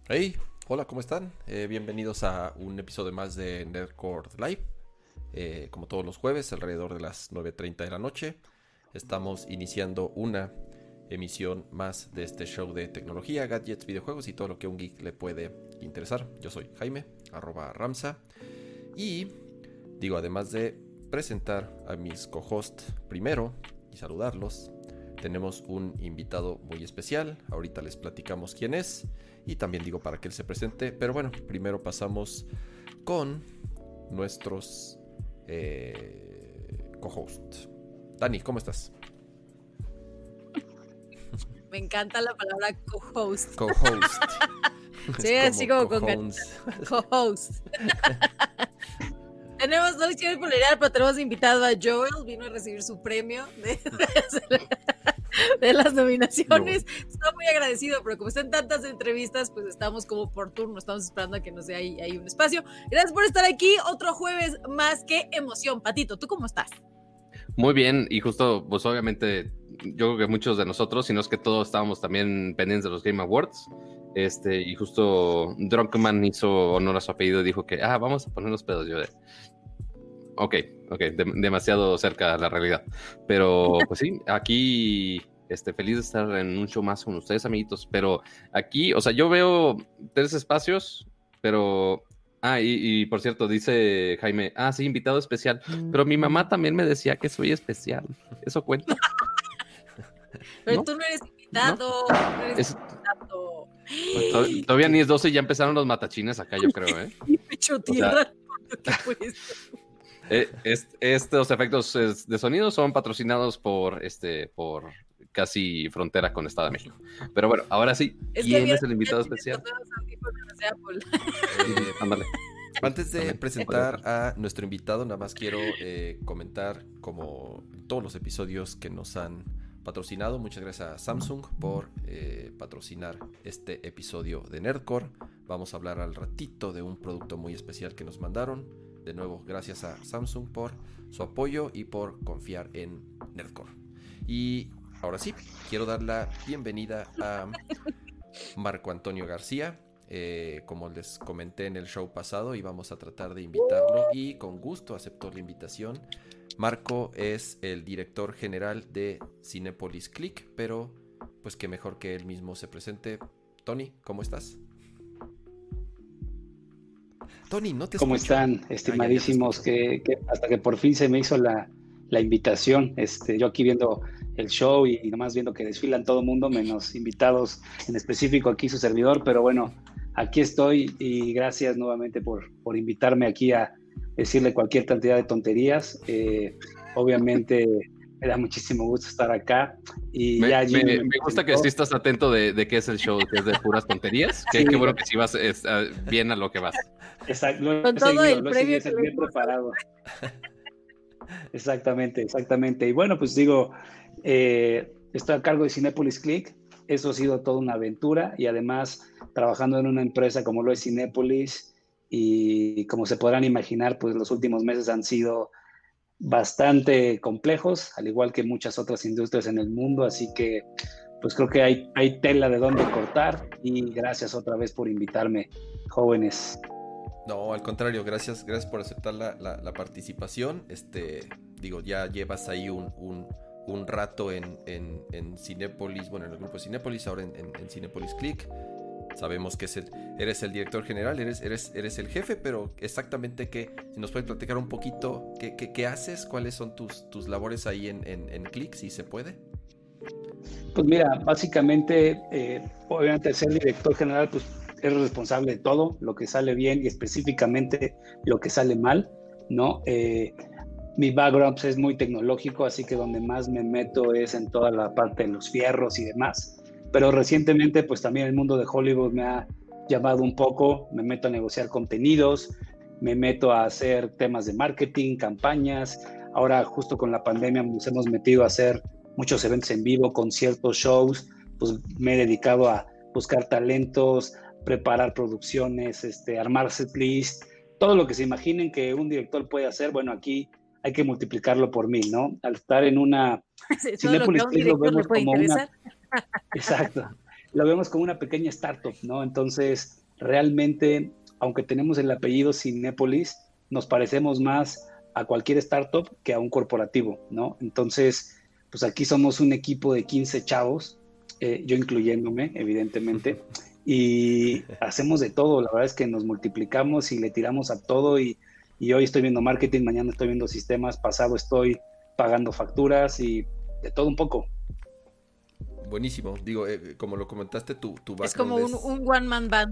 Hey, hola, ¿cómo están? Bienvenidos a un episodio más de Nerdcore Live. Como todos los jueves, alrededor de las 9:30 de la noche, estamos iniciando una emisión más de este show de tecnología, gadgets, videojuegos y todo lo que a un geek le puede interesar. Yo soy Jaime, @Ramsa. Y digo, además de presentar a mis co-hosts primero y saludarlos, tenemos un invitado muy especial. Ahorita les platicamos quién es y también digo para que él se presente. Pero bueno, primero pasamos con nuestros co-hosts. Dani, ¿cómo estás? Me encanta la palabra co-host. Co-host. Sí, así como con co-host. Tenemos, no quiero spoilerear, pero tenemos invitado a Joel, vino a recibir su premio de las nominaciones. No. Está muy agradecido, pero como están tantas entrevistas, pues estamos como por turno, estamos esperando a que nos dé ahí un espacio. Gracias por estar aquí, otro jueves más. Qué emoción. Patito, ¿tú cómo estás? Muy bien, y justo, pues obviamente, yo creo que muchos de nosotros, si no es que todos estábamos también pendientes de los Game Awards, y justo Drunkman hizo honor a su apellido y dijo que, vamos a poner los pedos. Yo de, ok, demasiado cerca de la realidad, pero pues sí, aquí feliz de estar en un show más con ustedes, amiguitos, pero aquí, o sea, yo veo 3 espacios, pero... y por cierto, dice Jaime, sí, invitado especial, pero mi mamá también me decía que soy especial, ¿eso cuenta? Pero ¿no? Tú no eres invitado, ¿no? Eres invitado. Pues todavía ni es 12 y ya empezaron los matachines acá, yo creo, ¿eh? Y pecho tierra, ¿qué fue esto? Estos efectos de sonido son patrocinados por casi frontera con Estado de México. Pero bueno, ahora sí, ¿quién es el invitado especial? Ándale. Antes de presentar a nuestro invitado, nada más quiero comentar, como todos los episodios que nos han patrocinado, muchas gracias a Samsung por patrocinar este episodio de Nerdcore. Vamos a hablar al ratito de un producto muy especial que nos mandaron. De nuevo, gracias a Samsung por su apoyo y por confiar en Nerdcore. Y ahora sí, quiero dar la bienvenida a Marco Antonio García. Como les comenté en el show pasado, íbamos a tratar de invitarlo y con gusto aceptó la invitación. Marco es el director general de Cinépolis Click, pero pues que mejor que él mismo se presente. Tony, ¿cómo estás? Tony, no te escucho. ¿Cómo están, estimadísimos? Que hasta que por fin se me hizo la invitación. Yo aquí viendo el show y nomás viendo que desfilan todo el mundo, menos invitados, en específico aquí su servidor, pero bueno, aquí estoy y gracias nuevamente por invitarme aquí a decirle cualquier cantidad de tonterías. Obviamente me da muchísimo gusto estar acá. Y me gusta que sí estás atento de qué es el show, que es de puras tonterías. Sí. Qué bueno que sí vas bien a lo que vas. Exacto. Con todo el premio que bien preparado. Exactamente. Y bueno, pues digo, estoy a cargo de Cinépolis Click. Eso ha sido toda una aventura y además trabajando en una empresa como lo es Cinépolis, y como se podrán imaginar, pues los últimos meses han sido bastante complejos, al igual que muchas otras industrias en el mundo, así que pues creo que hay tela de dónde cortar y gracias otra vez por invitarme, jóvenes. No, al contrario, gracias por aceptar la participación. Digo, ya llevas ahí un rato en Cinépolis, bueno, en el grupo de Cinépolis, ahora en Cinépolis Click. Sabemos que eres el director general, eres el jefe, pero exactamente si nos puedes platicar un poquito qué haces, cuáles son tus labores ahí en Click, si se puede. Pues mira, básicamente, obviamente ser director general, pues es responsable de todo, lo que sale bien y específicamente lo que sale mal, ¿no? Mi background pues, es muy tecnológico, así que donde más me meto es en toda la parte de los fierros y demás. Pero recientemente, pues también el mundo de Hollywood me ha llamado un poco, me meto a negociar contenidos, me meto a hacer temas de marketing, campañas. Ahora, justo con la pandemia, nos hemos metido a hacer muchos eventos en vivo, conciertos, shows. Pues me he dedicado a buscar talentos, preparar producciones, armar setlist, todo lo que se imaginen que un director puede hacer. Bueno, aquí hay que multiplicarlo por 1000, ¿no? Al estar en una... Sí, todo lo que a un director le puede interesar. Exacto. lo vemos como una pequeña startup, ¿no? Entonces, realmente, aunque tenemos el apellido Cinépolis, nos parecemos más a cualquier startup que a un corporativo, ¿no? Entonces, pues aquí somos un equipo de 15 chavos, yo incluyéndome, evidentemente, y hacemos de todo. La verdad es que nos multiplicamos y le tiramos a todo, y hoy estoy viendo marketing, mañana estoy viendo sistemas, pasado estoy pagando facturas y de todo un poco. Buenísimo. Digo, como lo comentaste, tu background es como un one-man band.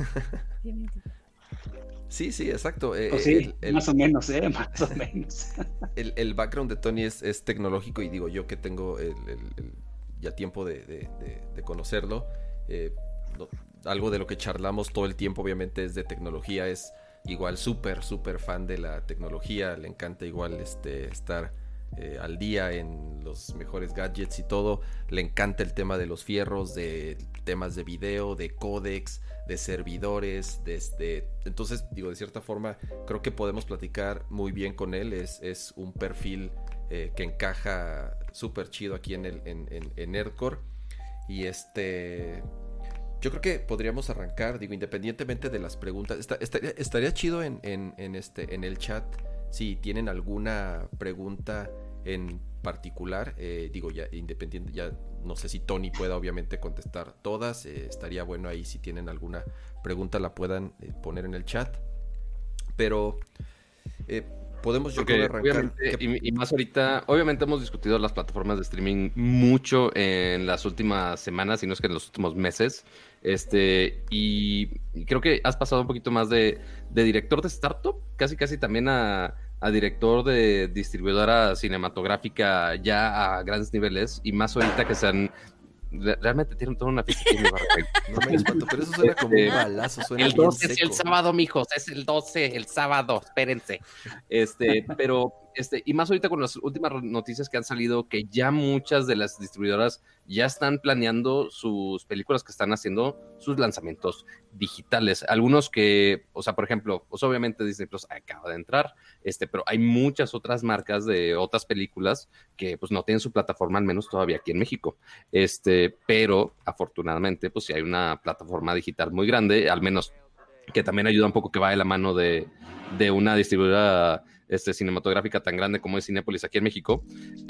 Sí, exacto. Sí, más o menos, más o menos. El background de Tony es tecnológico, y digo, yo que tengo ya tiempo de conocerlo, algo de lo que charlamos todo el tiempo obviamente es de tecnología. Es igual súper fan de la tecnología, le encanta igual estar al día en los mejores gadgets y todo. Le encanta el tema de los fierros, de temas de video, de códecs, de servidores, entonces digo, de cierta forma creo que podemos platicar muy bien con él. Es un perfil que encaja súper chido aquí en Nerdcore. Y yo creo que podríamos arrancar, digo, independientemente de las preguntas. Estaría chido en el chat si tienen alguna pregunta en particular. Digo, ya independiente, ya no sé si Tony pueda obviamente contestar todas. Estaría bueno ahí si tienen alguna pregunta la puedan poner en el chat. Pero podemos, yo creo, arrancar. Y más ahorita, obviamente hemos discutido las plataformas de streaming mucho en las últimas semanas, si no es que en los últimos meses. Y creo que has pasado un poquito más de director de startup, casi también a director de distribuidora cinematográfica ya a grandes niveles, y más ahorita que realmente tienen toda una fiesta aquí en No me espanto, pero eso suena como un balazo. Suena el 12 es el sábado, mijos, es el 12, el sábado, espérense. Pero y más ahorita con las últimas noticias que han salido, que ya muchas de las distribuidoras ya están planeando sus películas que están haciendo, sus lanzamientos digitales. Algunos que, o sea, por ejemplo, pues obviamente Disney Plus acaba de entrar, pero hay muchas otras marcas de otras películas que pues no tienen su plataforma, al menos todavía aquí en México. Pero afortunadamente, pues sí hay una plataforma digital muy grande, al menos que también ayuda un poco, que va de la mano de una distribuidora cinematográfica tan grande como es Cinépolis aquí en México.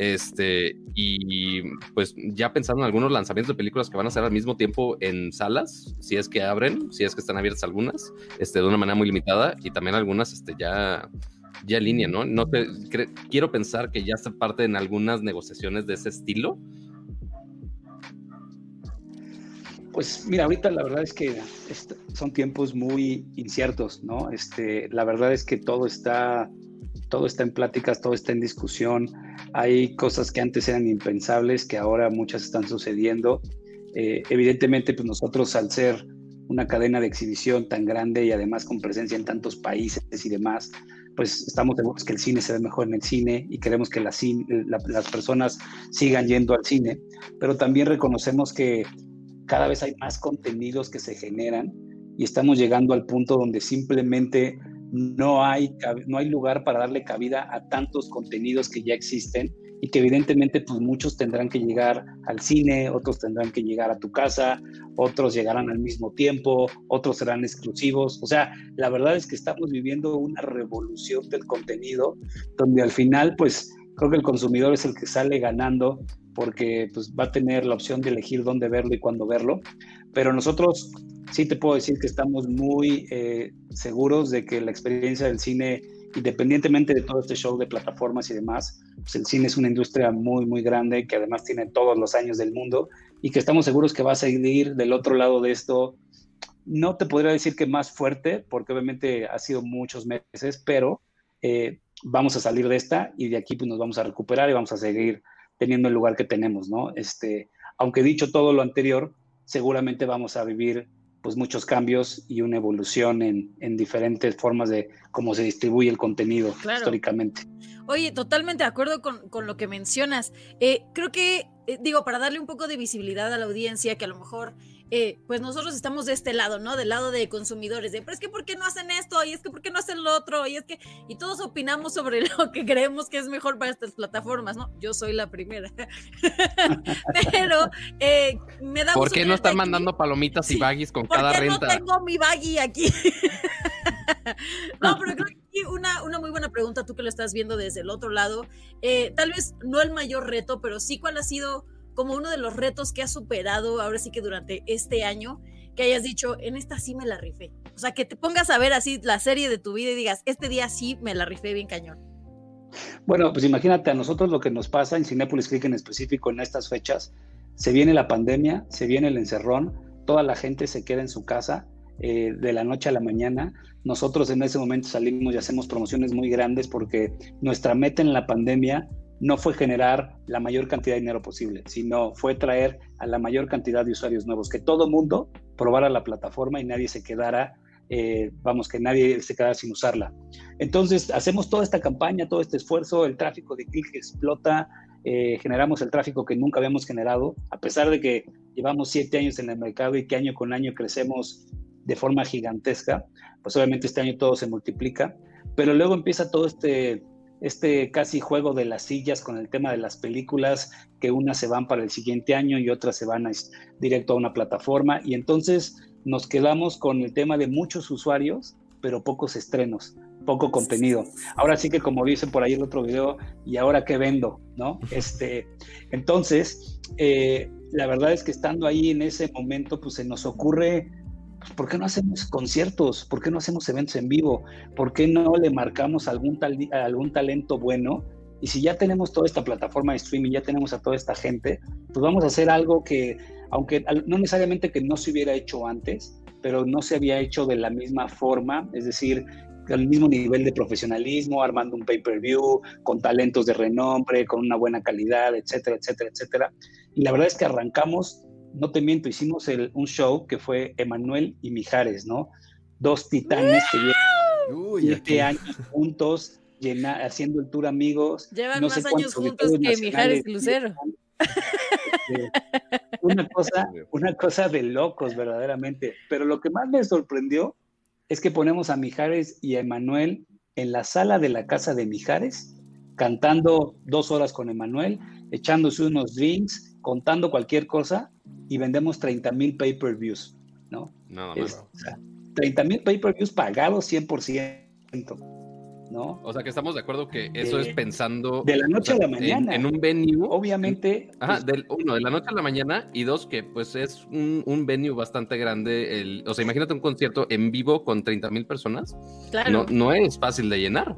Y pues ya pensando en algunos lanzamientos de películas que van a ser al mismo tiempo en salas, si es que abren, si es que están abiertas algunas, de una manera muy limitada, y también algunas ya en línea, ¿no? No quiero pensar que ya está parte en algunas negociaciones de ese estilo. Pues mira, ahorita la verdad es que son tiempos muy inciertos, ¿no? La verdad es que todo está en pláticas, todo está en discusión. Hay cosas que antes eran impensables, que ahora muchas están sucediendo. Evidentemente, pues nosotros, al ser una cadena de exhibición tan grande y además con presencia en tantos países y demás, pues estamos seguros que el cine se ve mejor en el cine, y queremos que las personas sigan yendo al cine, pero también reconocemos que cada vez hay más contenidos que se generan, y estamos llegando al punto donde simplemente no hay lugar para darle cabida a tantos contenidos que ya existen, y que evidentemente pues muchos tendrán que llegar al cine, otros tendrán que llegar a tu casa, otros llegarán al mismo tiempo, otros serán exclusivos. O sea, la verdad es que estamos viviendo una revolución del contenido, donde al final pues creo que el consumidor es el que sale ganando, porque pues va a tener la opción de elegir dónde verlo y cuándo verlo. Pero nosotros sí te puedo decir que estamos muy seguros de que la experiencia del cine, independientemente de todo este show de plataformas y demás, pues el cine es una industria muy, muy grande, que además tiene todos los años del mundo, y que estamos seguros que va a seguir del otro lado de esto. No te podría decir que más fuerte, porque obviamente ha sido muchos meses, pero vamos a salir de esta, y de aquí pues nos vamos a recuperar y vamos a seguir teniendo el lugar que tenemos, ¿no? Aunque dicho todo lo anterior, seguramente vamos a vivir pues muchos cambios y una evolución en diferentes formas de cómo se distribuye el contenido, claro, históricamente. Oye, totalmente de acuerdo con lo que mencionas. Creo que, digo, para darle un poco de visibilidad a la audiencia, que a lo mejor pues nosotros estamos de este lado, ¿no? Del lado de consumidores, pero es que ¿por qué no hacen esto? Y es que ¿por qué no hacen lo otro? Y todos opinamos sobre lo que creemos que es mejor para estas plataformas, ¿no? Yo soy la primera. Pero me da ¿por qué no están mandando palomitas y baggies con cada renta? ¿Por qué no tengo mi baggy aquí? No, pero creo que aquí una muy buena pregunta, tú que lo estás viendo desde el otro lado, tal vez no el mayor reto, pero sí cuál ha sido como uno de los retos que has superado ahora sí que durante este año, que hayas dicho, en esta sí me la rifé. O sea, que te pongas a ver así la serie de tu vida y digas, este día sí me la rifé bien cañón. Bueno, pues imagínate a nosotros lo que nos pasa en Cinépolis Click en específico en estas fechas. Se viene la pandemia, se viene el encerrón, toda la gente se queda en su casa de la noche a la mañana. Nosotros en ese momento salimos y hacemos promociones muy grandes porque nuestra meta en la pandemia no fue generar la mayor cantidad de dinero posible, sino fue traer a la mayor cantidad de usuarios nuevos, que todo mundo probara la plataforma y nadie se quedara, que nadie se quedara sin usarla. Entonces, hacemos toda esta campaña, todo este esfuerzo, el tráfico de Click explota, generamos el tráfico que nunca habíamos generado, a pesar de que llevamos 7 años en el mercado y que año con año crecemos de forma gigantesca, pues obviamente este año todo se multiplica, pero luego empieza todo este casi juego de las sillas con el tema de las películas, que unas se van para el siguiente año y otras se van directo a una plataforma, y entonces nos quedamos con el tema de muchos usuarios, pero pocos estrenos, poco contenido. Ahora sí que, como dice por ahí el otro video, ¿y ahora qué vendo? ¿No? Entonces, la verdad es que estando ahí en ese momento, pues se nos ocurre, pues, ¿por qué no hacemos conciertos? ¿Por qué no hacemos eventos en vivo? ¿Por qué no le marcamos algún talento bueno? Y si ya tenemos toda esta plataforma de streaming, ya tenemos a toda esta gente, pues vamos a hacer algo que, aunque no necesariamente que no se hubiera hecho antes, pero no se había hecho de la misma forma, es decir, al mismo nivel de profesionalismo, armando un pay-per-view, con talentos de renombre, con una buena calidad, etcétera, etcétera, etcétera. Y la verdad es que arrancamos, no te miento, hicimos un show que fue Emanuel y Mijares, ¿no? 2 titanes que llevan 7 años juntos, haciendo el tour amigos. Llevan más años juntos que Mijares y Lucero. Una cosa de locos, verdaderamente. Pero lo que más me sorprendió es que ponemos a Mijares y a Emanuel en la sala de la casa de Mijares, cantando 2 horas con Emanuel, echándose unos drinks, contando cualquier cosa, y vendemos 30,000 pay-per-views, ¿no? No. 30,000 pay-per-views pagados 100%, ¿no? O sea, que estamos de acuerdo que eso es pensando... De la noche a la mañana. En un venue. Obviamente. Ajá, de la noche a la mañana, y 2, que pues es un venue bastante grande. O sea, imagínate un concierto en vivo con 30,000 personas. Claro. No es fácil de llenar.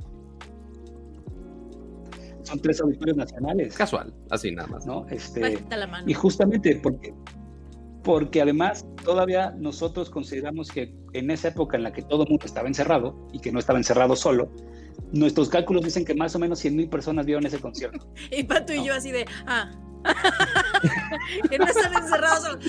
Son 3 auditorios nacionales. Casual, así nada más. ¿No? La mano. Y justamente porque además todavía nosotros consideramos que en esa época en la que todo el mundo estaba encerrado y que no estaba encerrado solo, nuestros cálculos dicen que más o menos 100,000 personas vieron ese concierto. Y Pato y yo así de, que no están encerrados solo.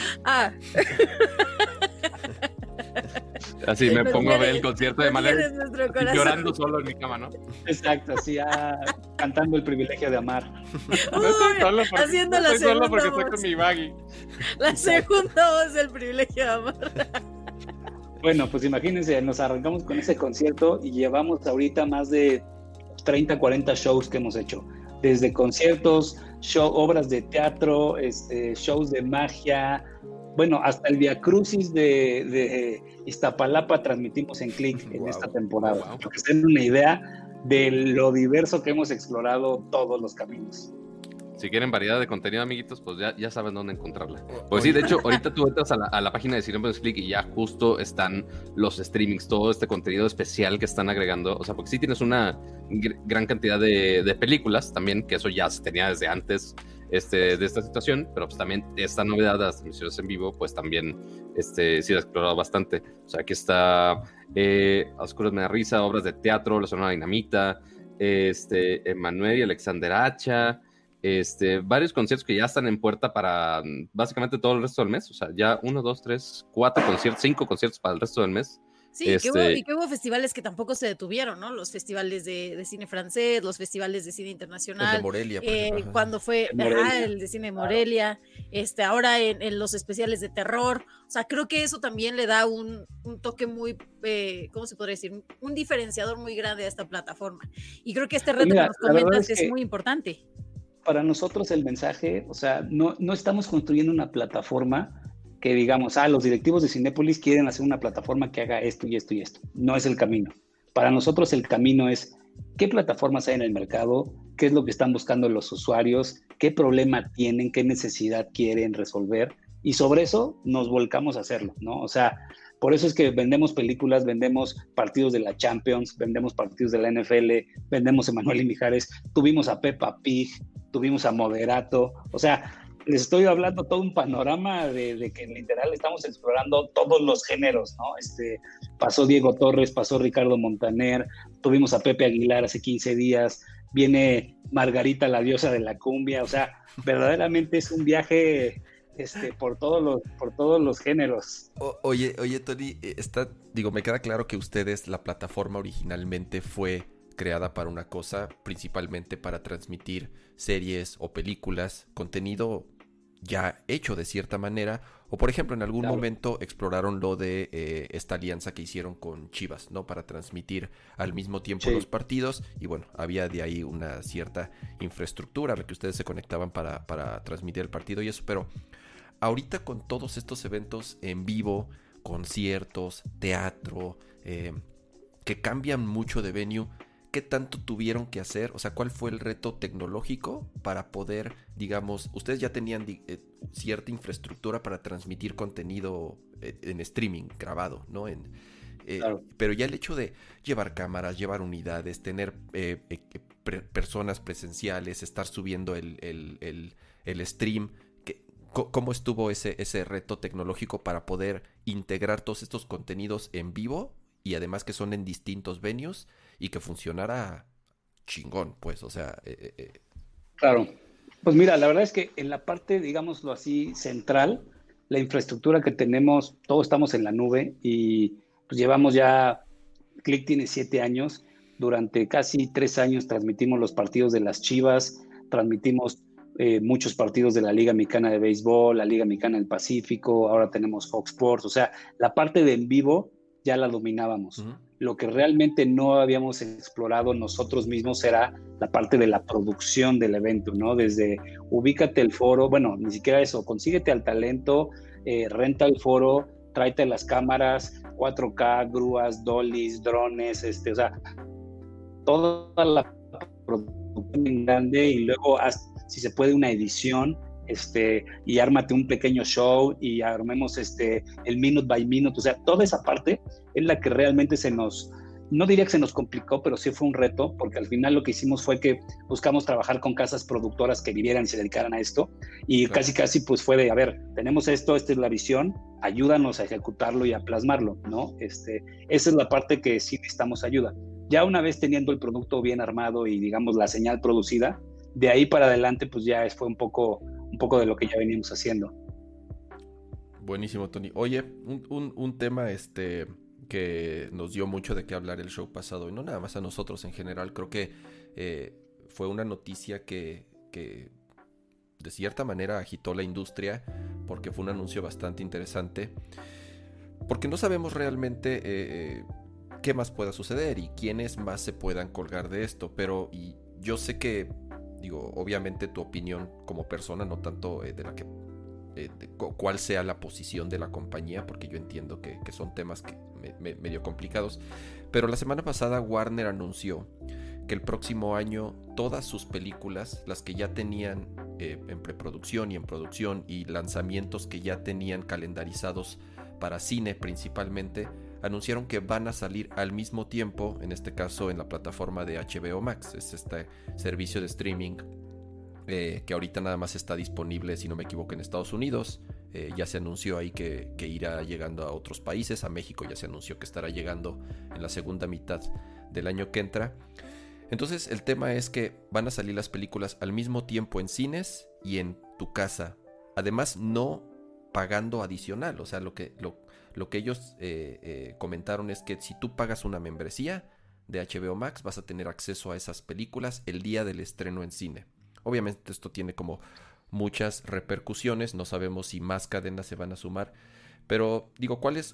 Así me pongo a ver el concierto de Malé llorando solo en mi cama, ¿no? Exacto, así cantando El privilegio de amar. No estoy solo porque voz. estoy con mi baggy. La segunda voz del privilegio de amar. Bueno, pues imagínense, nos arrancamos con ese concierto y llevamos ahorita más de 30, 40 shows que hemos hecho. Desde conciertos, obras de teatro, shows de magia. Bueno, hasta el Via Crucis de Iztapalapa transmitimos en Click en esta temporada. Wow. Para que se den una idea de lo diverso que hemos explorado todos los caminos. Si quieren variedad de contenido, amiguitos, pues ya saben dónde encontrarla. Pues sí, de hecho, ahorita tú entras a la página de Cinépolis Click y ya justo están los streamings, todo este contenido especial que están agregando. O sea, porque sí tienes una gran cantidad de películas también, que eso ya se tenía desde antes de esta situación, pero pues también esta novedad de las transmisiones en vivo, pues también sí se ha explorado bastante. O sea, aquí está A Oscuras me da risa, obras de teatro, La Sonora Dinamita, Emanuel y Alexander Hacha, varios conciertos que ya están en puerta para básicamente todo el resto del mes. O sea, ya 1, 2, 3, 4 conciertos, 5 conciertos para el resto del mes. Sí, que hubo festivales que tampoco se detuvieron, ¿no? Los festivales de cine francés, los festivales de cine internacional. El de Morelia, por ejemplo. Cuando fue el de cine de Morelia, ahora en los especiales de terror. O sea, creo que eso también le da un toque muy, ¿cómo se podría decir? Un diferenciador muy grande a esta plataforma. Y creo que este reto que nos comentas es muy importante. Para nosotros el mensaje, o sea, no estamos construyendo una plataforma que digamos, los directivos de Cinépolis quieren hacer una plataforma que haga esto y esto y esto. No es el camino. Para nosotros el camino es qué plataformas hay en el mercado, qué es lo que están buscando los usuarios, qué problema tienen, qué necesidad quieren resolver, y sobre eso nos volcamos a hacerlo, ¿no? O sea, por eso es que vendemos películas, vendemos partidos de la Champions, vendemos partidos de la NFL, vendemos a Emanuel y Mijares, tuvimos a Peppa Pig, tuvimos a Moderato, o sea, les estoy hablando todo un panorama de que literal estamos explorando todos los géneros, ¿no? Pasó Diego Torres, pasó Ricardo Montaner, tuvimos a Pepe Aguilar hace 15 días, viene Margarita, la diosa de la cumbia, o sea, verdaderamente es un viaje por todos los géneros. Oye, Tony, me queda claro que ustedes, la plataforma originalmente fue creada para una cosa, principalmente para transmitir series o películas, contenido ya hecho de cierta manera, o por ejemplo en algún momento exploraron lo de esta alianza que hicieron con Chivas, ¿no? Para transmitir al mismo tiempo los partidos, y bueno, había de ahí una cierta infraestructura a la que ustedes se conectaban para transmitir el partido y eso, pero ahorita con todos estos eventos en vivo, conciertos, teatro, que cambian mucho de venue, ¿qué tanto tuvieron que hacer? O sea, ¿cuál fue el reto tecnológico para poder, digamos, ustedes ya tenían cierta infraestructura para transmitir contenido en streaming grabado, ¿no? Pero ya el hecho de llevar cámaras, llevar unidades, tener personas presenciales, estar subiendo el stream, ¿cómo estuvo ese reto tecnológico para poder integrar todos estos contenidos en vivo y además que son en distintos venues y que funcionara chingón, pues, o sea... Claro. Pues mira, la verdad es que en la parte, digámoslo así, central, la infraestructura que tenemos, todos estamos en la nube y pues llevamos ya, Click tiene 7 años, durante casi 3 años transmitimos los partidos de las Chivas, transmitimos muchos partidos de la Liga Mexicana de Béisbol, la Liga Mexicana del Pacífico, ahora tenemos Fox Sports, o sea, la parte de en vivo ya la dominábamos. Uh-huh. Lo que realmente no habíamos explorado nosotros mismos era la parte de la producción del evento, ¿no? Desde ubícate el foro, bueno, ni siquiera eso, consíguete al talento, renta el foro, tráete las cámaras, 4K, grúas, dollies, drones, o sea, toda la producción en grande y luego haz, si se puede, una edición, y ármate un pequeño show y armemos el minute by minute, o sea, toda esa parte es la que realmente no diría que se nos complicó, pero sí fue un reto, porque al final lo que hicimos fue que buscamos trabajar con casas productoras que vivieran y se dedicaran a esto, y claro, casi pues fue de, a ver, tenemos esto, esta es la visión, ayúdanos a ejecutarlo y a plasmarlo, ¿no? Esa es la parte que sí necesitamos ayuda. Ya una vez teniendo el producto bien armado y digamos la señal producida, de ahí para adelante pues ya fue un poco de lo que ya veníamos haciendo. Buenísimo, Tony. Oye, un tema que nos dio mucho de qué hablar el show pasado, y no nada más a nosotros en general, creo que fue una noticia que de cierta manera agitó la industria, porque fue un anuncio bastante interesante, porque no sabemos realmente qué más pueda suceder y quiénes más se puedan colgar de esto, pero y yo sé que, digo, obviamente tu opinión como persona, no tanto de la que cuál sea la posición de la compañía, porque yo entiendo que son temas que medio complicados, pero la semana pasada Warner anunció que el próximo año todas sus películas, las que ya tenían en preproducción y en producción y lanzamientos que ya tenían calendarizados para cine principalmente, anunciaron que van a salir al mismo tiempo, en este caso en la plataforma de HBO Max, es este servicio de streaming que ahorita nada más está disponible, si no me equivoco, en Estados Unidos. Ya se anunció ahí que irá llegando a otros países, a México ya se anunció que estará llegando en la segunda mitad del año que entra. Entonces el tema es que van a salir las películas al mismo tiempo en cines y en tu casa. Además no pagando adicional. O sea, lo que ellos comentaron es que si tú pagas una membresía de HBO Max, vas a tener acceso a esas películas el día del estreno en cine. Obviamente esto tiene como muchas repercusiones, no sabemos si más cadenas se van a sumar, pero digo, ¿cuál es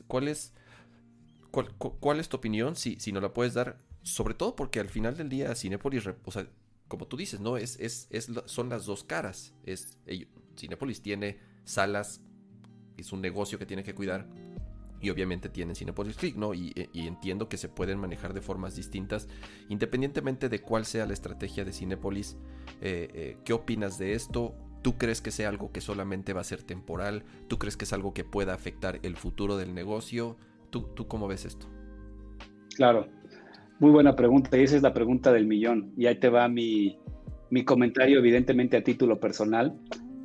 tu opinión? Si nos la puedes dar, sobre todo porque al final del día Cinépolis, o sea, como tú dices, ¿no? Son las dos caras. Cinépolis tiene salas, es un negocio que tiene que cuidar, y obviamente tienen Cinépolis Click, ¿no? Y entiendo que se pueden manejar de formas distintas, independientemente de cuál sea la estrategia de Cinépolis. ¿Qué opinas de esto? ¿Tú crees que sea algo que solamente va a ser temporal? ¿Tú crees que es algo que pueda afectar el futuro del negocio? ¿Tú cómo ves esto? Claro, muy buena pregunta, y esa es la pregunta del millón. Y ahí te va mi comentario, evidentemente a título personal.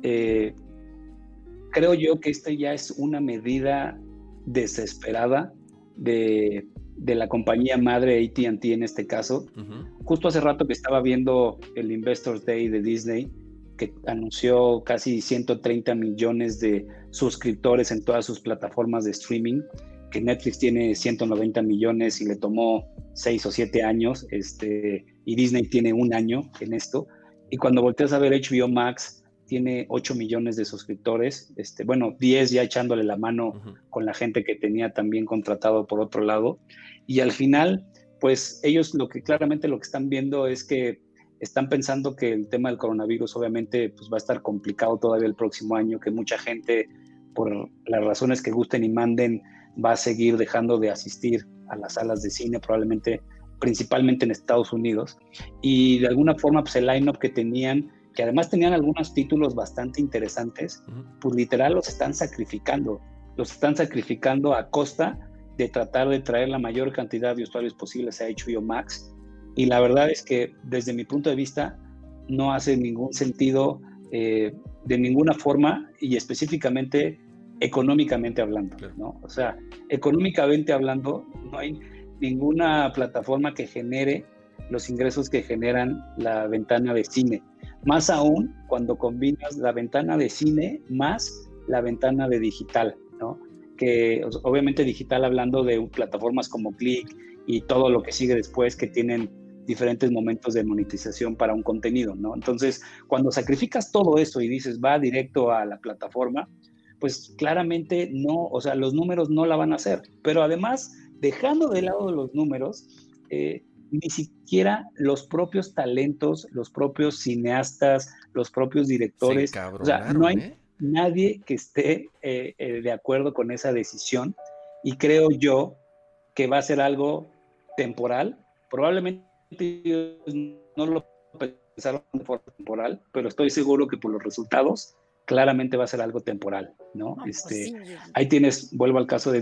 Creo yo que esta ya es una medida desesperada de la compañía madre AT&T en este caso. Uh-huh. Justo hace rato que estaba viendo el Investors Day de Disney, que anunció casi 130 millones de suscriptores en todas sus plataformas de streaming, que Netflix tiene 190 millones y le tomó 6 o 7 años, y Disney tiene 1 año en esto. Y cuando volteas a ver HBO Max, tiene 8 millones de suscriptores, 10 ya echándole la mano uh-huh. con la gente que tenía también contratado por otro lado. Y al final, pues ellos claramente lo que están viendo es que están pensando que el tema del coronavirus obviamente pues va a estar complicado todavía el próximo año, que mucha gente, por las razones que gusten y manden, va a seguir dejando de asistir a las salas de cine, probablemente, principalmente en Estados Unidos. Y de alguna forma, pues el line-up que tenían, que además tenían algunos títulos bastante interesantes, pues literal los están sacrificando a costa de tratar de traer la mayor cantidad de usuarios posibles a HBO Max. Y la verdad es que desde mi punto de vista no hace ningún sentido de ninguna forma, y específicamente económicamente hablando, ¿no? O sea, económicamente hablando, no hay ninguna plataforma que genere los ingresos que generan la ventana de cine. Más aún cuando combinas la ventana de cine más la ventana de digital, ¿no? Que obviamente digital hablando de plataformas como Click y todo lo que sigue después, que tienen diferentes momentos de monetización para un contenido, ¿no? Entonces, cuando sacrificas todo eso y dices va directo a la plataforma, pues claramente no, o sea, los números no la van a hacer. Pero además, dejando de lado los números, ni siquiera los propios talentos, los propios cineastas, los propios directores, o sea, no hay nadie que esté de acuerdo con esa decisión, y creo yo que va a ser algo temporal. Probablemente ellos no lo pensaron de forma temporal, pero estoy seguro que por los resultados claramente va a ser algo temporal, ¿no? Sí. Ahí tienes, vuelvo al caso de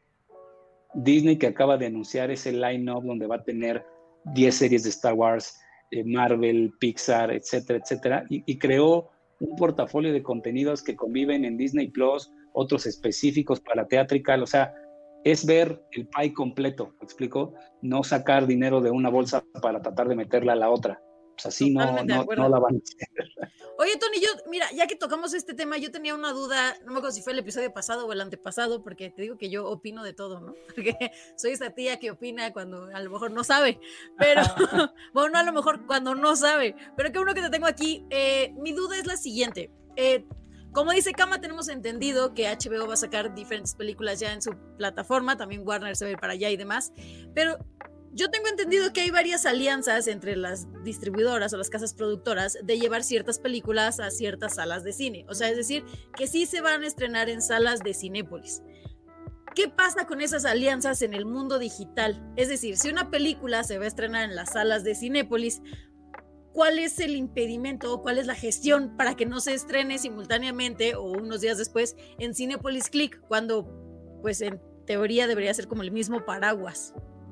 Disney que acaba de anunciar ese line-up donde va a tener 10 series de Star Wars, Marvel, Pixar, etcétera, etcétera, y creó un portafolio de contenidos que conviven en Disney Plus, otros específicos para Theatrical. O sea, es ver el pie completo, ¿me explico? No sacar dinero de una bolsa para tratar de meterla a la otra. Pues así no la van a hacer. Oye, Tony, mira, ya que tocamos este tema, yo tenía una duda, no me acuerdo si fue el episodio pasado o el antepasado, porque te digo que yo opino de todo, ¿no? Porque soy esa tía que opina cuando a lo mejor no sabe, pero, bueno, no a lo mejor cuando no sabe, pero qué bueno que te tengo aquí. Mi duda es la siguiente. Como dice Kama, tenemos entendido que HBO va a sacar diferentes películas ya en su plataforma, también Warner se va a ir para allá y demás, pero yo tengo entendido que hay varias alianzas entre las distribuidoras o las casas productoras de llevar ciertas películas a ciertas salas de cine. O sea, es decir, que sí se van a estrenar en salas de Cinépolis. ¿Qué pasa con esas alianzas en el mundo digital? Es decir, si una película se va a estrenar en las salas de Cinépolis, ¿cuál es el impedimento o cuál es la gestión para que no se estrene simultáneamente o unos días después en Cinépolis Click, cuando, pues, en teoría debería ser como el mismo paraguas?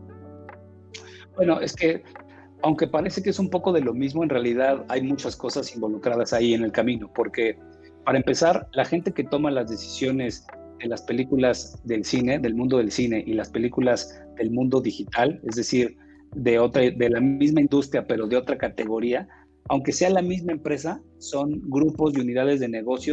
Bueno, es que aunque parece que es un poco de lo mismo, en realidad hay muchas cosas involucradas ahí en el camino, porque para empezar, la gente que toma las decisiones de las películas del cine, del mundo del cine, y las películas del mundo digital, es decir, de la misma industria, pero de otra categoría, aunque sea la misma empresa, son grupos y unidades de negocio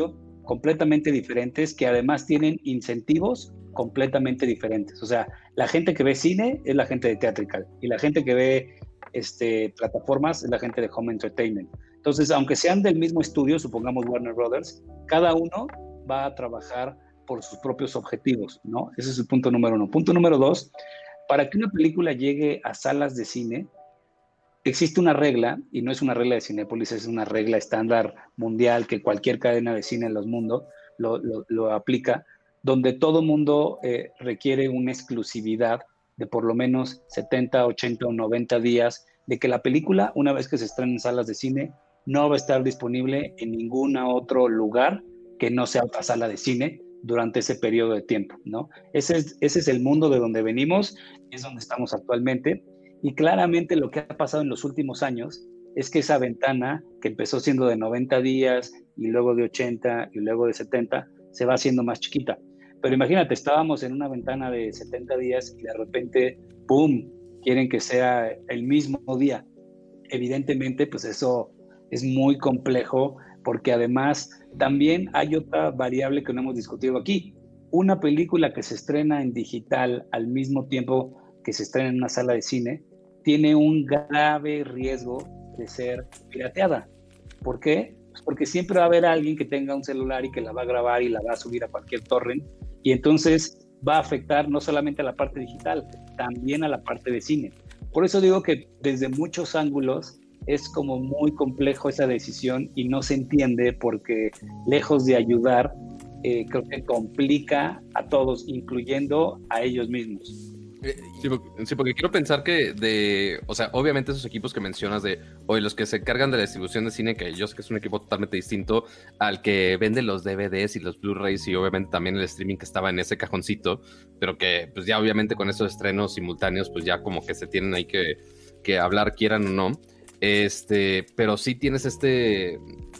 completamente diferentes que además tienen incentivos completamente diferentes. O sea, la gente que ve cine es la gente de Theatrical y la gente que ve plataformas es la gente de Home Entertainment. Entonces, aunque sean del mismo estudio, supongamos Warner Brothers, cada uno va a trabajar por sus propios objetivos, ¿no? Ese es el punto número 1. Punto número 2, para que una película llegue a salas de cine, existe una regla, y no es una regla de Cinépolis, es una regla estándar mundial que cualquier cadena de cine en los mundos lo aplica, donde todo mundo requiere una exclusividad de por lo menos 70, 80 o 90 días de que la película, una vez que se estrena en salas de cine, no va a estar disponible en ningún otro lugar que no sea otra sala de cine durante ese periodo de tiempo, ¿no? Ese es el mundo de donde venimos, es donde estamos actualmente, y claramente lo que ha pasado en los últimos años es que esa ventana que empezó siendo de 90 días y luego de 80 y luego de 70 se va haciendo más chiquita. Pero imagínate, estábamos en una ventana de 70 días y de repente, ¡pum!, quieren que sea el mismo día. Evidentemente, pues eso es muy complejo porque además también hay otra variable que no hemos discutido aquí. Una película que se estrena en digital al mismo tiempo que se estrena en una sala de cine tiene un grave riesgo de ser pirateada. ¿Por qué? Pues porque siempre va a haber alguien que tenga un celular y que la va a grabar y la va a subir a cualquier torrent, y entonces va a afectar no solamente a la parte digital, también a la parte de cine. Por eso digo que desde muchos ángulos es como muy complejo esa decisión y no se entiende porque lejos de ayudar, creo que complica a todos, incluyendo a ellos mismos. Sí, porque quiero pensar que o sea, obviamente esos equipos que mencionas los que se encargan de la distribución de cine, que yo sé que es un equipo totalmente distinto al que vende los DVDs y los Blu-rays y obviamente también el streaming que estaba en ese cajoncito, pero que pues ya obviamente con esos estrenos simultáneos pues ya como que se tienen ahí que hablar, quieran o no, pero sí tienes este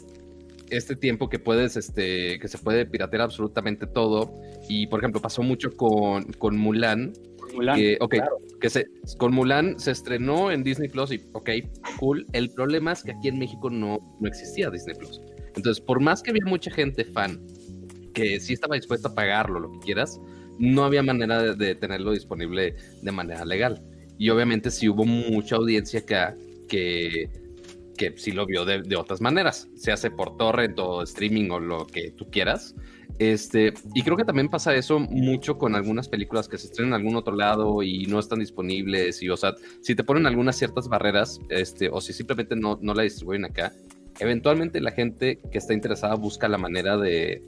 tiempo que puedes, que se puede piratear absolutamente todo. Y por ejemplo pasó mucho con Mulan. Claro. Con Mulan se estrenó en Disney Plus y cool. El problema es que aquí en México no existía Disney Plus. Entonces, por más que había mucha gente fan que sí estaba dispuesta a pagarlo, lo que quieras, no había manera de tenerlo disponible de manera legal. Y obviamente sí hubo mucha audiencia acá que sí lo vio de otras maneras, se hace por torrent o streaming o lo que tú quieras. Y creo que también pasa eso mucho con algunas películas que se estrenan en algún otro lado y no están disponibles, y o sea, si te ponen algunas ciertas barreras, o si simplemente no la distribuyen acá, eventualmente la gente que está interesada busca la manera de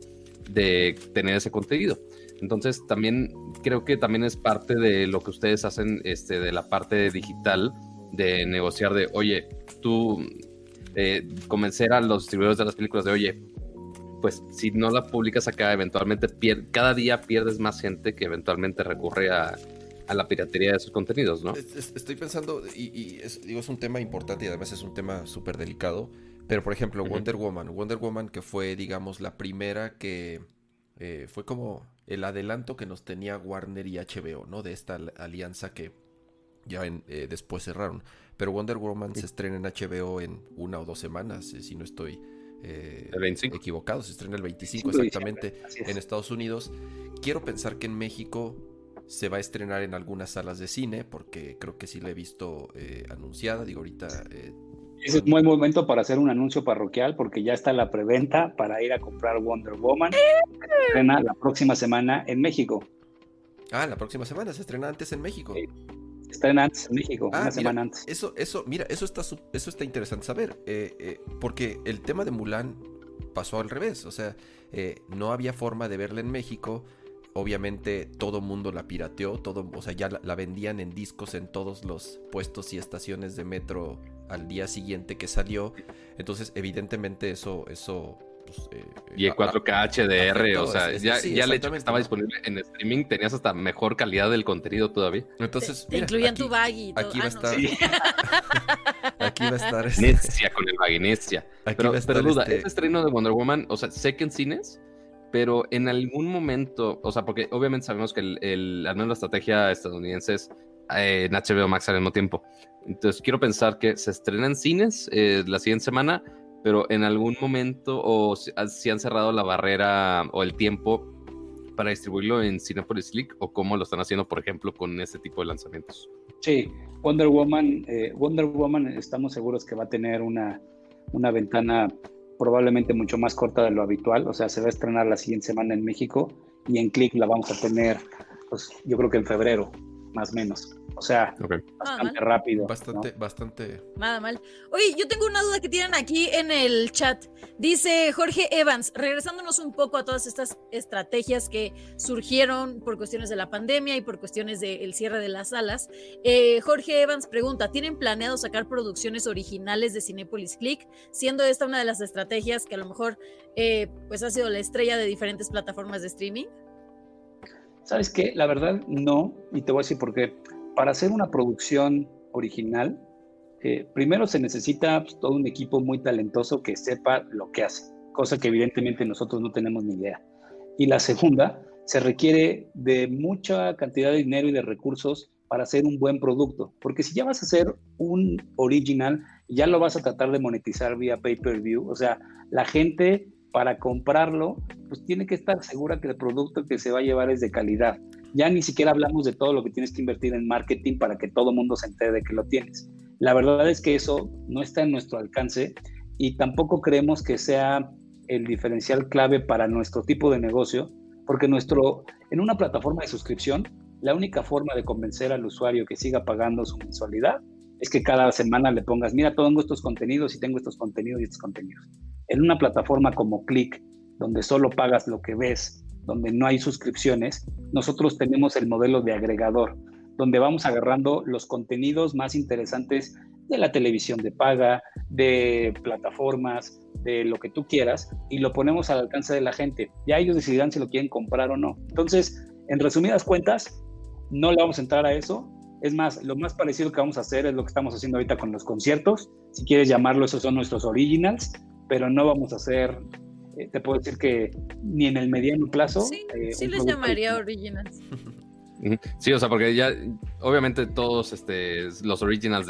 tener ese contenido. Entonces también creo que también es parte de lo que ustedes hacen, de la parte digital, de negociar de, oye, tú convencer a los distribuidores de las películas de, oye, pues si no la publicas acá, eventualmente cada día pierdes más gente que eventualmente recurre a la piratería de sus contenidos, ¿no? Estoy pensando, es un tema importante y además es un tema súper delicado, pero por ejemplo, Wonder Woman, que fue, digamos, la primera que fue como el adelanto que nos tenía Warner y HBO, ¿no? De esta alianza que ya después cerraron. Pero Wonder Woman se estrena en HBO en 1 o 2 semanas, si no estoy equivocado. Se estrena el 25 exactamente en Estados Unidos. Quiero pensar que en México se va a estrenar en algunas salas de cine, porque creo que sí la he visto anunciada. Digo, ahorita... Ese es un buen momento para hacer un anuncio parroquial, porque ya está la preventa para ir a comprar Wonder Woman. Se estrena la próxima semana en México. La próxima semana se estrena antes en México. Sí. Estrena antes en México, una semana antes. Eso está interesante saber, porque el tema de Mulan pasó al revés. O sea, no había forma de verla en México. Obviamente todo mundo la pirateó, o sea, ya la vendían en discos en todos los puestos y estaciones de metro al día siguiente que salió. Entonces, evidentemente eso pues, y el 4K HDR, o sea, ya el hecho que estaba ¿no? disponible en streaming, tenías hasta mejor calidad del contenido todavía. Entonces, te incluían tu baggy y todo. Aquí va a estar. Sí. Aquí va a estar. Necia con el baggy, necia. Pero duda, este estreno de Wonder Woman, o sea, sé que en cines, pero en algún momento, o sea, porque obviamente sabemos que al menos la estrategia estadounidense es en HBO Max al mismo tiempo. Entonces quiero pensar que se estrena en cines la siguiente semana, pero en algún momento o si han cerrado la barrera o el tiempo para distribuirlo en Cinepolis Click, o cómo lo están haciendo, por ejemplo, con este tipo de lanzamientos. Sí, Wonder Woman estamos seguros que va a tener una ventana probablemente mucho más corta de lo habitual, o sea, se va a estrenar la siguiente semana en México y en Click la vamos a tener, pues yo creo que en febrero, más o menos. O sea, bastante rápido. Bastante. Nada mal. Oye, yo tengo una duda que tienen aquí en el chat. Dice Jorge Evans, regresándonos un poco a todas estas estrategias que surgieron por cuestiones de la pandemia y por cuestiones del cierre de las salas. Jorge Evans pregunta, ¿tienen planeado sacar producciones originales de Cinépolis Click? Siendo esta una de las estrategias que a lo mejor pues ha sido la estrella de diferentes plataformas de streaming. ¿Sabes qué? La verdad, no. Y te voy a decir por qué. Para hacer una producción original, primero se necesita pues, todo un equipo muy talentoso que sepa lo que hace, cosa que evidentemente nosotros no tenemos ni idea. Y la segunda, se requiere de mucha cantidad de dinero y de recursos para hacer un buen producto, porque si ya vas a hacer un original, ya lo vas a tratar de monetizar vía pay-per-view, o sea, la gente para comprarlo, pues tiene que estar segura que el producto que se va a llevar es de calidad. Ya ni siquiera hablamos de todo lo que tienes que invertir en marketing para que todo el mundo se entere de que lo tienes. La verdad es que eso no está en nuestro alcance y tampoco creemos que sea el diferencial clave para nuestro tipo de negocio, porque en una plataforma de suscripción, la única forma de convencer al usuario que siga pagando su mensualidad es que cada semana le pongas, mira, tengo estos contenidos y tengo estos contenidos y estos contenidos. En una plataforma como Click, donde solo pagas lo que ves, donde no hay suscripciones, nosotros tenemos el modelo de agregador, donde vamos agarrando los contenidos más interesantes de la televisión de paga, de plataformas, de lo que tú quieras, y lo ponemos al alcance de la gente. Ya ellos decidirán si lo quieren comprar o no. Entonces, en resumidas cuentas, no le vamos a entrar a eso. Es más, lo más parecido que vamos a hacer es lo que estamos haciendo ahorita con los conciertos. Si quieres llamarlo, esos son nuestros originals, pero no vamos a hacer... te puedo decir que ni en el mediano plazo. Sí les llamaría originals. Sí, o sea, porque ya obviamente todos los originals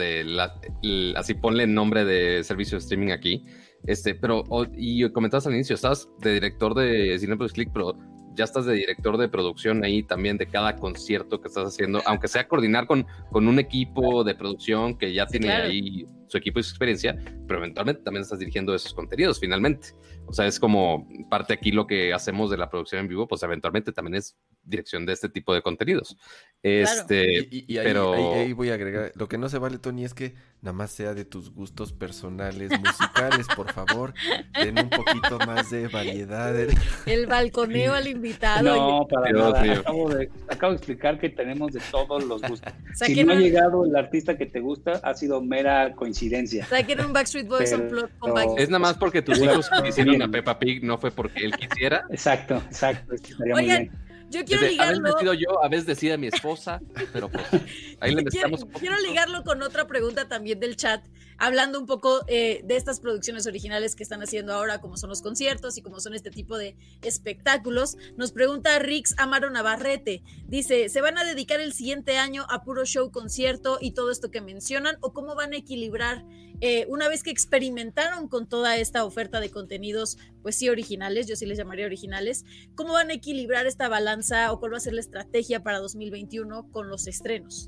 así ponle nombre de servicio de streaming aquí, pero y comentabas al inicio, estás de director de Cinepolis Click, pero ya estás de director de producción ahí también de cada concierto que estás haciendo, aunque sea coordinar con un equipo de producción que ya tiene ahí su equipo y su experiencia, pero eventualmente también estás dirigiendo esos contenidos finalmente. O sea, es como parte aquí lo que hacemos de la producción en vivo, pues eventualmente también es dirección de este tipo de contenidos. Claro. Y ahí voy a agregar, lo que no se vale, Tony, es que nada más sea de tus gustos personales musicales, por favor, ten un poquito más de variedad. El balconeo al invitado. No, para nada. Acabo de explicar que tenemos de todos los gustos. Si no ha llegado el artista que te gusta, ha sido mera coincidencia. Saquen un Backstreet Boys unplugged con Backstreet. Es nada más porque tus hijos hicieron a Peppa Pig, no fue porque él quisiera. Exacto. Estaría muy bien. Yo quiero ligarlo. A veces decido yo, a veces decide mi esposa, pero pues ahí le necesitamos. Quiero ligarlo con otra pregunta también del chat, hablando un poco de estas producciones originales que están haciendo ahora, como son los conciertos y como son este tipo de espectáculos. Nos pregunta Rix Amaro Navarrete, dice, ¿se van a dedicar el siguiente año a puro show, concierto y todo esto que mencionan? ¿O cómo van a equilibrar una vez que experimentaron con toda esta oferta de contenidos, pues sí originales, yo sí les llamaría originales, cómo van a equilibrar esta balanza o cuál va a ser la estrategia para 2021 con los estrenos?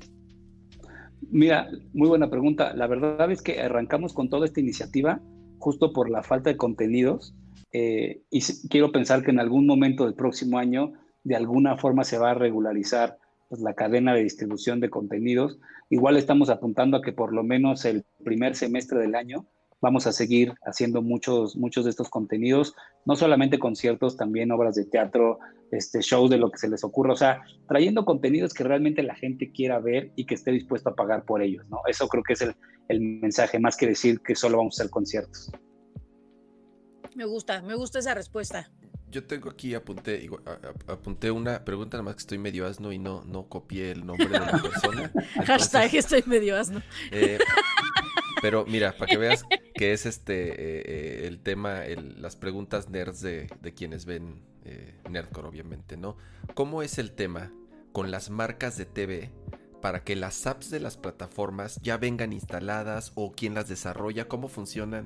Mira, muy buena pregunta. La verdad es que arrancamos con toda esta iniciativa justo por la falta de contenidos y quiero pensar que en algún momento del próximo año de alguna forma se va a regularizar pues, la cadena de distribución de contenidos. Igual estamos apuntando a que por lo menos el primer semestre del año vamos a seguir haciendo muchos de estos contenidos, no solamente conciertos, también obras de teatro, shows de lo que se les ocurra, o sea, trayendo contenidos que realmente la gente quiera ver y que esté dispuesto a pagar por ellos, ¿no? Eso creo que es el mensaje, más que decir que solo vamos a hacer conciertos. Me gusta esa respuesta. Yo tengo aquí, apunté una pregunta, nada más que estoy medio asno y no copié el nombre de la persona. Entonces, hashtag estoy medio asno. Pero mira, para que veas que es el tema, las preguntas nerds de quienes ven Nerdcore, obviamente, ¿no? ¿Cómo es el tema con las marcas de TV para que las apps de las plataformas ya vengan instaladas o quién las desarrolla, cómo funciona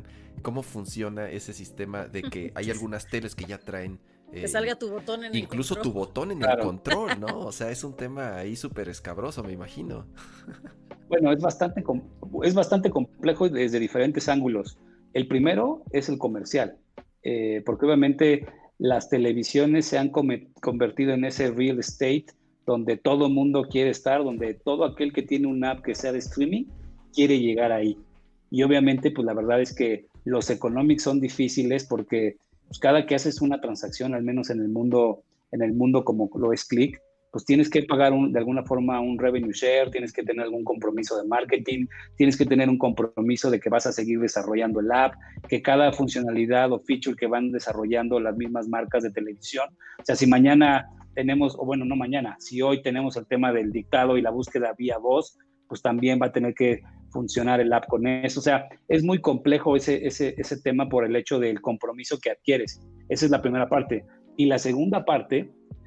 ese sistema de que hay algunas teles que ya traen que salga tu botón en incluso el control. Tu botón en el control, ¿no? O sea, es un tema ahí súper escabroso, me imagino. Bueno, es bastante complejo desde diferentes ángulos. El primero es el comercial, porque obviamente las televisiones se han convertido en ese real estate donde todo mundo quiere estar, donde todo aquel que tiene una app que sea de streaming quiere llegar ahí. Y obviamente, pues la verdad es que los economics son difíciles porque pues, cada que haces una transacción, al menos en el mundo como lo es Click, pues tienes que pagar de alguna forma un revenue share, tienes que tener algún compromiso de marketing, tienes que tener un compromiso de que vas a seguir desarrollando el app, que cada funcionalidad o feature que van desarrollando las mismas marcas de televisión, o sea, si mañana tenemos, o bueno, no mañana, si hoy tenemos el tema del dictado y la búsqueda vía voz, pues también va a tener que funcionar el app con eso. O sea, es muy complejo ese tema por el hecho del compromiso que adquieres. Esa es la primera parte. Y la segunda parte,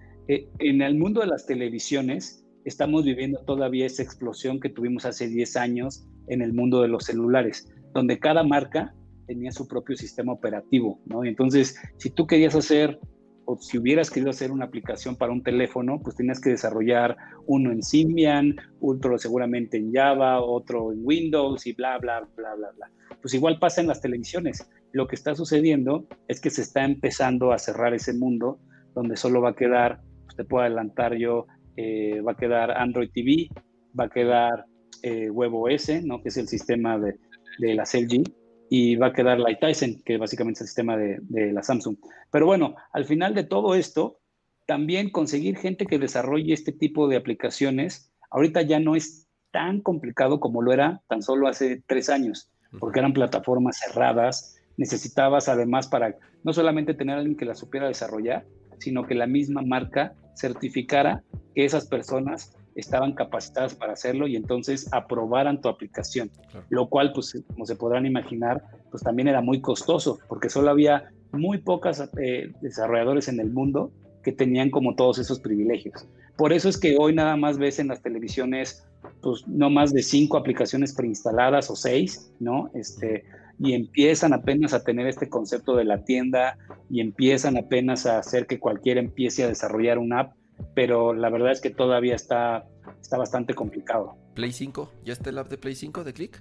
en el mundo de las televisiones, estamos viviendo todavía esa explosión que tuvimos hace 10 años en el mundo de los celulares, donde cada marca tenía su propio sistema operativo, ¿no? Y entonces, si tú querías hacer, o si hubieras querido hacer una aplicación para un teléfono, pues tenías que desarrollar uno en Symbian, otro seguramente en Java, otro en Windows y bla, bla, bla, bla, bla. Pues igual pasa en las televisiones. Lo que está sucediendo es que se está empezando a cerrar ese mundo donde solo va a quedar, pues te puedo adelantar yo, va a quedar Android TV, va a quedar WebOS, ¿no? Que es el sistema de las LG, y va a quedar Light Tizen, que básicamente es el sistema de la Samsung. Pero bueno, al final de todo esto, también conseguir gente que desarrolle este tipo de aplicaciones, ahorita ya no es tan complicado como lo era tan solo hace 3 años, porque eran plataformas cerradas, necesitabas además para no solamente tener a alguien que la supiera desarrollar, sino que la misma marca certificara que esas personas estaban capacitadas para hacerlo y entonces aprobaran tu aplicación, claro. Lo cual, pues, como se podrán imaginar, pues también era muy costoso, porque solo había muy pocos desarrolladores en el mundo que tenían como todos esos privilegios. Por eso es que hoy nada más ves en las televisiones, pues, no más de 5 aplicaciones preinstaladas o 6, ¿no? Y empiezan apenas a tener este concepto de la tienda y empiezan apenas a hacer que cualquiera empiece a desarrollar una app, pero la verdad es que todavía está bastante complicado. ¿Play 5? ¿Ya está el app de Play 5 de Click?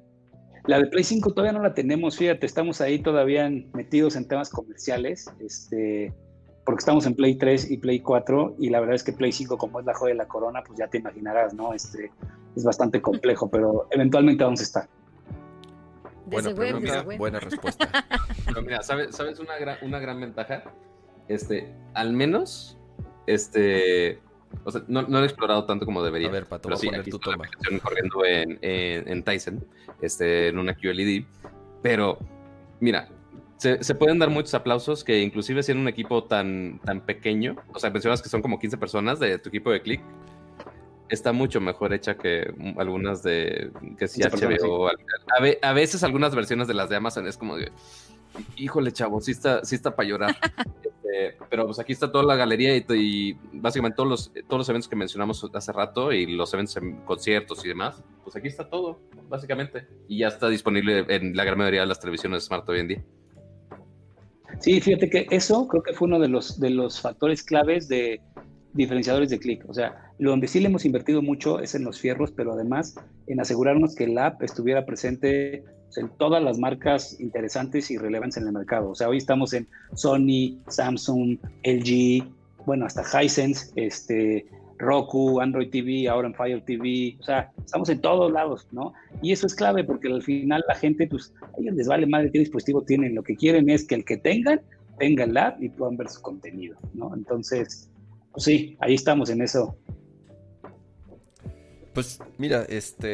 La de Play 5 todavía no la tenemos, fíjate, estamos ahí todavía metidos en temas comerciales, porque estamos en Play 3 y Play 4, y la verdad es que Play 5, como es la joya de la corona, pues ya te imaginarás, ¿no? Es bastante complejo, pero eventualmente vamos a estar. Buena pregunta, buena respuesta. Pero mira, ¿sabes una gran ventaja? Al menos, o sea, no lo he explorado tanto como debería. A ver, Pato, pero sí, a poner tu toma. Corriendo en Tizen, en una QLED, pero mira, se pueden dar muchos aplausos que inclusive siendo un equipo tan pequeño, o sea, mencionas que son como 15 personas de tu equipo de Click, está mucho mejor hecha que algunas que si HBO. Sí. A veces algunas versiones de las de Amazon es como de, híjole, chavo, sí está para llorar. Pero pues aquí está toda la galería y básicamente todos los eventos que mencionamos hace rato y los eventos en conciertos y demás, pues aquí está todo, básicamente. Y ya está disponible en la gran mayoría de las televisiones Smart hoy en día. Sí, fíjate que eso creo que fue uno de los factores claves de diferenciadores de Click. O sea, donde sí le hemos invertido mucho es en los fierros, pero además en asegurarnos que la app estuviera presente en todas las marcas interesantes y relevantes en el mercado. O sea, hoy estamos en Sony, Samsung, LG, bueno, hasta Hisense, Roku, Android TV, ahora en Fire TV. O sea, estamos en todos lados, ¿no? Y eso es clave porque al final la gente, pues, a ellos les vale madre qué dispositivo tienen. Lo que quieren es que el que tengan el app y puedan ver su contenido, ¿no? Entonces, pues sí, ahí estamos en eso. Pues mira,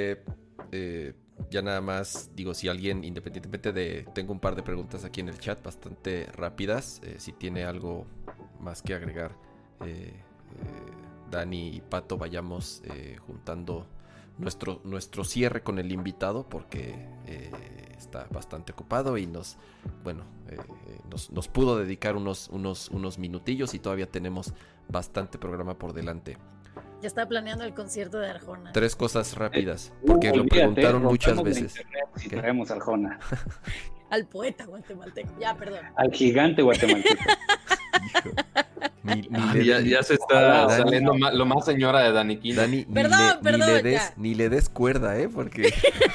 ya nada más digo, si alguien, independientemente tengo un par de preguntas aquí en el chat bastante rápidas, si tiene algo más que agregar, Dani y Pato, vayamos juntando nuestro cierre con el invitado porque está bastante ocupado y nos pudo dedicar unos minutillos y todavía tenemos bastante programa por delante. Ya está planeando el concierto de Arjona. 3 cosas rápidas, porque lo preguntaron muchas veces. Si traemos a Arjona. Al poeta guatemalteco. Ya, perdón. Al gigante guatemalteco. Ya se está saliendo lo más señora de Dani Quino. Dani, ni le des cuerda, porque...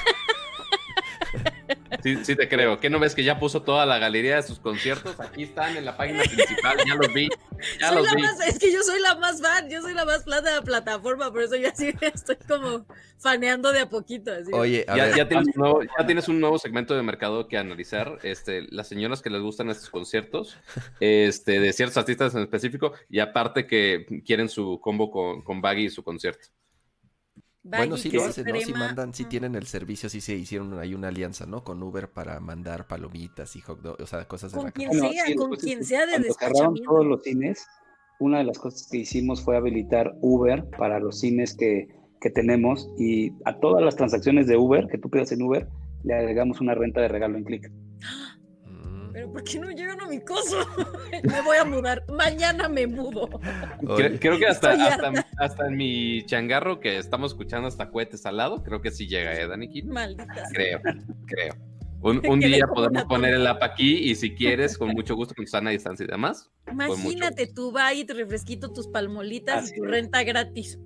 Sí te creo. ¿Qué no ves que ya puso toda la galería de sus conciertos? Aquí están en la página principal, ya los vi. Es que yo soy la más fan, yo soy la más fan de la plataforma, por eso ya sí estoy como faneando de a poquito. Así. Oye, ya tienes un nuevo segmento de mercado que analizar. Las señoras que les gustan estos conciertos, de ciertos artistas en específico, y aparte que quieren su combo con Baggy y su concierto. Bueno, sí lo hacen, ¿no? Sí mandan, sí tienen el servicio, sí se hicieron ahí una alianza, ¿no? Con Uber para mandar palomitas y hot dog, o sea, cosas de la casa. Con quien sea de cuando cerraron todos los cines, una de las cosas que hicimos fue habilitar Uber para los cines que tenemos, y a todas las transacciones de Uber que tú pidas en Uber, le agregamos una renta de regalo en Click. ¿Pero por qué no llegan a mi coso? Me voy a mudar. Mañana me mudo. Creo que hasta en mi changarro que estamos escuchando hasta cohetes al lado, creo que sí llega, Dani Quino. Maldita. Creo. Un día podemos poner el app aquí y si quieres, con mucho gusto, con sana distancia y demás. Imagínate, tú vas y te refresquito tus palmolitas y tu renta gratis.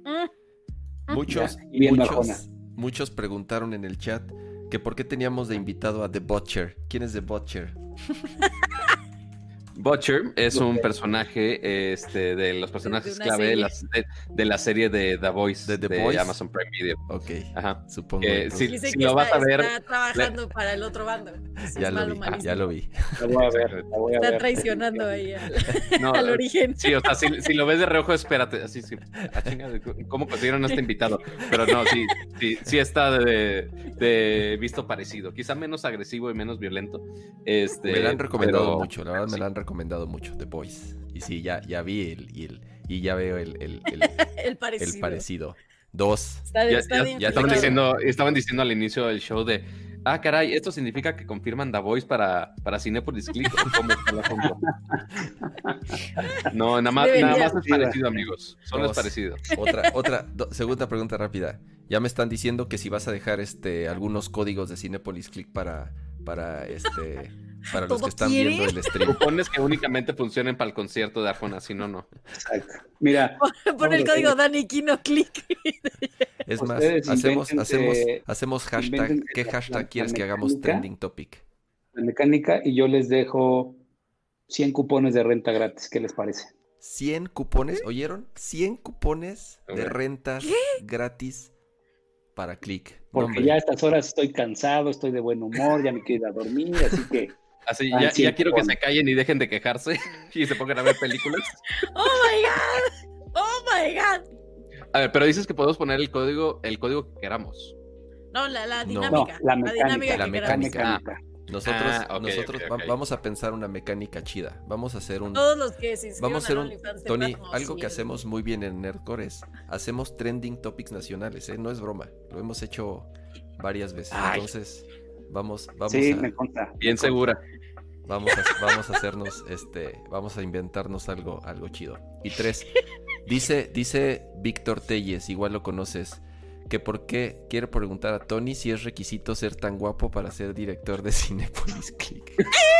Muchos preguntaron en el chat que por qué teníamos de invitado a The Butcher. ¿Quién es The Butcher? Butcher es un personaje de los personajes clave de la serie de The Voice de Amazon Prime Video. Ok, ajá. Supongo. Si lo vas a ver, está trabajando para el otro bando. Ya lo vi. Lo voy a ver. Está traicionando ahí al origen. Sí, o sea, si lo ves de reojo, espérate. Así, sí. ¿Cómo consiguieron a este invitado? Pero no, sí está de visto parecido. Quizá menos agresivo y menos violento. Me la han recomendado mucho, la verdad me la han recomendado mucho, The Voice. Y sí, ya vi y ya veo el parecido. 2. Ya estaban diciendo al inicio del show de caray, esto significa que confirman The Voice para Cinépolis Click. No, nada más es parecido, amigos. Solo es parecido. Segunda pregunta rápida. Ya me están diciendo que si vas a dejar algunos códigos de Cinépolis Click para los que están viendo el stream. Cupones que únicamente funcionen para el concierto de Arjona, si no. Exacto. Mira. Pon el código Dani Quino Click. Es más, hacemos hashtag. ¿Qué hashtag quieres que hagamos trending topic? La mecánica, y yo les dejo 100 cupones de renta gratis. ¿Qué les parece? 100 cupones, ¿oyeron? 100 cupones de rentas gratis para Click. Porque ya a estas horas estoy cansado, estoy de buen humor, ya me quiero ir a dormir, así que... Así, ya quiero que se callen y dejen de quejarse y se pongan a ver películas. ¡Oh, my God! A ver, pero dices que podemos poner el código que queramos. No, la dinámica. La mecánica. Nosotros vamos a pensar una mecánica chida. Vamos a hacer todos los que se inscriban a OnlyFans. Tony, algo que hacemos muy bien en Nerdcore es hacemos trending topics nacionales, no es broma. Lo hemos hecho varias veces. Entonces, vamos sí, a... me consta. Bien segura. Vamos a hacernos, vamos a inventarnos algo chido. Y 3, dice Víctor Telles, igual lo conoces, que por qué quiere preguntar a Tony si es requisito ser tan guapo para ser director de Cinépolis Click.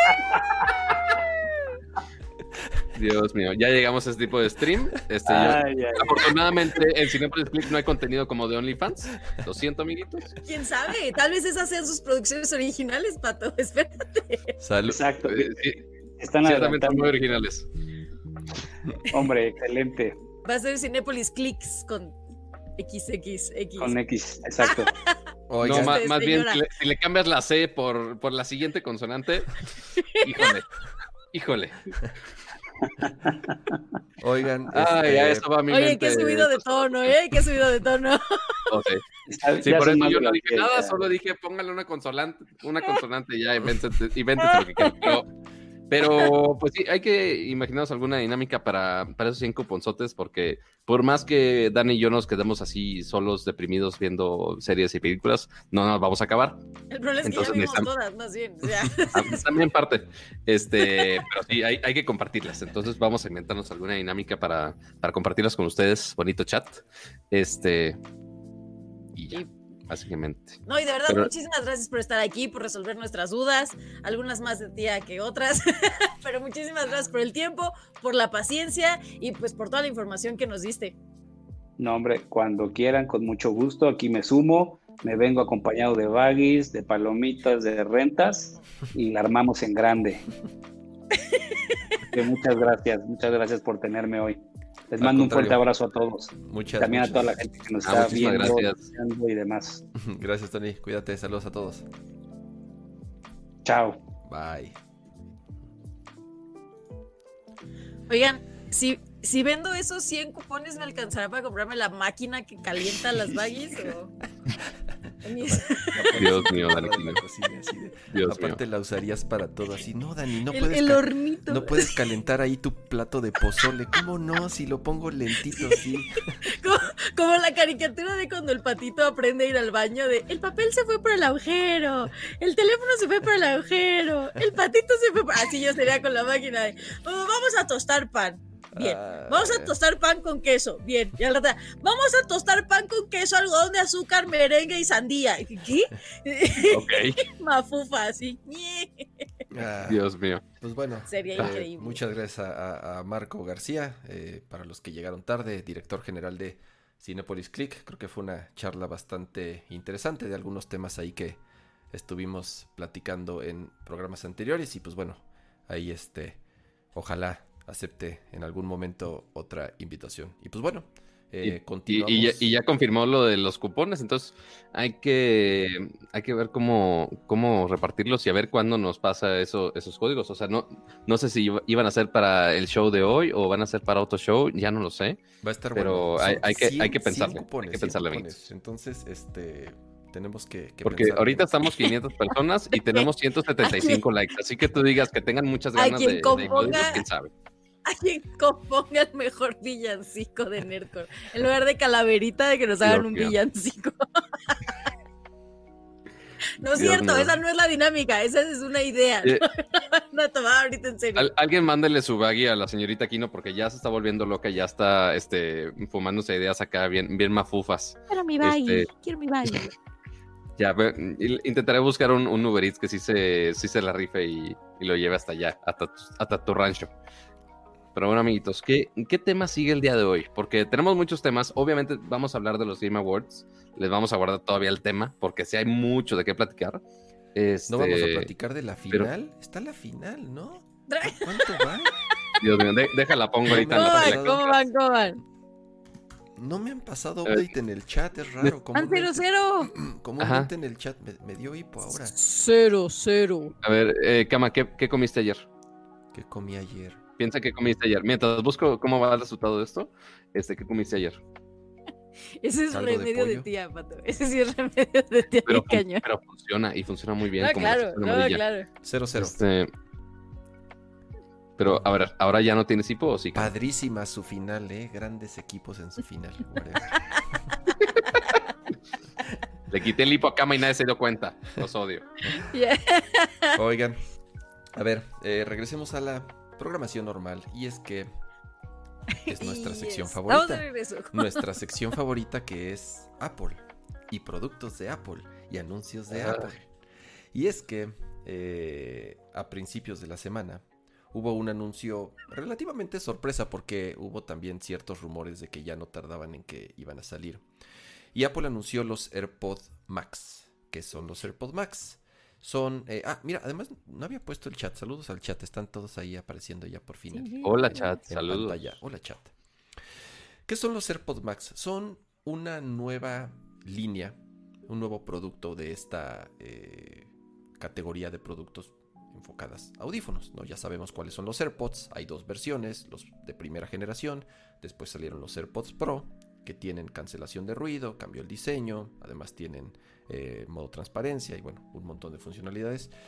Dios mío, ya llegamos a este tipo de stream. Afortunadamente en Cinépolis Click no hay contenido como de OnlyFans. Lo siento, amiguitos. ¿Quién sabe? Tal vez esas sean sus producciones originales, Pato. Espérate. Salud. Exacto. Están muy originales. Hombre, excelente. Va a ser Cinépolis Clicks con XX. Con X, exacto. No, más bien, si le cambias la C por la siguiente consonante, híjole. Oigan, eso va a mi mente. Oye, qué subido de tono, qué subido de tono. Okay. Sí, por eso yo no dije nada, solo dije póngale una consonante y ya, invéntese lo que quieran. Pero, pues sí, hay que imaginarnos alguna dinámica para esos 100 cuponzotes, porque por más que Dani y yo nos quedemos así solos, deprimidos, viendo series y películas, no nos vamos a acabar. El problema es que ya vimos todas, más bien. O sea. También parte. Pero sí, hay que compartirlas. Entonces vamos a inventarnos alguna dinámica para compartirlas con ustedes. Bonito chat. Y ya. Básicamente. No, y de verdad, muchísimas gracias por estar aquí, por resolver nuestras dudas, algunas más de tía que otras, pero muchísimas gracias por el tiempo, por la paciencia y pues por toda la información que nos diste. No, hombre, cuando quieran, con mucho gusto, aquí me sumo, me vengo acompañado de baggies, de palomitas, de rentas y la armamos en grande. Muchas gracias por tenerme hoy. Les mando un fuerte abrazo a todos. También a toda la gente que nos está viendo y demás. Gracias, Tony. Cuídate. Saludos a todos. Chao. Bye. Oigan, si vendo esos 100 cupones, ¿me alcanzará para comprarme la máquina que calienta las baggies? ¿O? Dios mío, Dani. Aparte la usarías para todo así. No, Dani, no el hornito. No puedes calentar ahí tu plato de pozole. ¿Cómo no? Si lo pongo lentito así. Como la caricatura de cuando el patito aprende a ir al baño de el papel se fue por el agujero, el teléfono se fue por el agujero, el patito se fue por... Así yo sería con la máquina de vamos a tostar pan. Bien, vamos a tostar pan con queso. Bien, y al rato, vamos a tostar pan con queso, algodón de azúcar, merengue y sandía. ¿Qué? Ok. Mafufa, así. Dios mío. Pues bueno, sería increíble. Muchas gracias a Marco García, para los que llegaron tarde, director general de Cinépolis Click. Creo que fue una charla bastante interesante de algunos temas ahí que estuvimos platicando en programas anteriores. Y pues bueno, ahí ojalá acepte en algún momento otra invitación. Y pues bueno, continuamos. Y ya confirmó lo de los cupones, entonces hay que ver cómo repartirlos y a ver cuándo nos pasa esos códigos. O sea, no sé si iban a ser para el show de hoy o van a ser para otro show, ya no lo sé. Va a estar pero bueno. hay que pensarle. Cupones, hay que pensarle bien. Entonces, tenemos que porque ahorita estamos 500 personas y tenemos 175 likes, así que tú digas que tengan muchas ganas de códigos, quién sabe. A quien componga el mejor villancico de Nerdcore. En lugar de calaverita, de que nos hagan un villancico. No es cierto, esa no es la dinámica, esa es una idea. No tomaba ahorita en serio. Alguien mándele su baggy a la señorita Aquino porque ya se está volviendo loca, ya está fumándose ideas acá bien mafufas. Quiero mi baggy, quiero mi baggy. Ya, intentaré buscar un Uber Eats que sí se la rife y lo lleve hasta allá, hasta tu rancho. Pero bueno, amiguitos, ¿qué tema sigue el día de hoy? Porque tenemos muchos temas. Obviamente vamos a hablar de los Game Awards. Les vamos a guardar todavía el tema, porque sí hay mucho de qué platicar. ¿No vamos a platicar de la final? Está la final, ¿no? ¿Cuánto va? Dios mío, déjala, pongo ahorita. ¿Cómo van? No me han pasado update en el chat, es raro. ¡Van 0-0! Comúnmente en el chat me dio hipo ahora. 0-0. A ver, Kama, ¿qué comiste ayer? ¿Qué comí ayer? Piensa que comiste ayer. Mientras busco cómo va el resultado de esto, ¿qué comiste ayer? Ese es remedio de tía, Pato. Ese sí es remedio de tía. Pero funciona y funciona muy bien. No, claro. 0-0. Pero, a ver, ¿ahora ya no tienes hipo o sí? Padrísima su final, grandes equipos en su final. Le quité el hipo a Kama y nadie se dio cuenta. Los odio. Yeah. Oigan, a ver, regresemos a la programación normal. Y es que es nuestra sección favorita. Nuestra sección favorita, que es Apple y productos de Apple y anuncios de Apple. Y es que a principios de la semana hubo un anuncio relativamente sorpresa, porque hubo también ciertos rumores de que ya no tardaban en que iban a salir. Y Apple anunció los AirPods Max. ¿Qué son los AirPods Max? Son... mira, además no había puesto el chat. Saludos al chat. Están todos ahí apareciendo ya por fin. Sí. Hola, chat. Saludos. Pantalla. Hola, chat. ¿Qué son los AirPods Max? Son una nueva línea, un nuevo producto de esta categoría de productos enfocadas a audífonos, ¿no? Ya sabemos cuáles son los AirPods. Hay dos versiones, los de primera generación. Después salieron los AirPods Pro, que tienen cancelación de ruido, cambió el diseño, además tienen modo transparencia y bueno, un montón de funcionalidades.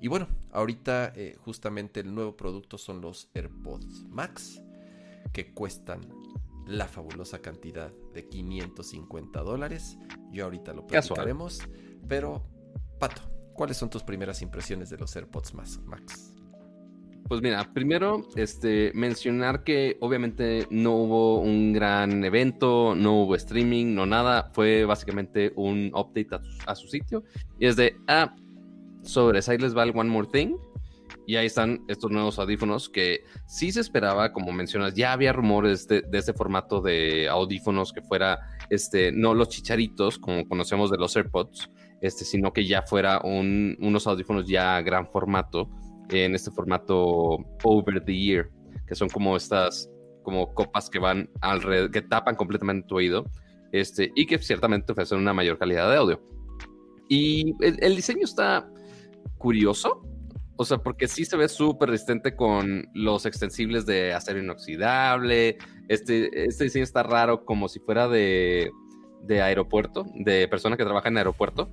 Y bueno, ahorita justamente el nuevo producto son los AirPods Max, que cuestan la fabulosa cantidad de $550. Yo ahorita lo platicaremos. Pero, Pato, ¿cuáles son tus primeras impresiones de los AirPods Max? Pues mira, primero mencionar que obviamente no hubo un gran evento, no hubo streaming, no nada. Fue básicamente un update a su sitio. Y es de, sobres, ahí les va el One More Thing. Y ahí están estos nuevos audífonos que sí se esperaba, como mencionas, ya había rumores de este formato de audífonos que fuera, no los chicharitos como conocemos de los AirPods, sino que ya fuera unos audífonos ya a gran formato, en este formato over the ear, que son como estas como copas que van alrededor, que tapan completamente tu oído, y que ciertamente ofrecen una mayor calidad de audio. Y el diseño está curioso, o sea, porque sí se ve súper resistente con los extensibles de acero inoxidable. Este diseño está raro, como si fuera de aeropuerto, de persona que trabaja en aeropuerto.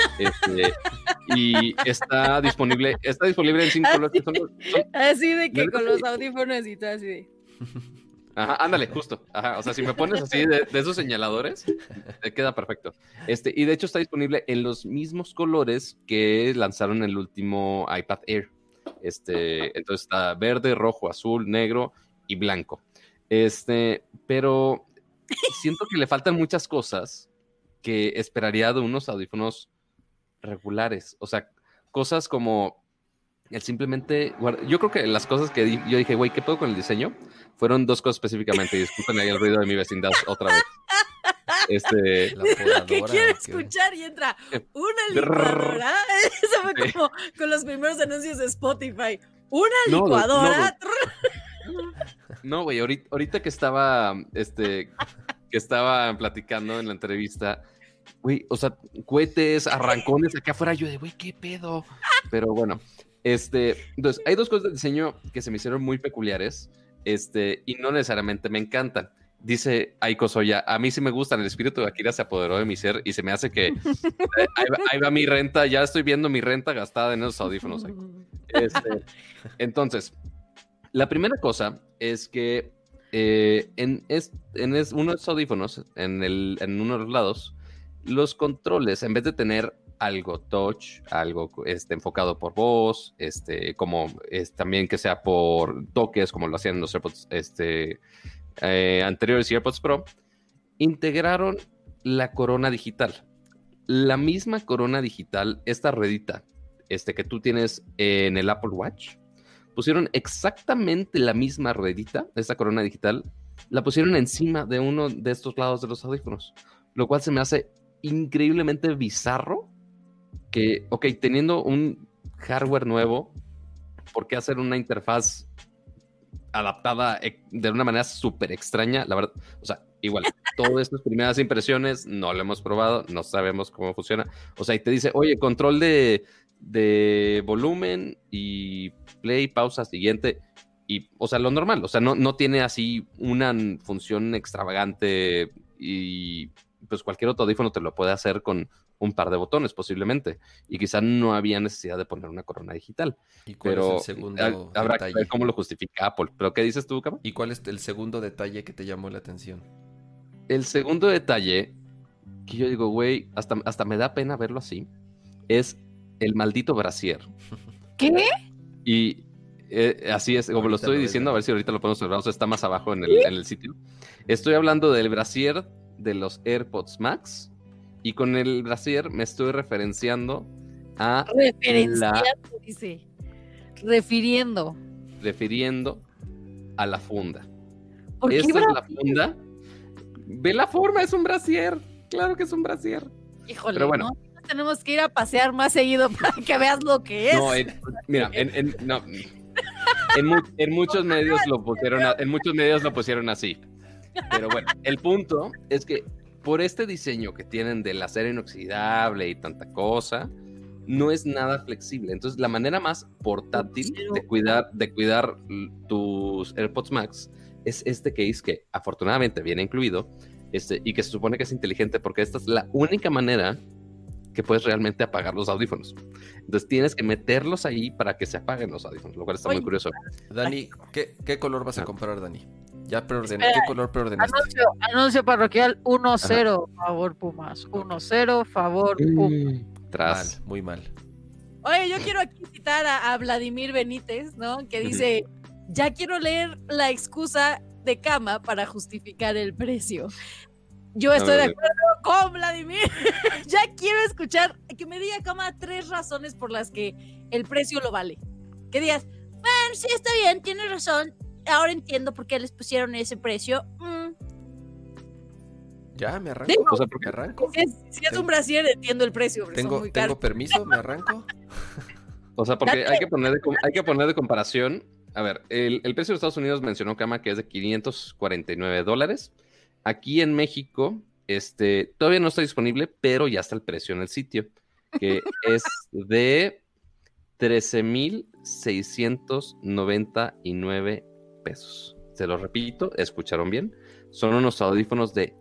Y está disponible en 5 colores. Así de que con los audífonos y todo así de... Ajá, ándale, justo. Ajá, o sea, si me pones así de esos señaladores, te queda perfecto. Y de hecho está disponible en los mismos colores que lanzaron el último iPad Air. Entonces está verde, rojo, azul, negro y blanco. Pero siento que le faltan muchas cosas que esperaría de unos audífonos regulares. O sea, cosas como el simplemente... Yo creo que las cosas que yo dije, güey, ¿qué pedo con el diseño? Fueron 2 cosas específicamente. Disculpen ahí el ruido de mi vecindad otra vez. Lo que quiero escuchar y entra una licuadora. Eso fue como con los primeros anuncios de Spotify. Una licuadora. No, güey, ahorita que estaba platicando en la entrevista, güey, o sea, cohetes, arrancones acá afuera, yo de, güey, ¿qué pedo? Pero bueno, entonces, hay 2 cosas de diseño que se me hicieron muy peculiares, y no necesariamente me encantan. Dice Aiko Soya, a mí sí me gustan, el espíritu de Akira se apoderó de mi ser y se me hace que ahí va mi renta, ya estoy viendo mi renta gastada en esos audífonos. Entonces, la primera cosa es que en uno de esos audífonos, en uno de los lados, los controles, en vez de tener algo touch, algo enfocado por voz, como también que sea por toques, como lo hacían los AirPods anteriores y AirPods Pro, integraron la corona digital. La misma corona digital, esta ruedita que tú tienes en el Apple Watch, pusieron exactamente la misma ruedita, esta corona digital, la pusieron encima de uno de estos lados de los audífonos, lo cual se me hace increíblemente bizarro que, ok, teniendo un hardware nuevo, ¿por qué hacer una interfaz adaptada de una manera súper extraña? La verdad, o sea, igual, todas estas primeras impresiones no lo hemos probado, no sabemos cómo funciona. O sea, y te dice, oye, control de volumen y play, pausa, siguiente. Y, o sea, lo normal, o sea, no tiene así una función extravagante y pues cualquier otro audífono te lo puede hacer con un par de botones posiblemente, y quizá no había necesidad de poner una corona digital. ¿Y cuál es el segundo habrá detalle? Que ver cómo lo justifica Apple. ¿Pero qué dices tú, Cama? ¿Y cuál es el segundo detalle que te llamó la atención? El segundo detalle, que yo digo, güey, hasta me da pena verlo así, es el maldito brasier. ¿Qué? Y así es, como ahorita lo estoy diciendo, a ver si ahorita lo podemos observar, o sea, está más abajo en el sitio. Estoy hablando del brasier de los AirPods Max, y con el brasier me estoy referenciando a dice. Refiriendo a la funda. ¿Por Esta qué es la funda. Ve la forma, es un brasier. Claro que es un brasier. Híjole, pero bueno, no, tenemos que ir a pasear más seguido para que veas lo que es. No, mira, en muchos medios lo pusieron así. Pero bueno, el punto es que por este diseño que tienen del acero inoxidable y tanta cosa, no es nada flexible. Entonces, la manera más portátil de cuidar tus AirPods Max es este case que afortunadamente viene incluido, y que se supone que es inteligente, porque esta es la única manera que puedes realmente apagar los audífonos. Entonces tienes que meterlos ahí para que se apaguen los audífonos, lo cual está muy curioso. Dani, ¿qué color vas a comprar, Dani? Ya preordené. ¿Qué color preordenaste? Anuncio parroquial 1-0, favor Pumas. 1-0, favor Pumas. Tras. Mal, muy mal. Oye, yo quiero aquí citar a Vladimir Benítez, ¿no? Que dice, ya quiero leer la excusa de Kama para justificar el precio. Yo estoy de acuerdo con Vladimir. Ya quiero escuchar que me diga Kama 3 razones por las que el precio lo vale. Que digas, bueno, sí, está bien, tienes razón. Ahora entiendo por qué les pusieron ese precio. Ya, me arranco. Digo, O sea, porque arranco. Si es un brasier, entiendo el precio. ¿Tengo permiso? ¿Me arranco? O sea, porque hay que poner de comparación. A ver, el precio de Estados Unidos mencionó Kama que es de $549. Aquí en México, todavía no está disponible, pero ya está el precio en el sitio, que es de 13,699 pesos. Se lo repito, ¿escucharon bien? Son unos audífonos de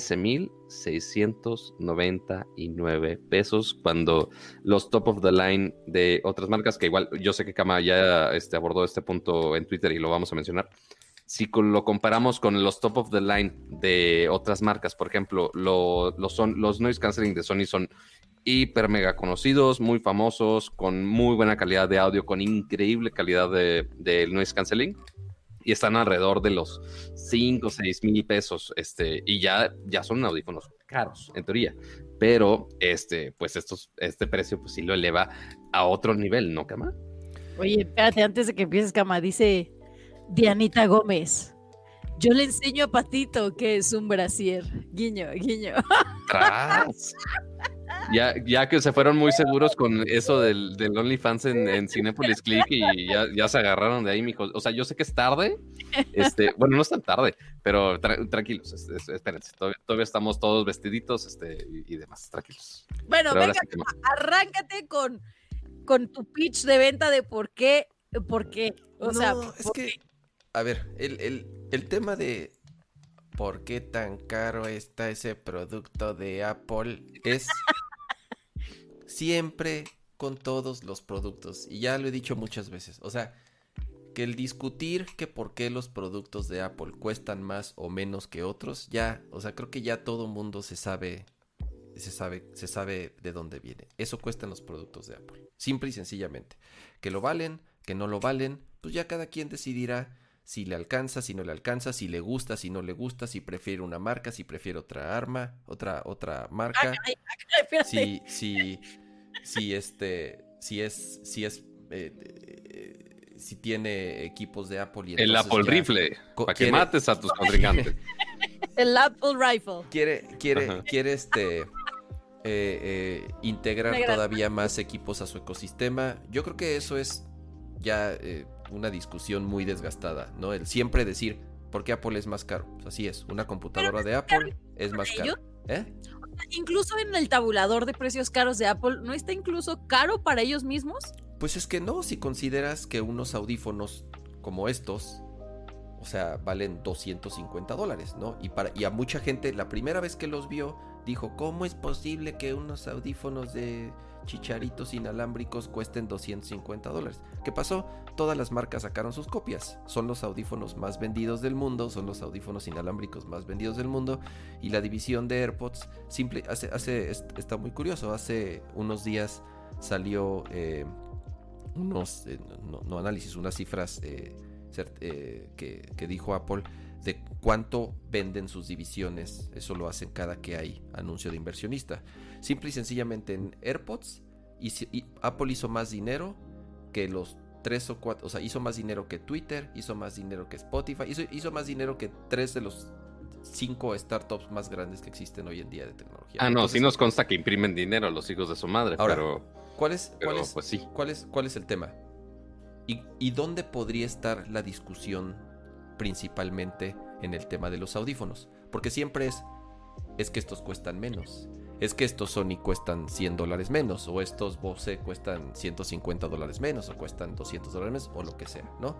13,699 pesos, cuando los top of the line de otras marcas, que igual yo sé que Kama ya abordó este punto en Twitter y lo vamos a mencionar. Si lo comparamos con los top of the line de otras marcas, por ejemplo, los noise cancelling de Sony son hiper mega conocidos, muy famosos, con muy buena calidad de audio, con increíble calidad de noise cancelling, y están alrededor de los 5 o 6 mil pesos, y ya son audífonos caros, en teoría, pero pues este precio pues sí lo eleva a otro nivel, ¿no, Kama? Oye, espérate, antes de que empieces, Kama, dice Dianita Gómez, yo le enseño a Patito que es un brasier. Guiño, guiño. ¡Tras! Ya que se fueron muy seguros con eso del OnlyFans en Cinépolis Click y ya se agarraron de ahí, mijo. O sea, yo sé que es tarde. Bueno, no es tan tarde, pero tranquilos, espérense. Todavía estamos todos vestiditos y demás, tranquilos. Bueno, pero venga, sí arráncate con tu pitch de venta de por qué. O sea, es que, a ver, el tema de por qué tan caro está ese producto de Apple es siempre con todos los productos. Y ya lo he dicho muchas veces. O sea, que el discutir que por qué los productos de Apple cuestan más o menos que otros, ya, o sea, creo que ya todo mundo se sabe de dónde viene. Eso cuestan los productos de Apple. Simple y sencillamente. Que lo valen, que no lo valen, pues ya cada quien decidirá si le alcanza, si no le alcanza, si le gusta, si no le gusta, si prefiere una marca, si prefiere otra marca. Si tiene equipos de Apple y el Apple Rifle, para que mates a tus contrincantes. El Apple Rifle. Quiere integrar todavía más equipos a su ecosistema. Yo creo que eso es ya una discusión muy desgastada, ¿no? El siempre decir por qué Apple es más caro. Pues así es, una computadora de Apple es más caro. Incluso en el tabulador de precios caros de Apple, ¿no está incluso caro para ellos mismos? Pues es que no, si consideras que unos audífonos como estos, o sea, valen $250, ¿no? Y a mucha gente, la primera vez que los vio, dijo, ¿cómo es posible que unos audífonos de chicharitos inalámbricos cuesten $250? ¿Qué pasó? Todas las marcas sacaron sus copias. Son los audífonos más vendidos del mundo, son los audífonos inalámbricos más vendidos del mundo, y la división de AirPods está muy curioso. Hace unos días salió unas cifras que dijo Apple de cuánto venden sus divisiones. Eso lo hacen cada que hay anuncio de inversionista. Simple y sencillamente en AirPods Apple hizo más dinero que los 3 o 4, o sea, hizo más dinero que Twitter, hizo más dinero que Spotify, hizo más dinero que 3 de los 5 startups más grandes que existen hoy en día de tecnología. Entonces, sí nos consta que imprimen dinero los hijos de su madre. Ahora, pero ¿cuál es el tema? ¿Y dónde podría estar la discusión principalmente en el tema de los audífonos? Porque siempre es que estos cuestan menos, es que estos Sony cuestan $100 menos, o estos Bose cuestan $150 menos, o cuestan $200 menos, o lo que sea, ¿no?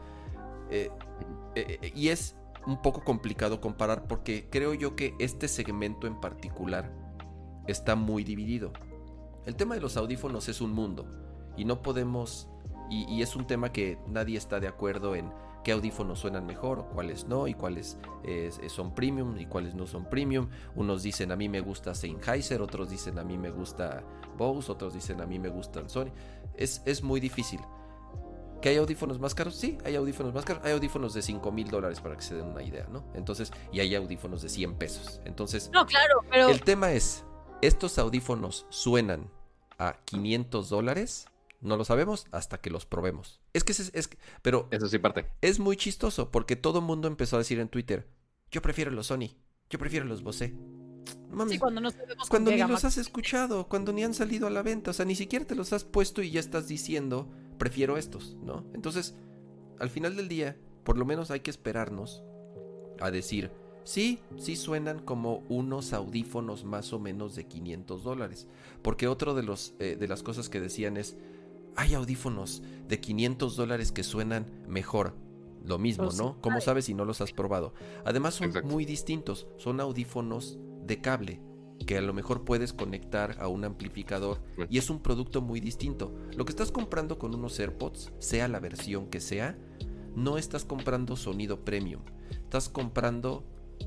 Y es un poco complicado comparar, porque creo yo que este segmento en particular está muy dividido. El tema de los audífonos es un mundo y no podemos, y es un tema que nadie está de acuerdo en qué audífonos suenan mejor o cuáles no, y cuáles son premium y cuáles no son premium. Unos dicen a mí me gusta Sennheiser, otros dicen a mí me gusta Bose, otros dicen a mí me gustan Sony. Es muy difícil. ¿Que hay audífonos más caros? Sí, hay audífonos más caros. Hay audífonos de $5,000 para que se den una idea, ¿no? Entonces, y hay audífonos de $100. Entonces, no, claro, pero el tema es, ¿estos audífonos suenan a $500? No lo sabemos hasta que los probemos. Pero eso sí parte. Es muy chistoso porque todo el mundo empezó a decir en Twitter, yo prefiero los Sony, yo prefiero los Bose. No mames, sí, cuando no sabemos cuando ni gama. los has escuchado, cuando ni han salido a la venta, o sea, ni siquiera te los has puesto y ya estás diciendo, prefiero estos, ¿no? Entonces, al final del día, por lo menos hay que esperarnos a decir, sí suenan como unos audífonos más o menos de $500. Porque otro de las cosas que decían es, hay audífonos de $500 que suenan mejor. Lo mismo, Pues, ¿no? ¿Cómo sabes si no los has probado? Además son Exacto. muy distintos. Son audífonos de cable que a lo mejor puedes conectar a un amplificador y es un producto muy distinto. Lo que estás comprando con unos AirPods, sea la versión que sea, no estás comprando sonido premium. Estás comprando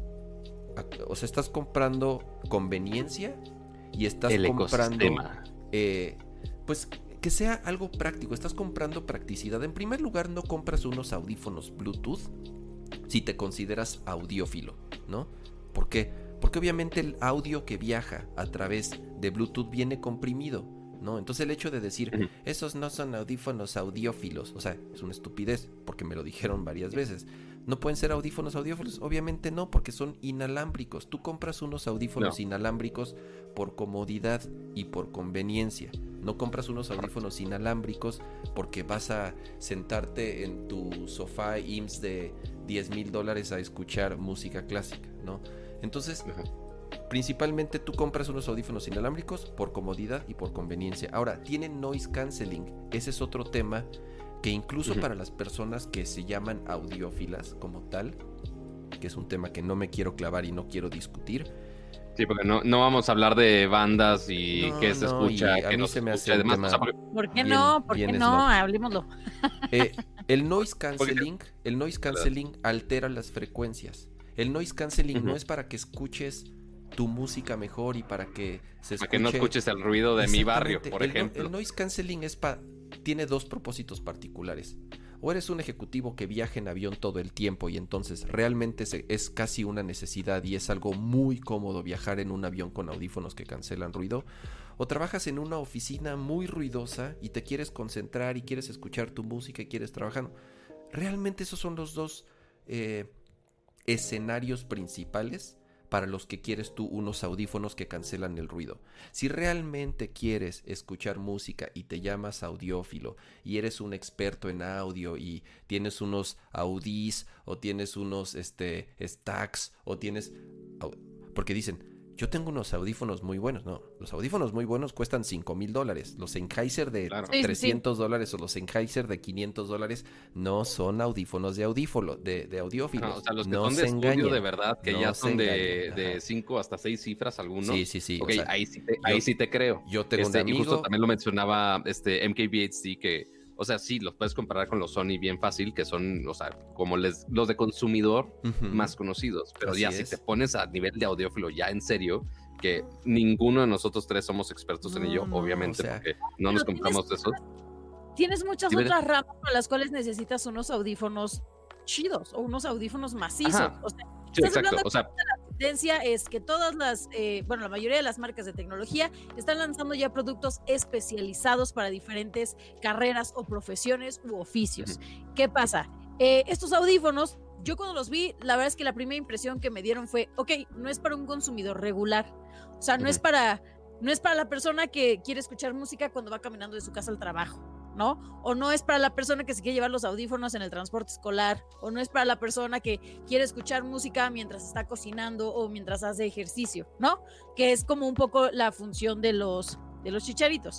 conveniencia y estás comprando pues que sea algo práctico. Estás comprando practicidad. En primer lugar, no compras unos audífonos Bluetooth si te consideras audiófilo, ¿no? ¿Por qué? Porque obviamente el audio que viaja a través de Bluetooth viene comprimido, ¿no? Entonces el hecho de decir, esos no son audífonos audiófilos, o sea, es una estupidez, porque me lo dijeron varias veces. ¿No pueden ser audífonos audiófilos? Obviamente no, porque son inalámbricos. Tú compras unos audífonos inalámbricos por comodidad y por conveniencia. No compras unos audífonos inalámbricos porque vas a sentarte en tu sofá IMSS de $10,000 a escuchar música clásica, ¿no? Entonces, principalmente tú compras unos audífonos inalámbricos por comodidad y por conveniencia. Ahora, tienen noise cancelling. Ese es otro tema que incluso para las personas que se llaman audiófilas como tal, que es un tema que no me quiero clavar y no quiero discutir. Sí, porque no vamos a hablar de bandas y qué se escucha, y a que mí no se me hace escucha, un además, tema ¿Por qué bien- no? ¿Por bien qué no? snob. Hablemoslo. El noise cancelling altera las frecuencias. El noise cancelling no es para que escuches tu música mejor y para que se escuche... para que no escuches el ruido de mi barrio, Exactamente. por ejemplo. El noise cancelling tiene dos propósitos particulares. O eres un ejecutivo que viaja en avión todo el tiempo y entonces realmente es casi una necesidad y es algo muy cómodo viajar en un avión con audífonos que cancelan ruido. O trabajas en una oficina muy ruidosa y te quieres concentrar y quieres escuchar tu música y quieres trabajar. Realmente esos son los dos escenarios principales para los que quieres tú unos audífonos que cancelan el ruido. Si realmente quieres escuchar música y te llamas audiófilo y eres un experto en audio y tienes unos Audis o tienes unos Stax o tienes... Porque dicen, yo tengo unos audífonos muy buenos. No, los audífonos muy buenos cuestan $5,000. Los Sennheiser de $300 o los Sennheiser de $500 no son audífonos de audífonos. No, o sea, los que no son de se estudio engañen. de verdad, que No ya se son engañen. de 5 hasta 6 cifras algunos. Sí. Ok, O sea, ahí sí te creo. Yo tengo un amigo... Y justo también lo mencionaba MKBHD, que, o sea, sí, los puedes comparar con los Sony bien fácil, que son, o sea, como los de consumidor más conocidos. Pero Así ya, es. si te pones a nivel de audiófilo ya en serio, que ninguno de nosotros tres somos expertos en ello, No, obviamente, o sea, porque no nos compramos de eso. Tienes muchas Dime. otras ramas para las cuales necesitas unos audífonos chidos o unos audífonos macizos. Ajá. O sea, Sí, estás exacto. hablando O sea, la tendencia es que todas la mayoría de las marcas de tecnología están lanzando ya productos especializados para diferentes carreras o profesiones u oficios. ¿Qué pasa? Estos audífonos, yo cuando los vi, la verdad es que la primera impresión que me dieron fue, ok, no es para un consumidor regular. O sea, no es para la persona que quiere escuchar música cuando va caminando de su casa al trabajo, ¿no? O no es para la persona que se quiere llevar los audífonos en el transporte escolar, o no es para la persona que quiere escuchar música mientras está cocinando o mientras hace ejercicio, ¿no? Que es como un poco la función de los chicharitos.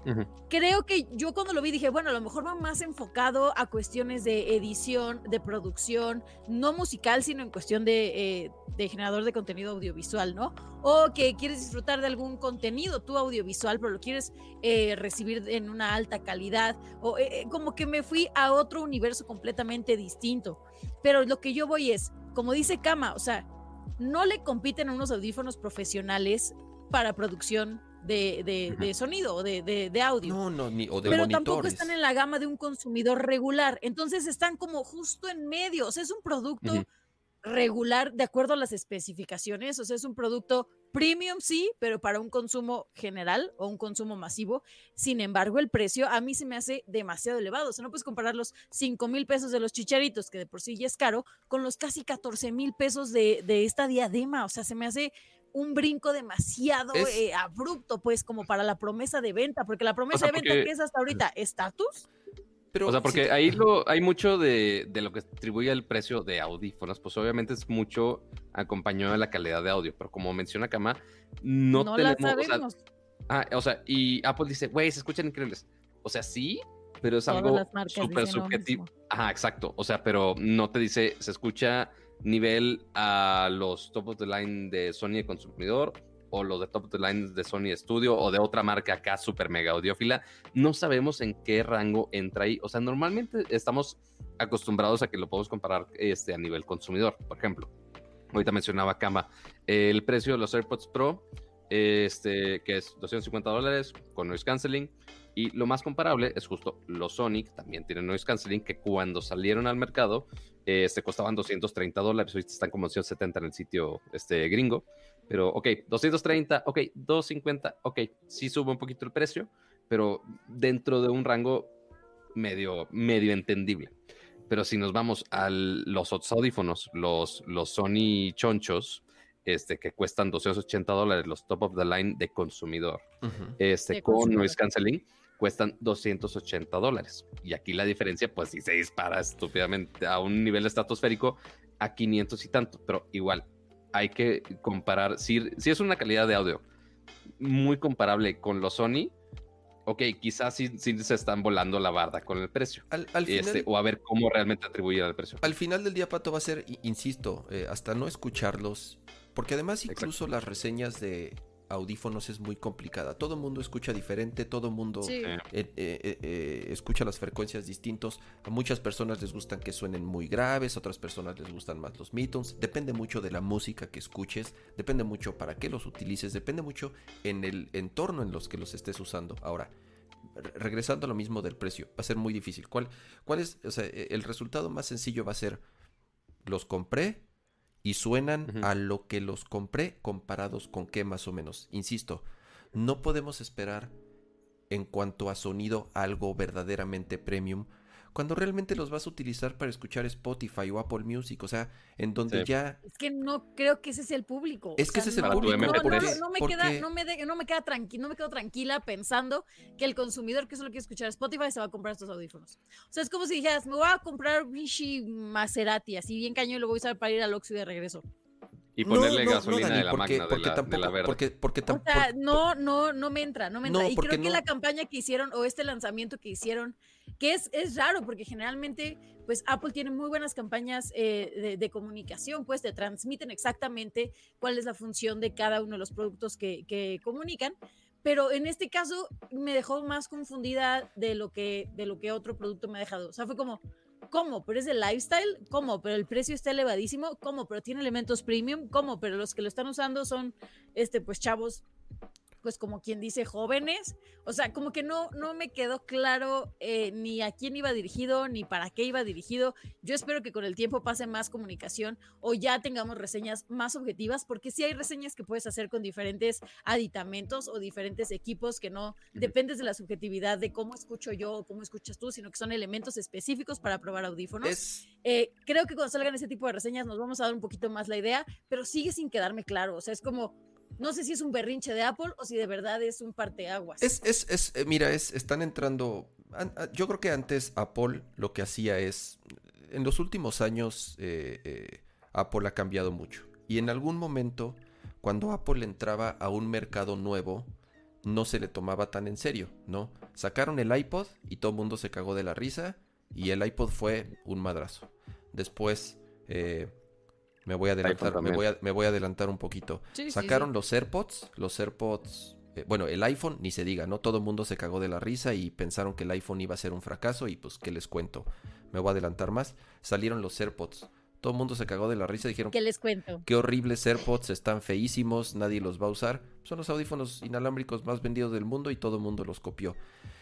Creo que yo cuando lo vi dije, bueno, a lo mejor va más enfocado a cuestiones de edición, de producción, no musical, sino en cuestión de generador de contenido audiovisual, ¿no? O que quieres disfrutar de algún contenido tú audiovisual, pero lo quieres recibir en una alta calidad, o como que me fui a otro universo completamente distinto. Pero lo que yo voy es, como dice Kama, o sea, no le compiten a unos audífonos profesionales para producción de sonido o de audio. No, ni, o de pero monitores. Tampoco están en la gama de un consumidor regular. Entonces están como justo en medio. O sea, es un producto regular de acuerdo a las especificaciones. O sea, es un producto premium, sí, pero para un consumo general o un consumo masivo. Sin embargo, el precio a mí se me hace demasiado elevado. O sea, no puedes comparar los 5,000 pesos de los chicharitos, que de por sí ya es caro, con los casi 14,000 pesos de esta diadema. O sea, se me hace un brinco demasiado abrupto, pues, como para la promesa de venta, porque la promesa de venta que es hasta ahorita, ¿estatus? Pero, o sea, porque ahí hay mucho de lo que atribuye el precio de audífonos, pues obviamente es mucho acompañado de la calidad de audio, pero como menciona Kama, no tenemos, la sabemos. O sea, y Apple dice, güey, se escuchan increíbles. O sea, sí, pero es algo súper subjetivo. Ajá, exacto. O sea, pero no te dice, se escucha nivel a los top of the line de Sony de consumidor o los de top of the line de Sony Studio o de otra marca acá super mega audiófila. No sabemos en qué rango entra ahí. O sea, normalmente estamos acostumbrados a que lo podemos comparar a nivel consumidor. Por ejemplo, ahorita mencionaba Kama, el precio de los AirPods Pro, que es $250 con noise canceling. Y lo más comparable es justo los Sony, que también tienen noise canceling, que cuando salieron al mercado costaban $230, ahorita están como $170 en el sitio gringo, pero ok, 230, ok, 250, ok, sí sube un poquito el precio, pero dentro de un rango medio entendible. Pero si nos vamos a los otros audífonos, los Sony chonchos, que cuestan $280, los top of the line de consumidor, con noise canceling, cuestan $280. Y aquí la diferencia, pues sí se dispara estúpidamente a un nivel estratosférico a 500 y tanto, pero igual hay que comparar. Si es una calidad de audio muy comparable con los Sony, ok, quizás sí se están volando la barda con el precio. Al final, o a ver cómo realmente atribuyen el precio. Al final del día, Pato, va a ser, insisto, hasta no escucharlos, porque además incluso las reseñas de audífonos es muy complicada. Todo el mundo escucha diferente, todo el mundo escucha las frecuencias distintos. A muchas personas les gustan que suenen muy graves, a otras personas les gustan más los midtones. Depende mucho de la música que escuches, depende mucho para qué los utilices, depende mucho en el entorno en los que los estés usando. Ahora, regresando a lo mismo del precio, va a ser muy difícil. ¿Cuál es? O sea, el resultado más sencillo va a ser: los compré y suenan a lo que los compré, comparados con qué más o menos. Insisto, no podemos esperar en cuanto a sonido algo verdaderamente premium cuando realmente los vas a utilizar para escuchar Spotify o Apple Music, o sea, en donde ya... Es que no creo que ese es el público. Es que ese es el público. No me quedo tranquila pensando que el consumidor que solo quiere escuchar Spotify se va a comprar estos audífonos. O sea, es como si dijeras, me voy a comprar Vichy Maserati, así bien cañón, y lo voy a usar para ir al Oxxo y de regreso. Y ponerle gasolina de la máquina de la verde. O sea, no me entra. Y creo que la campaña que hicieron o lanzamiento que hicieron, que es raro, porque generalmente pues Apple tiene muy buenas campañas de comunicación, pues te transmiten exactamente cuál es la función de cada uno de los productos que comunican. Pero en este caso me dejó más confundida de lo que otro producto me ha dejado. O sea, fue como, ¿cómo? ¿Pero es de lifestyle? ¿Cómo? ¿Pero el precio está elevadísimo? ¿Cómo? ¿Pero tiene elementos premium? ¿Cómo? ¿Pero los que lo están usando son, pues chavos, pues como quien dice, jóvenes? O sea, como que no me quedó claro ni a quién iba dirigido, ni para qué iba dirigido. Yo espero que con el tiempo pase más comunicación o ya tengamos reseñas más objetivas, porque sí hay reseñas que puedes hacer con diferentes aditamentos o diferentes equipos que no dependes de la subjetividad de cómo escucho yo o cómo escuchas tú, sino que son elementos específicos para probar audífonos. Creo que cuando salgan ese tipo de reseñas nos vamos a dar un poquito más la idea, pero sigue sin quedarme claro. O sea, es como... No sé si es un berrinche de Apple o si de verdad es un parteaguas. Mira, están entrando... Yo creo que antes Apple lo que hacía es... En los últimos años Apple ha cambiado mucho. Y en algún momento, cuando Apple entraba a un mercado nuevo, no se le tomaba tan en serio, ¿no? Sacaron el iPod y todo el mundo se cagó de la risa y el iPod fue un madrazo. Después, me voy a adelantar un poquito. Sí, Sacaron los AirPods, bueno, el iPhone ni se diga, ¿no? Todo el mundo se cagó de la risa y pensaron que el iPhone iba a ser un fracaso y pues, ¿qué les cuento? Me voy a adelantar más. Salieron los AirPods. Todo el mundo se cagó de la risa y dijeron, ¿qué les cuento? Qué horribles AirPods, están feísimos, nadie los va a usar. Son los audífonos inalámbricos más vendidos del mundo y todo el mundo los copió.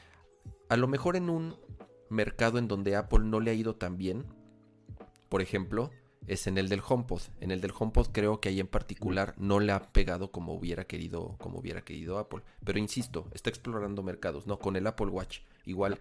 A lo mejor en un mercado en donde Apple no le ha ido tan bien, por ejemplo, es en el del HomePod. En el del HomePod creo que ahí en particular no le ha pegado como hubiera querido Apple. Pero insisto, está explorando mercados, ¿no? Con el Apple Watch, igual,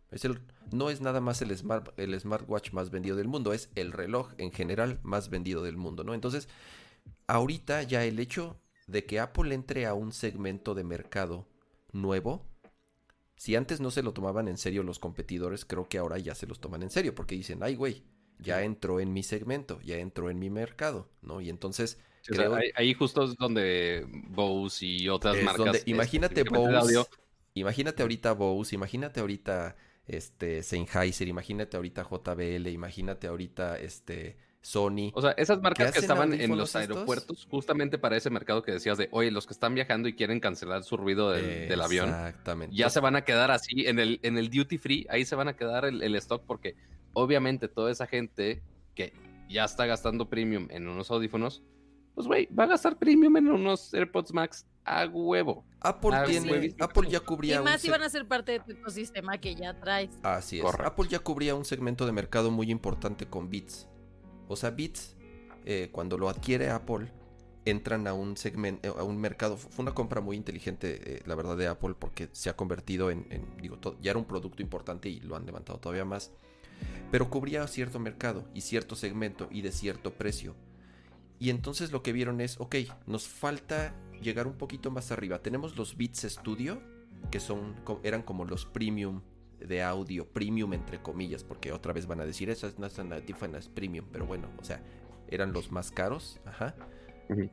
no es nada más el smartwatch más vendido del mundo, es el reloj en general más vendido del mundo, ¿no? Entonces, ahorita ya el hecho de que Apple entre a un segmento de mercado nuevo, si antes no se lo tomaban en serio los competidores, creo que ahora ya se los toman en serio, porque dicen, ay güey, ya entró en mi segmento, ya entró en mi mercado, ¿no? Y entonces creo... O sea, ahí justo es donde Bose y otras marcas... Imagínate Bose, imagínate ahorita Bose, imagínate ahorita Sennheiser, imagínate ahorita JBL, imagínate ahorita Sony. O sea, esas marcas que estaban en los estos? aeropuertos, justamente para ese mercado que decías de, oye, los que están viajando y quieren cancelar su ruido del avión, ya se van a quedar así, en el duty free, ahí se van a quedar el stock, porque obviamente toda esa gente que ya está gastando premium en unos audífonos, pues güey, va a gastar premium en unos AirPods Max a huevo. Apple ya cubría... Y más si van a ser parte de tu ecosistema que ya traes. Así es. Correcto. Apple ya cubría un segmento de mercado muy importante con Beats. O sea, Beats, cuando lo adquiere Apple, entran a un segmento, a un mercado. Fue una compra muy inteligente, la verdad, de Apple, porque se ha convertido ya era un producto importante y lo han levantado todavía más. Pero cubría cierto mercado y cierto segmento y de cierto precio. Y entonces lo que vieron es, ok, nos falta llegar un poquito más arriba. Tenemos los Beats Studio, que eran como los premium de audio, premium entre comillas, porque otra vez van a decir, esas no son es premium, pero bueno, o sea, eran los más caros, ajá. Uh-huh.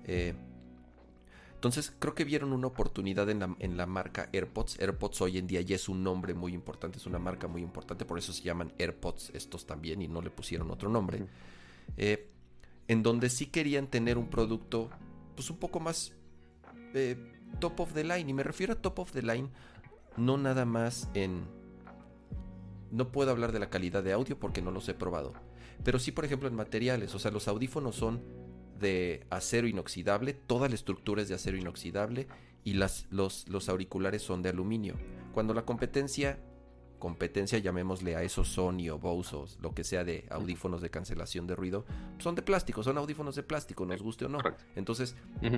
Entonces creo que vieron una oportunidad en la marca AirPods. AirPods hoy en día ya es un nombre muy importante, es una marca muy importante, por eso se llaman AirPods estos también y no le pusieron otro nombre. Uh-huh. En donde sí querían tener un producto pues un poco más top of the line, y me refiero a top of the line no nada más no puedo hablar de la calidad de audio porque no los he probado, pero sí por ejemplo en materiales. O sea, los audífonos son de acero inoxidable, toda la estructura es de acero inoxidable y los auriculares son de aluminio, cuando la competencia, llamémosle a esos Sony o Bose o lo que sea de audífonos de cancelación de ruido, son de plástico, son audífonos de plástico, nos guste o no. Entonces, uh-huh,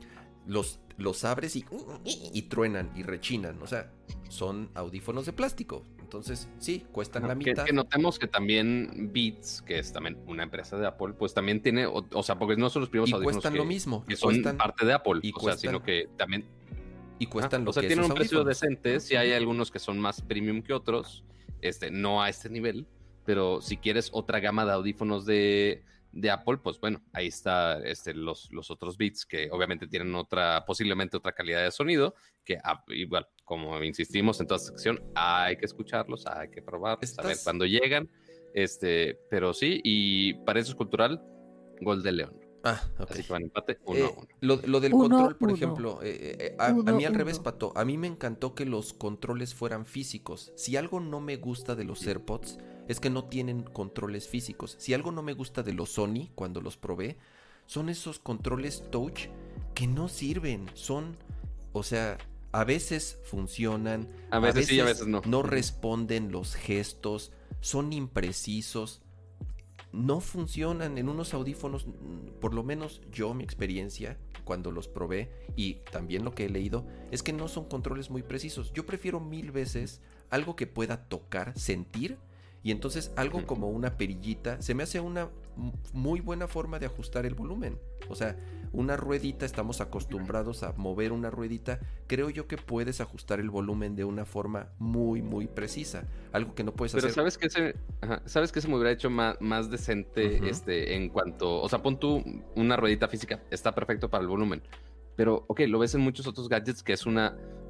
los abres y truenan y rechinan, o sea, son audífonos de plástico. Entonces, sí, cuestan la mitad. Que notemos que también Beats, que es también una empresa de Apple, pues también tiene, o sea, porque no son los primeros audífonos cuestan lo mismo, que son parte de Apple, y sea, sino que también... Y cuestan lo que o sea, tienen un precio audífonos decente. Sí, hay algunos que son más premium que otros, no a este nivel, pero si quieres otra gama de audífonos de Apple, pues bueno, ahí está los otros Beats, que obviamente tienen posiblemente otra calidad de sonido, que igual, como insistimos en toda esta sección, hay que escucharlos, hay que probarlos, saber cuándo llegan, pero sí, y para eso es cultural, Gol de León. Ok. Así que van empate 1-1. Lo del control, por ejemplo, a mí al revés, Pato. A mí me encantó que los controles fueran físicos. Si algo no me gusta de los AirPods es que no tienen controles físicos. Si algo no me gusta de los Sony cuando los probé, son esos controles touch que no sirven. O sea, a veces funcionan, a veces sí, a veces no. No responden los gestos, son imprecisos. No funcionan en unos audífonos, por lo menos yo, mi experiencia cuando los probé y también lo que he leído, es que no son controles muy precisos. Yo prefiero 1000 veces algo que pueda tocar, sentir, y entonces algo como una perillita se me hace una muy buena forma de ajustar el volumen. O sea, una ruedita, estamos acostumbrados a mover una ruedita, creo yo que puedes ajustar el volumen de una forma muy, muy precisa. Algo que no puedes hacer. Pero ¿sabes que se me hubiera hecho más decente uh-huh, en cuanto... O sea, pon tú una ruedita física, está perfecto para el volumen. Pero, ok, lo ves en muchos otros gadgets que es una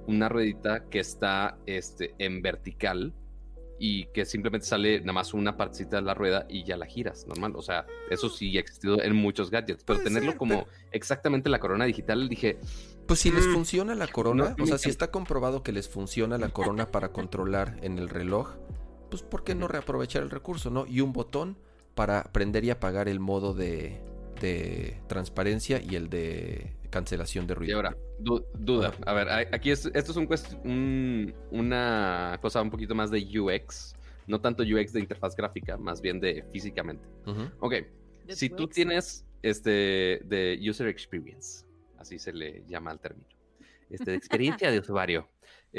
una ruedita que está en vertical y que simplemente sale nada más una partecita de la rueda y ya la giras, normal. O sea, eso sí ha existido en muchos gadgets, pero tenerlo como exactamente la corona digital, dije... Pues si les funciona la corona, o sea, si está comprobado que les funciona la corona para controlar en el reloj, pues ¿por qué no reaprovechar el recurso, no? Y un botón para prender y apagar el modo de transparencia y el de cancelación de ruido. Y ahora, duda. A ver, aquí esto es una cosa un poquito más de UX, no tanto UX de interfaz gráfica, más bien de físicamente. Ok, si tú tienes de User Experience, así se le llama al término, de experiencia de usuario,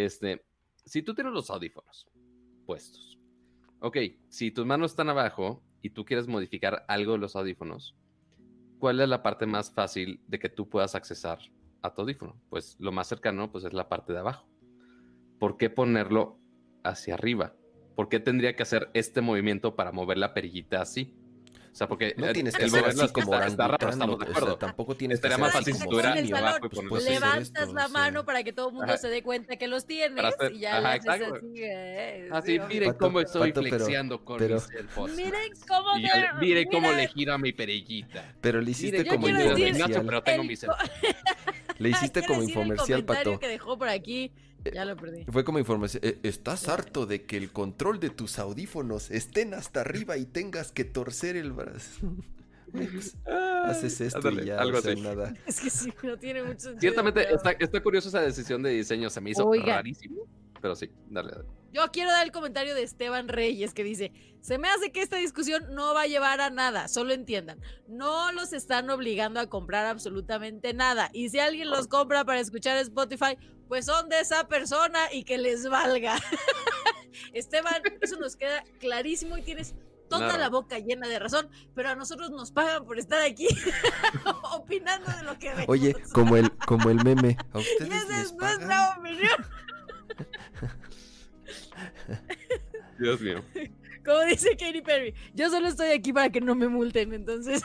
si tú tienes los audífonos puestos, ok, si tus manos están abajo y tú quieres modificar algo de los audífonos, ¿cuál es la parte más fácil de que tú puedas accesar a tu audífono? Pues lo más cercano pues es la parte de abajo. ¿Por qué ponerlo hacia arriba? ¿Por qué tendría que hacer este movimiento para mover la perillita así? O sea, porque no tienes que hacer así como está raro, estamos de acuerdo. O sea, tampoco tienes Estaría más fácil si tuviera en el salón, pues levantas la mano para que todo el mundo se dé cuenta que los tienes y ya le haces así. Miren cómo estoy flexiando con mis AirPods. Miren cómo le giro a mi perillita. Pero le hiciste como infomercial. Pero tengo mis Le hiciste como infomercial, Pato. Que dejó por aquí, ya lo perdí. Fue como información. ¿Estás harto de que el control de tus audífonos estén hasta arriba y tengas que torcer el brazo? Pues, haces esto ándale, y ya, algo o sea, así. nada. Es que sí, no tiene mucho sentido. Ciertamente está curiosa esa decisión de diseño, se me hizo rarísimo. Pero sí, dale. Yo quiero dar el comentario de Esteban Reyes que dice: se me hace que esta discusión no va a llevar a nada, solo entiendan, no los están obligando a comprar absolutamente nada, y si alguien los compra para escuchar Spotify, pues son de esa persona y que les valga. Esteban, eso nos queda clarísimo y tienes toda la boca llena de razón, pero a nosotros nos pagan por estar aquí opinando de lo que vemos. Oye, como el meme, ¿a ustedes y esa les es pagan? nuestra opinión. Dios mío. Como dice Katy Perry, yo solo estoy aquí para que no me multen, entonces.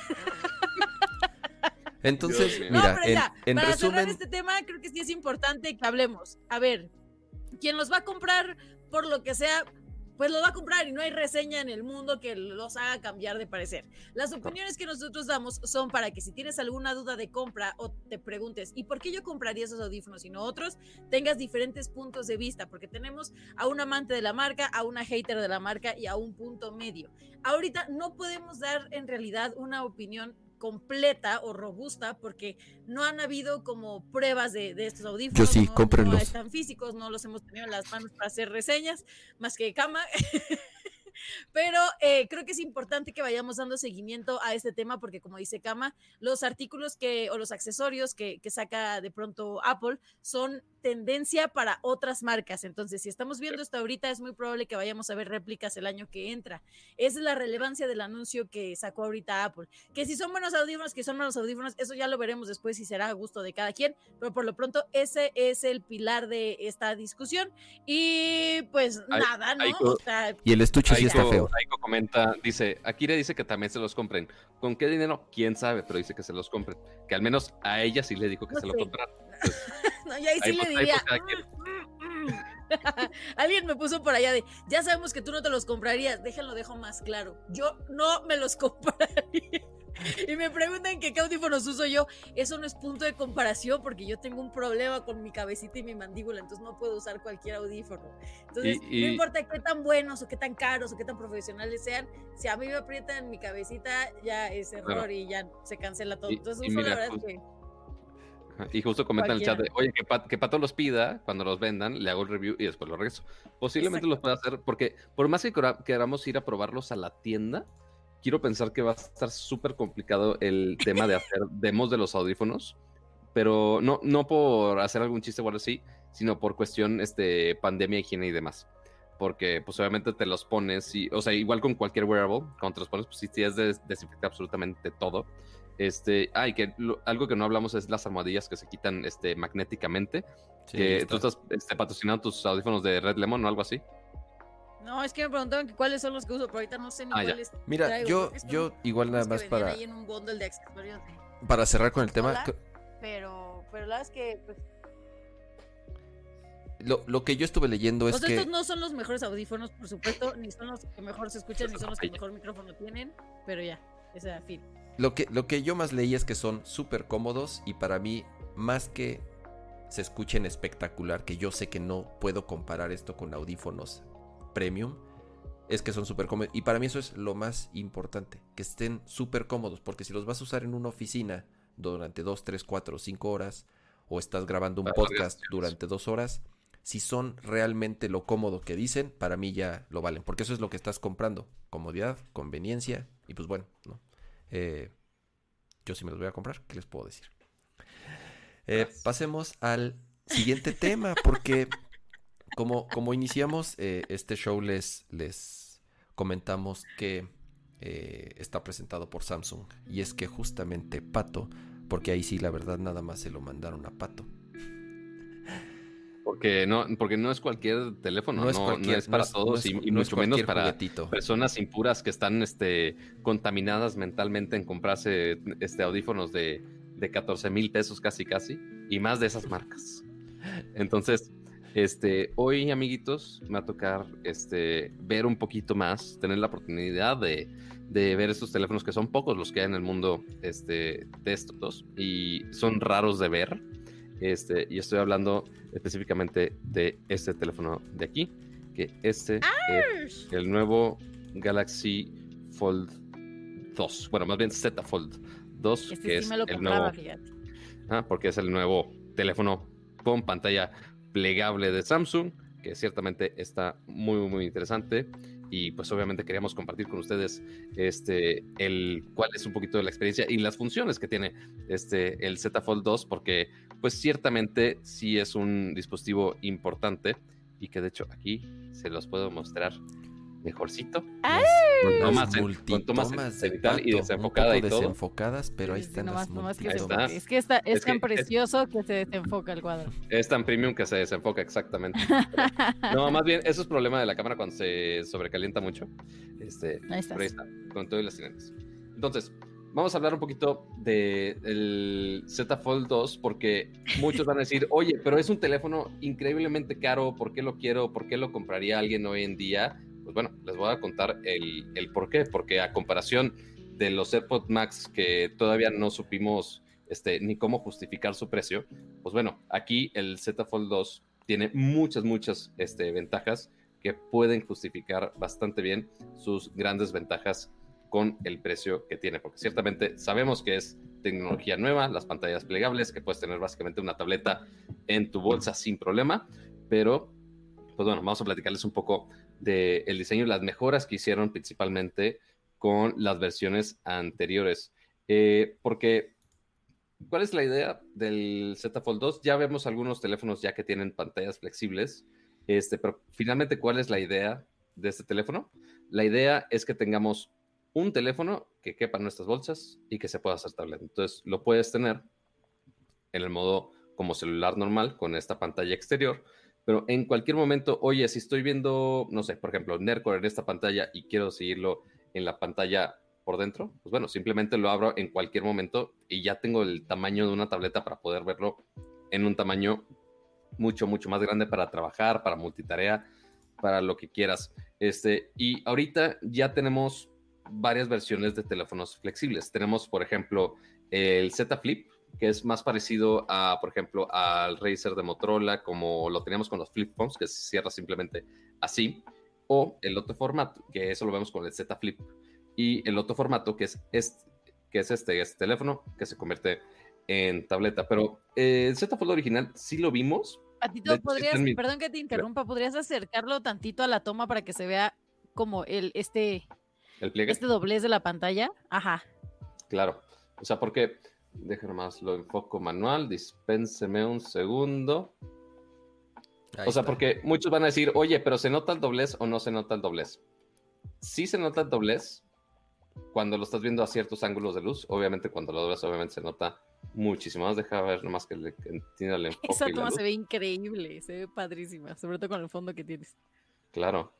Entonces, Dios mira, no, pero ya, en para resumen, cerrar este tema, creo que sí es importante que hablemos. A ver, quien los va a comprar por lo que sea, pues lo va a comprar y no hay reseña en el mundo que los haga cambiar de parecer. Las opiniones que nosotros damos son para que si tienes alguna duda de compra o te preguntes ¿y por qué yo compraría esos audífonos y no otros? Tengas diferentes puntos de vista, porque tenemos a un amante de la marca, a una hater de la marca y a un punto medio. Ahorita no podemos dar en realidad una opinión completa o robusta porque no han habido como pruebas de estos audífonos. Yo sí, cómprenlos. No están físicos, no los hemos tenido en las manos para hacer reseñas, más que Kama. Pero creo que es importante que vayamos dando seguimiento a este tema porque, como dice Kama, los artículos o los accesorios que saca de pronto Apple son tendencia para otras marcas. Entonces, si estamos viendo esto ahorita, es muy probable que vayamos a ver réplicas el año que entra. Esa es la relevancia del anuncio que sacó ahorita Apple. Que si son buenos audífonos, que son malos audífonos, eso ya lo veremos después y será a gusto de cada quien. Pero por lo pronto, ese es el pilar de esta discusión. Y pues nada, ¿no? Aiko, o sea, y el estuche sí está feo. Aiko comenta, Akira dice que también se los compren. ¿Con qué dinero? ¿Quién sabe? Pero dice que se los compren. Que al menos a ella sí le dijo que se lo comprara. Entonces, no, y ahí sí le diría. Alguien me puso por allá de, ya sabemos que tú no te los comprarías, dejo más claro, yo no me los compraría. Y me preguntan que qué audífonos uso yo. Eso no es punto de comparación porque yo tengo un problema con mi cabecita y mi mandíbula, entonces no puedo usar cualquier audífono. Entonces no importa qué tan buenos o qué tan caros o qué tan profesionales sean, si a mí me aprietan mi cabecita ya es error y ya se cancela todo. Entonces uso la verdad que... Y justo comentan en el chat de, oye, que Pato los pida, cuando los vendan, le hago el review y después lo regreso. Posiblemente los pueda hacer, porque por más que queramos ir a probarlos a la tienda, quiero pensar que va a estar súper complicado el tema de hacer demos de los audífonos, pero no por hacer algún chiste o algo así, sino por cuestión pandemia, higiene y demás. Porque pues obviamente te los pones, o sea, igual con cualquier wearable, cuando te los pones, pues sí tienes de desinfectar absolutamente todo. Algo que no hablamos es las almohadillas que se quitan magnéticamente. Sí, que tú estás patrocinando tus audífonos de Red Lemon o algo así. No, es que me preguntaban que cuáles son los que uso, pero ahorita no sé ni cuáles. Mira, traigo. yo igual nada más para ahí en un bundle de accesorios para cerrar con el tema. Pero la verdad es que pues... lo que yo estuve leyendo es que... Estos no son los mejores audífonos, por supuesto, ni son los que mejor se escuchan, ni son los que mejor micrófono tienen, pero ya, ese era fin. Lo que yo más leí es que son súper cómodos y para mí, más que se escuchen espectacular, que yo sé que no puedo comparar esto con audífonos premium, es que son súper cómodos. Y para mí eso es lo más importante, que estén súper cómodos, porque si los vas a usar en una oficina durante 2, 3, 4, 5 horas, o estás grabando un podcast durante 2 horas, si son realmente lo cómodo que dicen, para mí ya lo valen, porque eso es lo que estás comprando, comodidad, conveniencia, y pues bueno, ¿no? Yo sí me los voy a comprar, ¿qué les puedo decir? Pasemos al siguiente tema, porque como iniciamos este show, les comentamos que está presentado por Samsung, y es que justamente Pato, porque ahí sí la verdad nada más se lo mandaron a Pato. Porque no es cualquier teléfono, no es para todos y mucho menos para juguetito. Personas impuras que están contaminadas mentalmente en comprarse audífonos de 14,000 pesos casi, y más de esas marcas. Entonces, hoy, amiguitos, me va a tocar ver un poquito más, tener la oportunidad de ver estos teléfonos, que son pocos los que hay en el mundo de estos, y son raros de ver. Y estoy hablando específicamente de este teléfono de aquí, que es el nuevo Galaxy Fold 2. Bueno, más bien Z Fold 2, que sí es me lo el compraba, nuevo. Fíjate. Porque es el nuevo teléfono con pantalla plegable de Samsung, que ciertamente está muy, muy interesante. Y pues obviamente queríamos compartir con ustedes cuál es un poquito de la experiencia y las funciones que tiene el Z Fold 2, porque pues ciertamente sí es un dispositivo importante, y que de hecho aquí se los puedo mostrar mejorcito. Con tomas de cenital Pato, y desenfocada un y poco todo. desenfocadas, pero ahí están las multitomas. Es que es tan precioso que se desenfoca el cuadro. Es tan premium que se desenfoca, exactamente. No, más bien, eso es problema de la cámara cuando se sobrecalienta mucho. Ahí está. Ahí está, con todo y las sirenas. Entonces, vamos a hablar un poquito del Z Fold 2, porque muchos van a decir, oye, pero es un teléfono increíblemente caro, ¿por qué lo quiero? ¿Por qué lo compraría alguien hoy en día? Pues bueno, les voy a contar el por qué, porque a comparación de los AirPods Max, que todavía no supimos ni cómo justificar su precio, pues bueno, aquí el Z Fold 2 tiene muchas ventajas que pueden justificar bastante bien sus grandes ventajas con el precio que tiene, porque ciertamente sabemos que es tecnología nueva, las pantallas plegables, que puedes tener básicamente una tableta en tu bolsa sin problema, pero pues bueno, vamos a platicarles un poco del diseño y las mejoras que hicieron principalmente con las versiones anteriores. Porque, ¿cuál es la idea del Z Fold 2? Ya vemos algunos teléfonos ya que tienen pantallas flexibles, pero finalmente, ¿cuál es la idea de este teléfono? La idea es que tengamos un teléfono que quepa en nuestras bolsas y que se pueda hacer tableta. Entonces, lo puedes tener en el modo como celular normal con esta pantalla exterior, pero en cualquier momento, oye, si estoy viendo, no sé, por ejemplo, Nerdcore en esta pantalla y quiero seguirlo en la pantalla por dentro, pues bueno, simplemente lo abro en cualquier momento y ya tengo el tamaño de una tableta para poder verlo en un tamaño mucho, mucho más grande para trabajar, para multitarea, para lo que quieras. Y ahorita ya tenemos varias versiones de teléfonos flexibles. Tenemos, por ejemplo, el Z Flip, que es más parecido a, por ejemplo, al Razer de Motorola, como lo teníamos con los flip phones, que se cierra simplemente así, o el otro formato, que eso lo vemos con el Z Flip, y el otro formato, que es este teléfono, que se convierte en tableta. Pero el Z Fold original sí lo vimos. Patito, perdón que te interrumpa, ¿podrías acercarlo tantito a la toma para que se vea como ¿El pliegue? Este doblez de la pantalla. Ajá. Claro, o sea, porque... Deja nomás lo enfoco manual, dispénseme un segundo. Ahí está. Porque muchos van a decir, oye, pero ¿se nota el doblez o no se nota el doblez? Sí se nota el doblez cuando lo estás viendo a ciertos ángulos de luz. Obviamente cuando lo doblas, obviamente se nota muchísimo más. Deja ver nomás que tiene el enfoque. Esa toma se ve increíble, se ve padrísima, sobre todo con el fondo que tienes. Claro.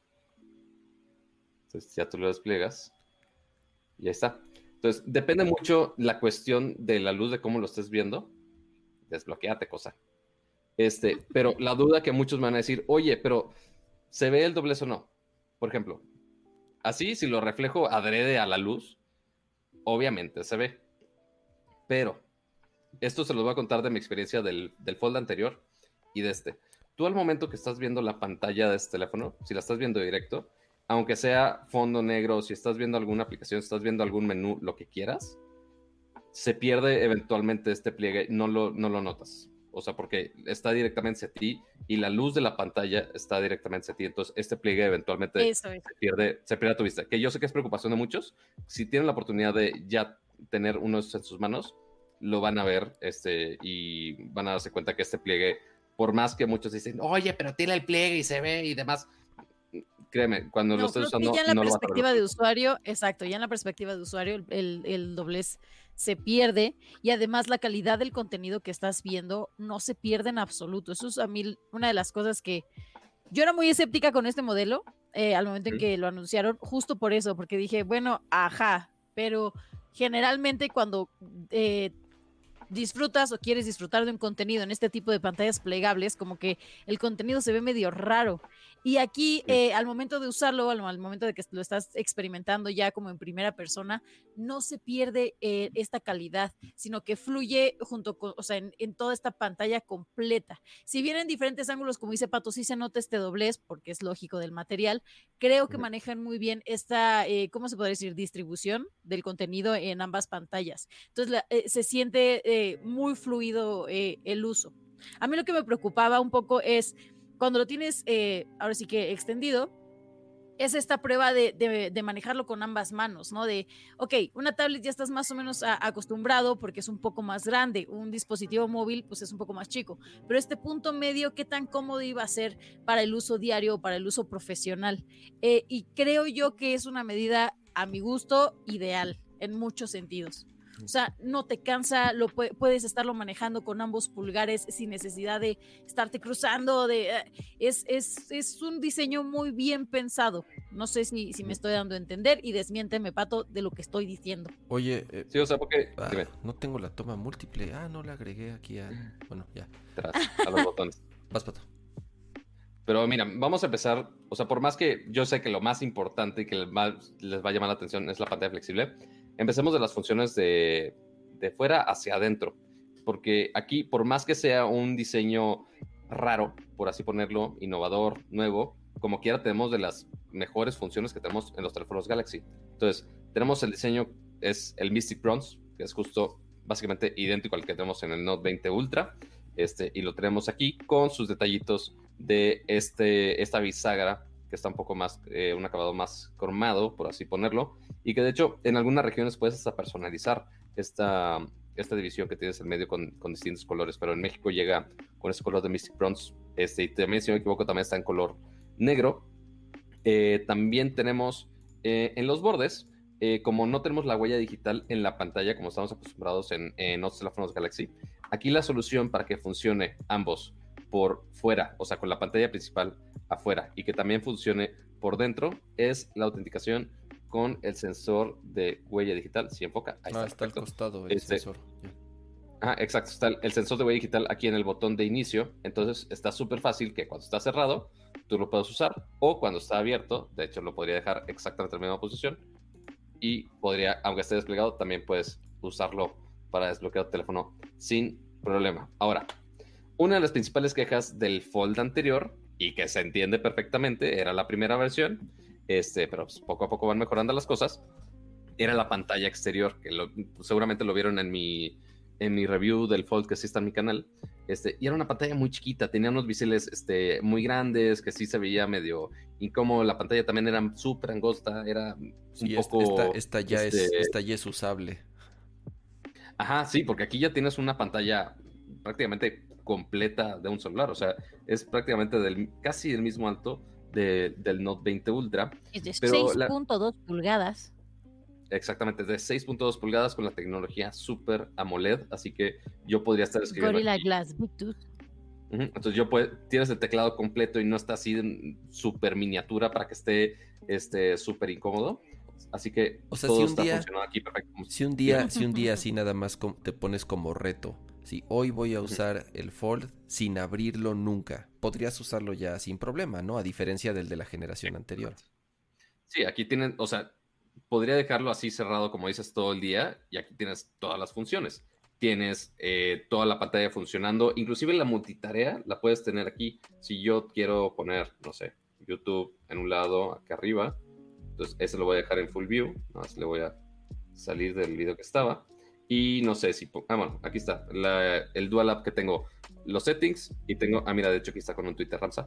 Entonces ya tú lo despliegas y ahí está. Entonces, depende mucho la cuestión de la luz, de cómo lo estés viendo. Desbloquéate, cosa. Pero la duda que muchos me van a decir, oye, pero ¿se ve el doblez o no? Por ejemplo, así, si lo reflejo adrede a la luz, obviamente se ve. Pero esto se los voy a contar de mi experiencia del Fold anterior y de este. Tú al momento que estás viendo la pantalla de este teléfono, si la estás viendo directo, aunque sea fondo negro, si estás viendo alguna aplicación, si estás viendo algún menú, lo que quieras, se pierde eventualmente este pliegue, no lo notas. O sea, porque está directamente hacia ti y la luz de la pantalla está directamente hacia ti. Entonces, este pliegue eventualmente se pierde a tu vista. Que yo sé que es preocupación de muchos. Si tienen la oportunidad de ya tener uno en sus manos, lo van a ver y van a darse cuenta que este pliegue, por más que muchos dicen, oye, pero tiene el pliegue y se ve y demás, créeme, cuando lo estés usando, ya en la no perspectiva de usuario, exacto, ya en la perspectiva de usuario, el doblez se pierde y además la calidad del contenido que estás viendo no se pierde en absoluto. Eso es a mí una de las cosas que yo era muy escéptica con este modelo al momento en que lo anunciaron, justo por eso, porque dije, bueno, ajá, pero generalmente cuando disfrutas o quieres disfrutar de un contenido en este tipo de pantallas plegables, como que el contenido se ve medio raro. Y aquí, al momento de usarlo, al momento de que lo estás experimentando ya como en primera persona, no se pierde esta calidad, sino que fluye junto con, o sea, en toda esta pantalla completa. Si bien en diferentes ángulos, como dice Pato, sí se nota este doblez, porque es lógico del material, creo que manejan muy bien esta, ¿cómo se podría decir? Distribución del contenido en ambas pantallas. Entonces, se siente muy fluido el uso. A mí lo que me preocupaba un poco es cuando lo tienes ahora sí que extendido, es esta prueba de manejarlo con ambas manos, ¿no? De, ok, una tablet ya estás más o menos acostumbrado porque es un poco más grande, un dispositivo móvil pues es un poco más chico, pero este punto medio, ¿qué tan cómodo iba a ser para el uso diario o para el uso profesional? Y creo yo que es una medida, a mi gusto, ideal en muchos sentidos. O sea, no te cansa, puedes estarlo manejando con ambos pulgares sin necesidad de estarte cruzando. Es un diseño muy bien pensado. No sé si me estoy dando a entender y desmiénteme, Pato, de lo que estoy diciendo. Oye, sí, o sea, porque no tengo la toma múltiple. No la agregué aquí a... Bueno, ya. Tras, a los botones. Vas, Pato. Pero mira, vamos a empezar. O sea, por más que yo sé que lo más importante y que más les va a llamar la atención es la pantalla flexible, empecemos de las funciones de fuera hacia adentro, porque aquí, por más que sea un diseño raro, por así ponerlo, innovador, nuevo, como quiera tenemos de las mejores funciones que tenemos en los teléfonos Galaxy. Entonces, tenemos el diseño, es el Mystic Bronze, que es justo básicamente idéntico al que tenemos en el Note 20 Ultra, y lo tenemos aquí con sus detallitos de esta bisagra, que está un poco más, un acabado más cromado, por así ponerlo, y que de hecho en algunas regiones puedes hasta personalizar esta división que tienes en medio con distintos colores, pero en México llega con ese color de Mystic Bronze, y también, si no me equivoco, también está en color negro. También tenemos en los bordes, como no tenemos la huella digital en la pantalla, como estamos acostumbrados en otros teléfonos Galaxy, aquí la solución para que funcione ambos por fuera, o sea, con la pantalla principal afuera y que también funcione por dentro, es la autenticación con el sensor de huella digital. Si enfoca, ahí está al costado el sensor. Exacto, está el sensor de huella digital aquí en el botón de inicio, entonces está súper fácil que cuando está cerrado, tú lo puedes usar, o cuando está abierto, de hecho lo podría dejar exactamente en la misma posición, y podría, aunque esté desplegado, también puedes usarlo para desbloquear tu teléfono sin problema. Ahora, una de las principales quejas del Fold anterior, y que se entiende perfectamente, era la primera versión, pero pues poco a poco van mejorando las cosas, era la pantalla exterior, que seguramente lo vieron en mi review del Fold, que sí está en mi canal, y era una pantalla muy chiquita, tenía unos biseles muy grandes, que sí se veía medio incómodo, la pantalla también era súper angosta, era un poco... Esta ya es usable. Ajá, sí, porque aquí ya tienes una pantalla prácticamente completa de un celular, o sea, es prácticamente casi del mismo alto del Note 20 Ultra. Es de 6.2 pulgadas. Exactamente, de 6.2 pulgadas con la tecnología Super AMOLED, así que yo podría estar escribiendo Gorilla Glass Victus. Entonces tienes el teclado completo y no está así en super miniatura para que esté súper incómodo. Así que o sea, todo está funcionando aquí perfecto. Si un día así nada más te pones como reto Si hoy voy a usar el Fold sin abrirlo nunca, podrías usarlo ya sin problema, ¿no? A diferencia del de la generación anterior. Sí, aquí tienen, o sea, podría dejarlo así cerrado como dices todo el día y aquí tienes todas las funciones. Tienes toda la pantalla funcionando, inclusive la multitarea la puedes tener aquí. Si yo quiero poner, no sé, YouTube en un lado, acá arriba, entonces ese lo voy a dejar en full view, nada más le voy a salir del video que estaba y no sé si, bueno, aquí está, el dual app que tengo, los settings y tengo, mira, de hecho aquí está con un Twitter Ramsa,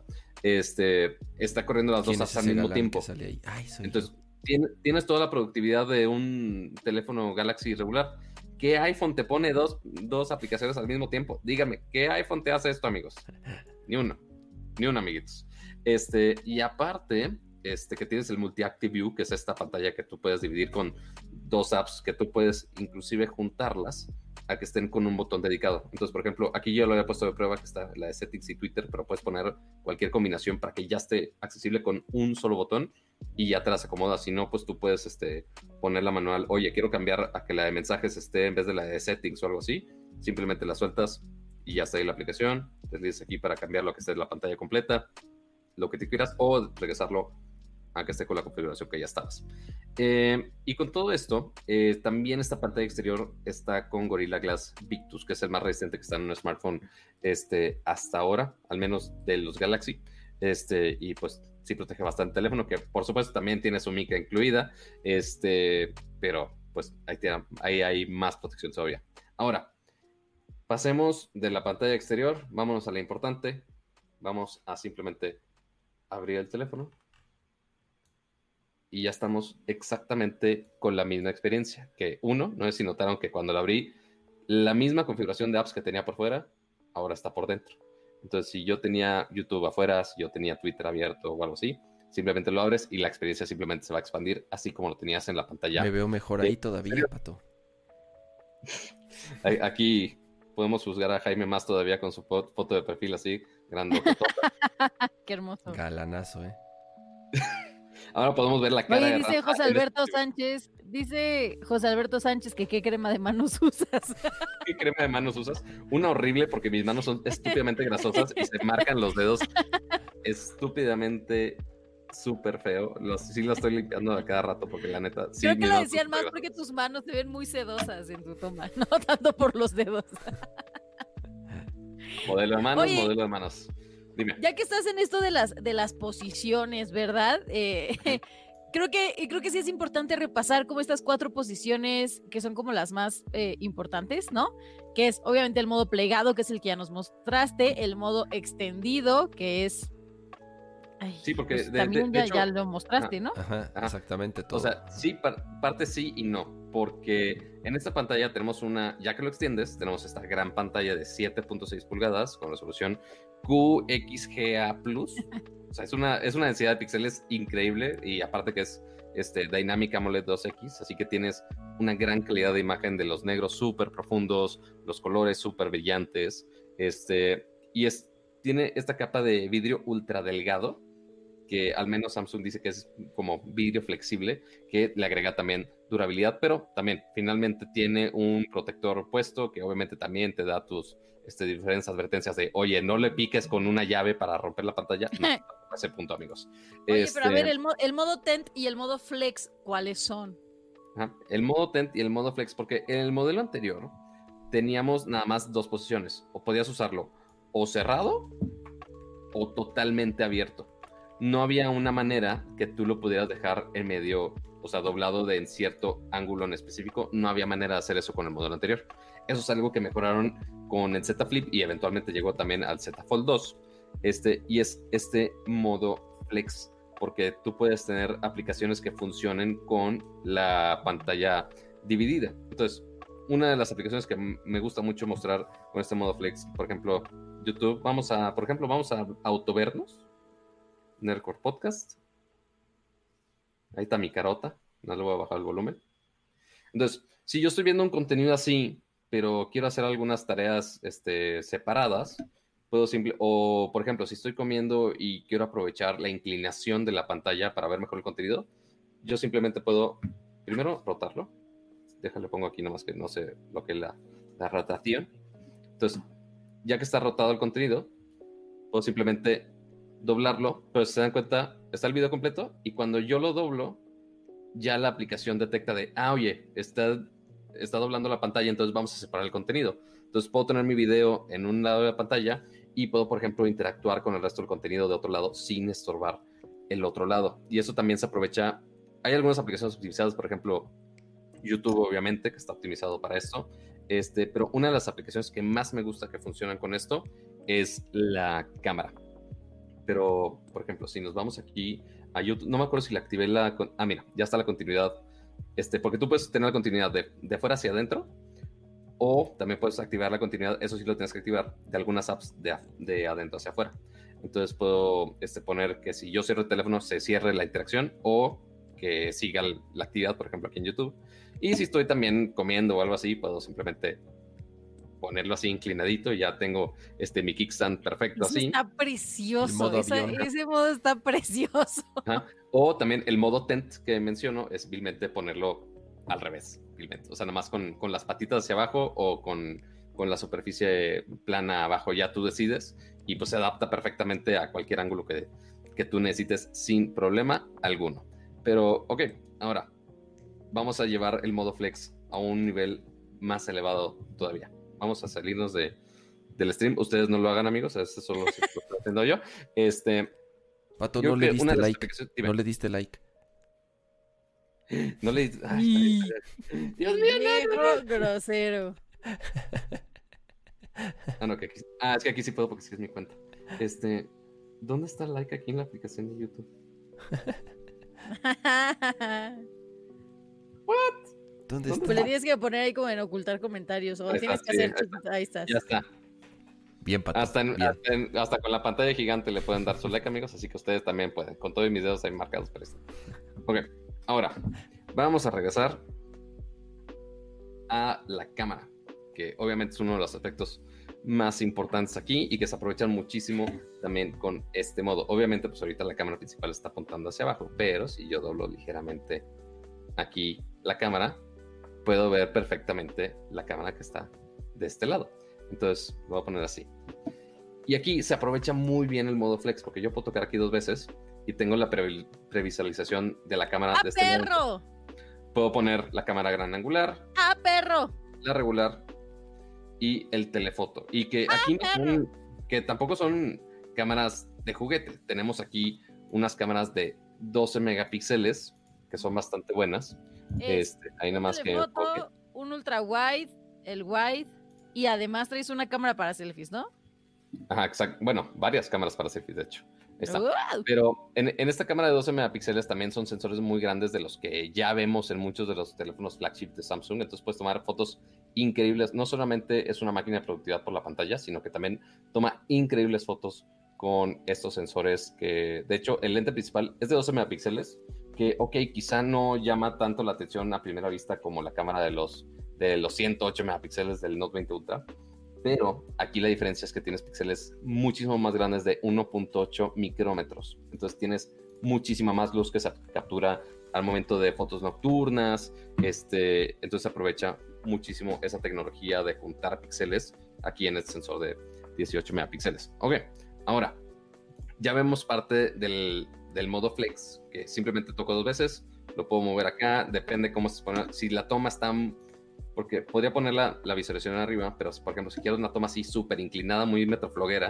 está corriendo las dos apps al mismo tiempo. Ay, entonces tienes toda la productividad de un teléfono Galaxy regular. ¿Qué iPhone te pone dos aplicaciones al mismo tiempo? Díganme, ¿qué iPhone te hace esto, amigos? Ni uno, amiguitos. Y aparte, que tienes el Multi-Active View, que es esta pantalla que tú puedes dividir con dos apps, que tú puedes inclusive juntarlas a que estén con un botón dedicado. Entonces, por ejemplo, aquí yo lo había puesto de prueba, que está la de Settings y Twitter, pero puedes poner cualquier combinación para que ya esté accesible con un solo botón y ya te las acomodas. Si no, pues tú puedes poner la manual, oye, quiero cambiar a que la de mensajes esté en vez de la de Settings o algo así. Simplemente la sueltas y ya está ahí la aplicación. Te dices aquí para cambiar lo que esté en la pantalla completa, lo que te quieras, o regresarlo a que esté con la configuración que ya estabas. Y con todo esto, también esta pantalla exterior está con Gorilla Glass Victus, que es el más resistente que está en un smartphone hasta ahora, al menos de los Galaxy. Y pues sí protege bastante el teléfono, que por supuesto también tiene su mica incluida, pero pues ahí hay más protección todavía. Ahora, pasemos de la pantalla exterior, vámonos a la importante. Vamos a simplemente abrir el teléfono. Y ya estamos exactamente con la misma experiencia. Que no sé si notaron que cuando la abrí, la misma configuración de apps que tenía por fuera, ahora está por dentro. Entonces, si yo tenía YouTube afuera, si yo tenía Twitter abierto o algo así, simplemente lo abres y la experiencia simplemente se va a expandir, así como lo tenías en la pantalla. Me veo mejor ahí todavía, Pato. Aquí podemos juzgar a Jaime más todavía con su foto de perfil así, grande. Qué hermoso. Galanazo, Ahora podemos ver la cara. Oye, dice José Alberto Sánchez que qué crema de manos usas. ¿Qué crema de manos usas? Una horrible porque mis manos son estúpidamente grasosas y se marcan los dedos estúpidamente súper feo. Sí lo estoy limpiando a cada rato porque la neta... Sí, creo que lo decían más porque tus manos se ven muy sedosas en tu toma, no tanto por los dedos. Modelo de manos, oye, modelo de manos. Dime. Ya que estás en esto de las posiciones, ¿verdad? Creo que sí es importante repasar como estas 4 posiciones que son como las más importantes, ¿no? Que es obviamente el modo plegado, que es el que ya nos mostraste, el modo extendido, que es... sí, porque pues también de hecho, ya lo mostraste, ¿no? Ajá, exactamente todo. O sea, sí, parte sí y no, porque en esta pantalla tenemos ya que lo extiendes, tenemos esta gran pantalla de 7.6 pulgadas con resolución QXGA+. O sea, es una densidad de píxeles increíble y aparte que es Dynamic AMOLED 2X, así que tienes una gran calidad de imagen de los negros súper profundos, los colores súper brillantes, y tiene esta capa de vidrio ultra delgado, que al menos Samsung dice que es como vidrio flexible, que le agrega también durabilidad, pero también finalmente tiene un protector puesto que obviamente también te da tus diferentes advertencias de, oye, no le piques con una llave para romper la pantalla. No, a ese punto, amigos. Oye, pero a ver, el modo Tent y el modo Flex, ¿cuáles son? El modo Tent y el modo Flex, porque en el modelo anterior teníamos nada más 2 posiciones, o podías usarlo o cerrado o totalmente abierto. No había una manera que tú lo pudieras dejar en medio, o sea, doblado en cierto ángulo en específico. No había manera de hacer eso con el modelo anterior. Eso es algo que mejoraron con el Z Flip y eventualmente llegó también al Z Fold 2. Y es modo Flex, porque tú puedes tener aplicaciones que funcionen con la pantalla dividida. Entonces, una de las aplicaciones que me gusta mucho mostrar con este modo Flex, por ejemplo, YouTube, vamos a autovernos. Nerdcore Podcast. Ahí está mi carota. No le voy a bajar el volumen. Entonces, si yo estoy viendo un contenido así, pero quiero hacer algunas tareas separadas, puedo o por ejemplo, si estoy comiendo y quiero aprovechar la inclinación de la pantalla para ver mejor el contenido, yo simplemente puedo primero rotarlo. Déjale, pongo aquí nomás que no sé lo que es la rotación. Entonces, ya que está rotado el contenido, puedo simplemente doblarlo, pero si se dan cuenta, está el video completo y cuando yo lo doblo, ya la aplicación detecta oye, está doblando la pantalla, entonces vamos a separar el contenido. Entonces puedo tener mi video en un lado de la pantalla y puedo, por ejemplo, interactuar con el resto del contenido de otro lado sin estorbar el otro lado. Y eso también se aprovecha. Hay algunas aplicaciones optimizadas, por ejemplo, YouTube, obviamente, que está optimizado para esto. Pero una de las aplicaciones que más me gusta que funcionan con esto es la cámara. Pero, por ejemplo, si nos vamos aquí a YouTube, no me acuerdo si la activé mira, ya está la continuidad. Porque tú puedes tener la continuidad de fuera hacia adentro, o también puedes activar la continuidad, eso sí lo tienes que activar, de algunas apps de adentro hacia afuera. Entonces puedo poner que si yo cierro el teléfono se cierre la interacción o que siga la actividad, por ejemplo, aquí en YouTube. Y si estoy también comiendo o algo así, puedo simplemente ponerlo así inclinadito y ya tengo mi kickstand perfecto. Eso así. Está precioso, ese modo está precioso. Ajá. O también el modo tent que menciono es vilmente ponerlo al revés, vilmente. O sea, nada más con las patitas hacia abajo o con la superficie plana abajo, ya tú decides, y pues se adapta perfectamente a cualquier ángulo que tú necesites sin problema alguno. Pero, ok, ahora vamos a llevar el modo flex a un nivel más elevado todavía. Vamos a salirnos del stream. Ustedes no lo hagan, amigos. Solo lo estoy haciendo yo. Pato, no le diste like. No le diste like. No le diste. Dios mío, grosero. No, que aquí. Es que aquí sí puedo porque sí es mi cuenta. ¿Dónde está el like aquí en la aplicación de YouTube? What? ¿Dónde está? Pues le tienes que poner ahí como en ocultar comentarios o tienes que hacer chiquita. Ahí estás. Ya está. Bien, Pato. Hasta con la pantalla gigante le pueden dar su like, amigos, así que ustedes también pueden. Con todos mis dedos ahí marcados por esto. Ok, ahora vamos a regresar a la cámara, que obviamente es uno de los aspectos más importantes aquí y que se aprovechan muchísimo también con este modo. Obviamente, pues ahorita la cámara principal está apuntando hacia abajo, pero si yo doblo ligeramente aquí la cámara, puedo ver perfectamente la cámara que está de este lado. Entonces lo voy a poner así. Y aquí se aprovecha muy bien el modo flex, porque yo puedo tocar aquí 2 veces y tengo la previsualización de la cámara de este modo. Puedo poner la cámara gran angular, perro, la regular y el telefoto. Y que aquí que tampoco son cámaras de juguete. Tenemos aquí unas cámaras de 12 megapíxeles que son bastante buenas. Ahí nada más que un ultra wide, el wide, y además traes una cámara para selfies, ¿no? Ajá, exacto. Bueno, varias cámaras para selfies, de hecho. Pero en esta cámara de 12 megapíxeles también son sensores muy grandes de los que ya vemos en muchos de los teléfonos flagship de Samsung. Entonces puedes tomar fotos increíbles. No solamente es una máquina de productividad por la pantalla, sino que también toma increíbles fotos con estos sensores que, de hecho, el lente principal es de 12 megapíxeles, que, quizá no llama tanto la atención a primera vista como la cámara de los 108 megapíxeles del Note 20 Ultra. Pero aquí la diferencia es que tienes píxeles muchísimo más grandes de 1.8 micrómetros. Entonces tienes muchísima más luz que se captura al momento de fotos nocturnas. Entonces aprovecha muchísimo esa tecnología de juntar píxeles aquí en este sensor de 18 megapíxeles. Ok, ahora ya vemos parte del modo flex, que simplemente toco 2 veces. Lo puedo mover acá, depende cómo se pone. Si la toma está... Porque podría poner la visualización arriba, pero por ejemplo, si quiero una toma así súper inclinada, muy metrofloguera,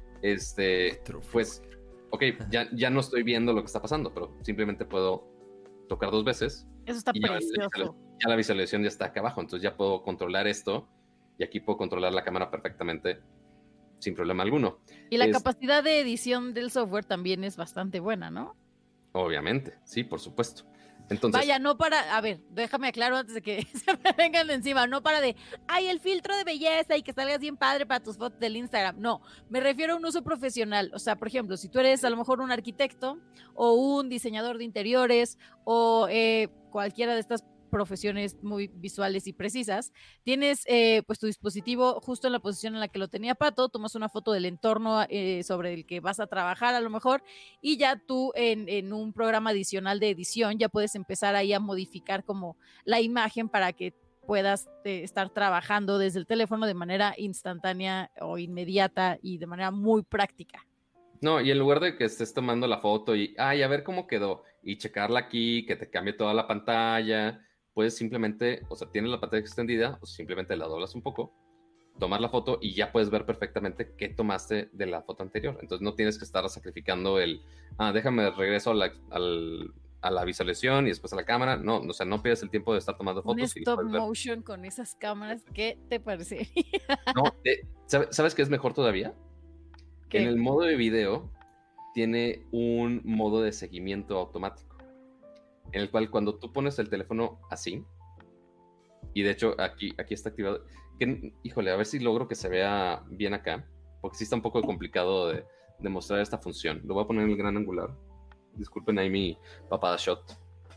pues, ya no estoy viendo lo que está pasando, pero simplemente puedo tocar 2 veces. Eso está precioso. Ya la visualización ya está acá abajo, entonces ya puedo controlar esto y aquí puedo controlar la cámara perfectamente sin problema alguno. Y la capacidad de edición del software también es bastante buena, ¿no? Obviamente, sí, por supuesto. Entonces, vaya, no para, a ver, déjame aclaro antes de que se me vengan de encima, no para el filtro de belleza y que salgas bien padre para tus fotos del Instagram, no, me refiero a un uso profesional, o sea, por ejemplo, si tú eres a lo mejor un arquitecto o un diseñador de interiores o cualquiera de estas profesiones muy visuales y precisas, tienes pues tu dispositivo justo en la posición en la que lo tenía Pato, tomas una foto del entorno sobre el que vas a trabajar a lo mejor y ya tú en un programa adicional de edición ya puedes empezar ahí a modificar como la imagen para que puedas estar trabajando desde el teléfono de manera instantánea o inmediata y de manera muy práctica. No, y en lugar de que estés tomando la foto y, a ver cómo quedó, y checarla aquí, que te cambie toda la pantalla, puedes simplemente, o sea, tienes la pantalla extendida, o simplemente la doblas un poco, tomar la foto y ya puedes ver perfectamente qué tomaste de la foto anterior. Entonces no tienes que estar sacrificando déjame regreso a la visualización y después a la cámara. No, o sea, no pierdes el tiempo de estar tomando fotos. Un stop motion con esas cámaras, ¿qué te parece? No, ¿sabes qué es mejor todavía? ¿Qué? En el modo de video tiene un modo de seguimiento automático, en el cual cuando tú pones el teléfono así, y de hecho aquí está activado, híjole, a ver si logro que se vea bien acá, porque sí está un poco complicado de mostrar esta función. Lo voy a poner en el gran angular. Disculpen ahí mi papada shot.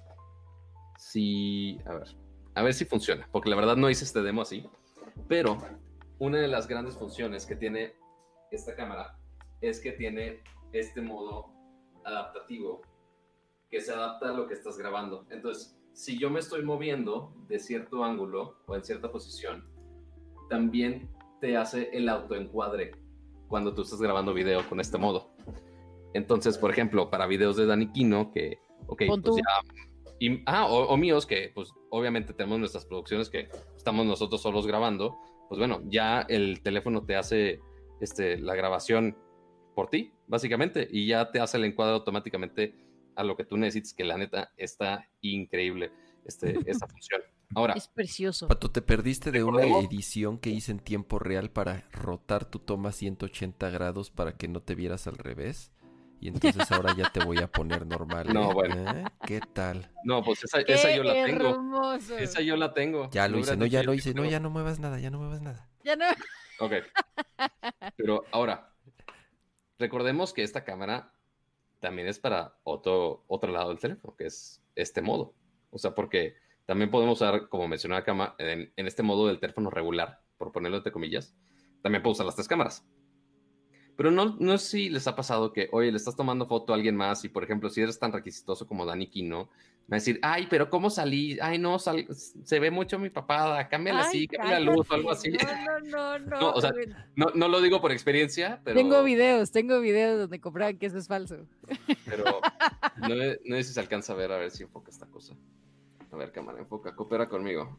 Sí, a ver si funciona, porque la verdad no hice este demo así, pero una de las grandes funciones que tiene esta cámara es que tiene este modo adaptativo que se adapta a lo que estás grabando. Entonces, si yo me estoy moviendo de cierto ángulo o en cierta posición, también te hace el autoencuadre cuando tú estás grabando video con este modo. Entonces, por ejemplo, para videos de Dani Quino, que, ok, pues ya... o míos, que pues obviamente tenemos nuestras producciones que estamos nosotros solos grabando, pues bueno, ya el teléfono te hace la grabación por ti, básicamente, y ya te hace el encuadre automáticamente a lo que tú necesites, que la neta está increíble esta función. Ahora, es precioso. Pato, te perdiste de una edición que hice en tiempo real para rotar tu toma 180 grados para que no te vieras al revés. Y entonces ahora ya te voy a poner normal. No, bueno. ¿Qué tal? No, pues esa yo la tengo. Hermoso. Esa yo la tengo. Ya lo hice, ya lo hice. No, ya no muevas nada, ya no muevas nada. Ya no. Ok. Pero ahora, recordemos que esta cámara también es para otro lado del teléfono, que es este modo. O sea, porque también podemos usar, como mencioné acá, en este modo del teléfono regular, por ponerlo entre comillas, también puedo usar las tres cámaras. Pero no sé si les ha pasado que, oye, le estás tomando foto a alguien más y, por ejemplo, si eres tan requisitoso como Dani Quino, me va a decir, ay, pero ¿cómo salí? Ay, no, se ve mucho mi papada, cámbiala así, cambia la luz o algo así. No, o sea, no lo digo por experiencia, pero... Tengo videos donde comprueban que eso es falso. Pero no sé si se alcanza a ver si enfoca esta cosa. A ver, cámara, enfoca, coopera conmigo.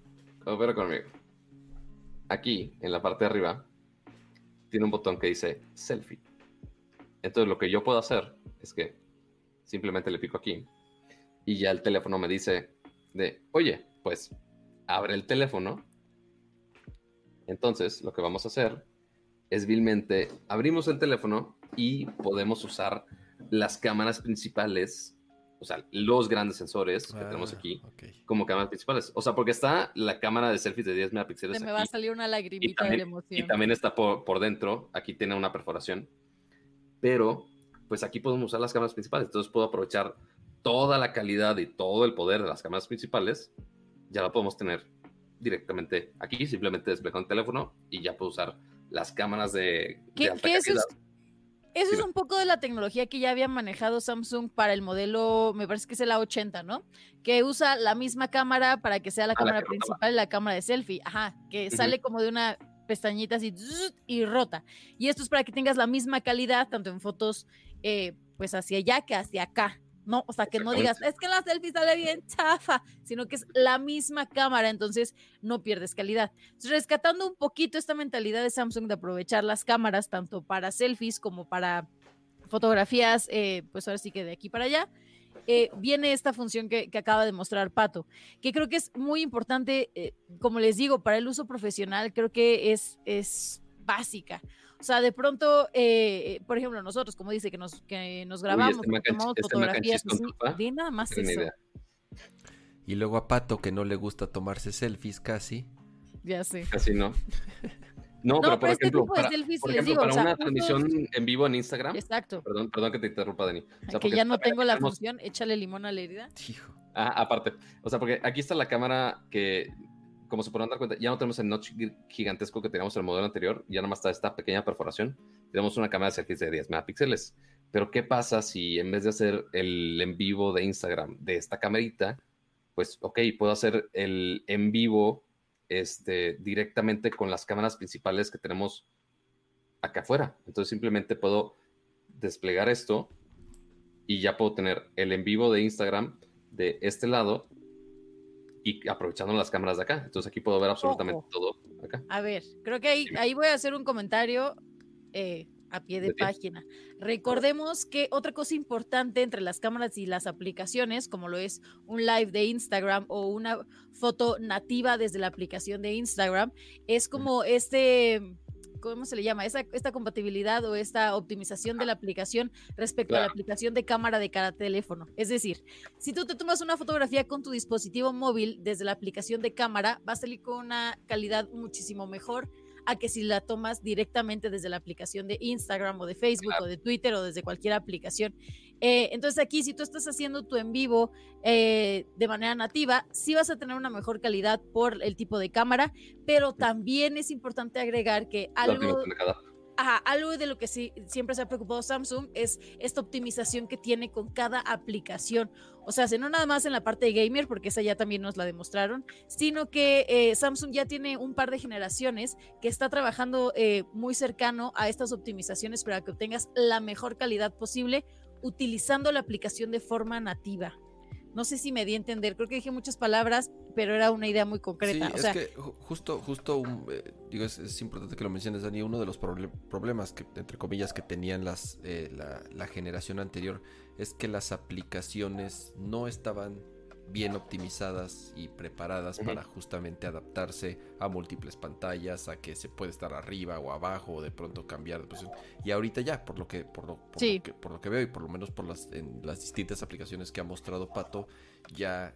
Aquí, en la parte de arriba, tiene un botón que dice selfie. Entonces lo que yo puedo hacer es que simplemente le pico aquí y ya el teléfono me dice oye, pues abre el teléfono. Entonces lo que vamos a hacer es vilmente abrimos el teléfono y podemos usar las cámaras principales, o sea, los grandes sensores que tenemos aquí, como cámaras principales. O sea, porque está la cámara de selfies de 10 megapíxeles. Se me va a salir una lagrimita de emoción. Y también está por dentro, aquí tiene una perforación. Pero, pues aquí podemos usar las cámaras principales. Entonces puedo aprovechar toda la calidad y todo el poder de las cámaras principales. Ya la podemos tener directamente aquí, simplemente desplegar el teléfono y ya puedo usar las cámaras de alta calidad. Eso es un poco de la tecnología que ya había manejado Samsung para el modelo, me parece que es el A80, ¿no? Que usa la misma cámara para que sea la cámara principal y la cámara de selfie. Ajá, que sale como de una pestañita así y rota. Y esto es para que tengas la misma calidad, tanto en fotos pues hacia allá que hacia acá. No, o sea, que no digas, es que en la selfie sale bien chafa, sino que es la misma cámara, entonces no pierdes calidad. Entonces, rescatando un poquito esta mentalidad de Samsung de aprovechar las cámaras tanto para selfies como para fotografías, pues ahora sí que de aquí para allá, viene esta función que acaba de mostrar Pato, que creo que es muy importante, como les digo, para el uso profesional, creo que es básica. O sea, de pronto, por ejemplo, nosotros, como dice, que nos grabamos, tomamos fotografías, de nada más eso. Y luego a Pato, que no le gusta tomarse selfies casi. Ya sé. Casi no. No, pero por ejemplo, para una transmisión en vivo en Instagram. Exacto. Perdón que te interrumpa, Dani. O sea, que ya no tengo la función, échale limón a la herida. Hijo. Aparte. O sea, porque aquí está la cámara que, como se podrán dar cuenta, ya no tenemos el notch gigantesco que teníamos en el modelo anterior, ya nomás está esta pequeña perforación. Tenemos una cámara de selfies de 10 megapíxeles. Pero ¿qué pasa si en vez de hacer el en vivo de Instagram de esta camarita, pues, ok, puedo hacer el en vivo directamente con las cámaras principales que tenemos acá afuera. Entonces simplemente puedo desplegar esto y ya puedo tener el en vivo de Instagram de este lado y aprovechando las cámaras de acá. Entonces aquí puedo ver absolutamente todo acá. A ver, creo que ahí voy a hacer un comentario a pie de página. Recordemos que otra cosa importante entre las cámaras y las aplicaciones, como lo es un live de Instagram o una foto nativa desde la aplicación de Instagram, es como ¿cómo se le llama? Esta compatibilidad o esta optimización de la aplicación respecto a la aplicación de cámara de cada teléfono. Es decir, si tú te tomas una fotografía con tu dispositivo móvil desde la aplicación de cámara, va a salir con una calidad muchísimo mejor a que si la tomas directamente desde la aplicación de Instagram o de Facebook o de Twitter o desde cualquier aplicación. Entonces aquí, si tú estás haciendo tu en vivo de manera nativa, sí vas a tener una mejor calidad por el tipo de cámara, pero también es importante agregar que algo de lo que siempre se ha preocupado Samsung es esta optimización que tiene con cada aplicación. O sea, no nada más en la parte de gamer, porque esa ya también nos la demostraron, sino que Samsung ya tiene un par de generaciones que está trabajando muy cercano a estas optimizaciones para que obtengas la mejor calidad posible utilizando la aplicación de forma nativa. No sé si me di a entender, creo que dije muchas palabras, pero era una idea muy concreta. Sí, es que justo digo, es importante que lo menciones, Dani. Uno de los problemas que, entre comillas, que tenían la generación anterior es que las aplicaciones no estaban bien optimizadas y preparadas para justamente adaptarse a múltiples pantallas, a que se puede estar arriba o abajo o de pronto cambiar de posición. Y ahorita ya, por lo que veo y por lo menos en las distintas aplicaciones que ha mostrado Pato, ya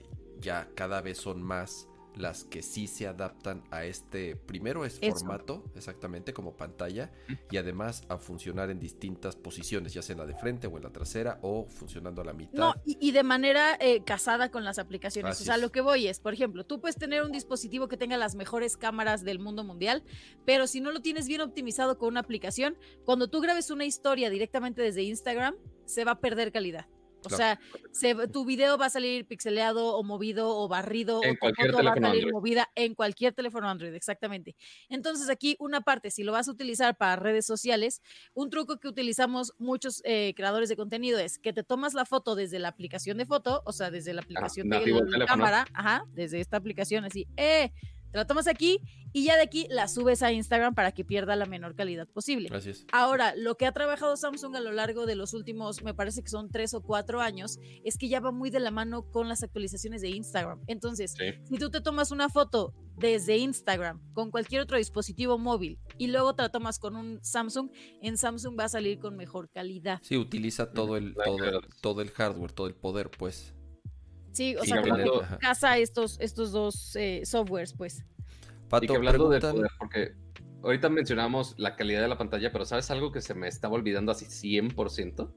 cada vez son más las que sí se adaptan a primero es formato, exactamente como pantalla, y además a funcionar en distintas posiciones, ya sea en la de frente o en la trasera o funcionando a la mitad. No, y de manera casada con las aplicaciones. Así lo que voy es, por ejemplo, tú puedes tener un dispositivo que tenga las mejores cámaras del mundo mundial, pero si no lo tienes bien optimizado con una aplicación, cuando tú grabes una historia directamente desde Instagram, se va a perder calidad. O sea, tu video va a salir pixeleado o movido o barrido, en o tu cualquier foto va a teléfono salir Android. movida en cualquier teléfono Android, exactamente. Entonces aquí una parte, si lo vas a utilizar para redes sociales, un truco que utilizamos muchos creadores de contenido es que te tomas la foto desde la aplicación de foto, o sea, desde la aplicación de la cámara, desde esta aplicación así, te la tomas aquí y ya de aquí la subes a Instagram para que pierda la menor calidad posible. Gracias. Ahora, lo que ha trabajado Samsung a lo largo de los últimos, me parece que son 3 o 4 años, es que ya va muy de la mano con las actualizaciones de Instagram. Entonces, si tú te tomas una foto desde Instagram con cualquier otro dispositivo móvil y luego te la tomas con un Samsung, en Samsung va a salir con mejor calidad. Sí, utiliza todo el hardware, todo el poder, pues. Sí, o sea, como que casa estos dos softwares, pues. Pato, y que hablando del poder, porque ahorita mencionamos la calidad de la pantalla, pero ¿sabes algo que se me estaba olvidando así 100%?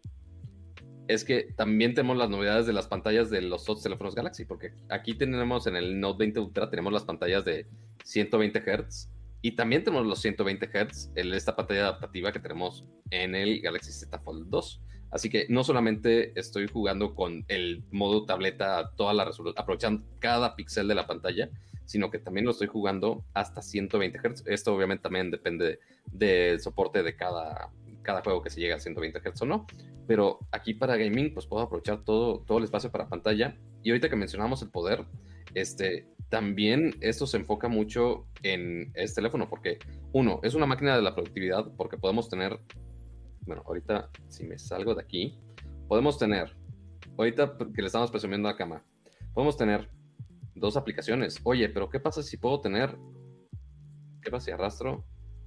Es que también tenemos las novedades de las pantallas de los otros teléfonos Galaxy, porque aquí tenemos en el Note 20 Ultra, tenemos las pantallas de 120 Hz y también tenemos los 120 Hz, esta pantalla adaptativa que tenemos en el Galaxy Z Fold 2. Así que no solamente estoy jugando con el modo tableta a toda la resolución, aprovechando cada píxel de la pantalla, sino que también lo estoy jugando hasta 120 Hz. Esto obviamente también depende del soporte de cada juego que se llega a 120 Hz o no. Pero aquí para gaming, pues puedo aprovechar todo el espacio para pantalla. Y ahorita que mencionamos el poder, también esto se enfoca mucho en este teléfono, porque uno, es una máquina de la productividad, porque podemos tener, bueno, ahorita si me salgo de aquí, podemos tener, ahorita que le estamos presumiendo a la cama, podemos tener 2 aplicaciones. Oye, pero ¿qué pasa si puedo tener, qué pasa si arrastro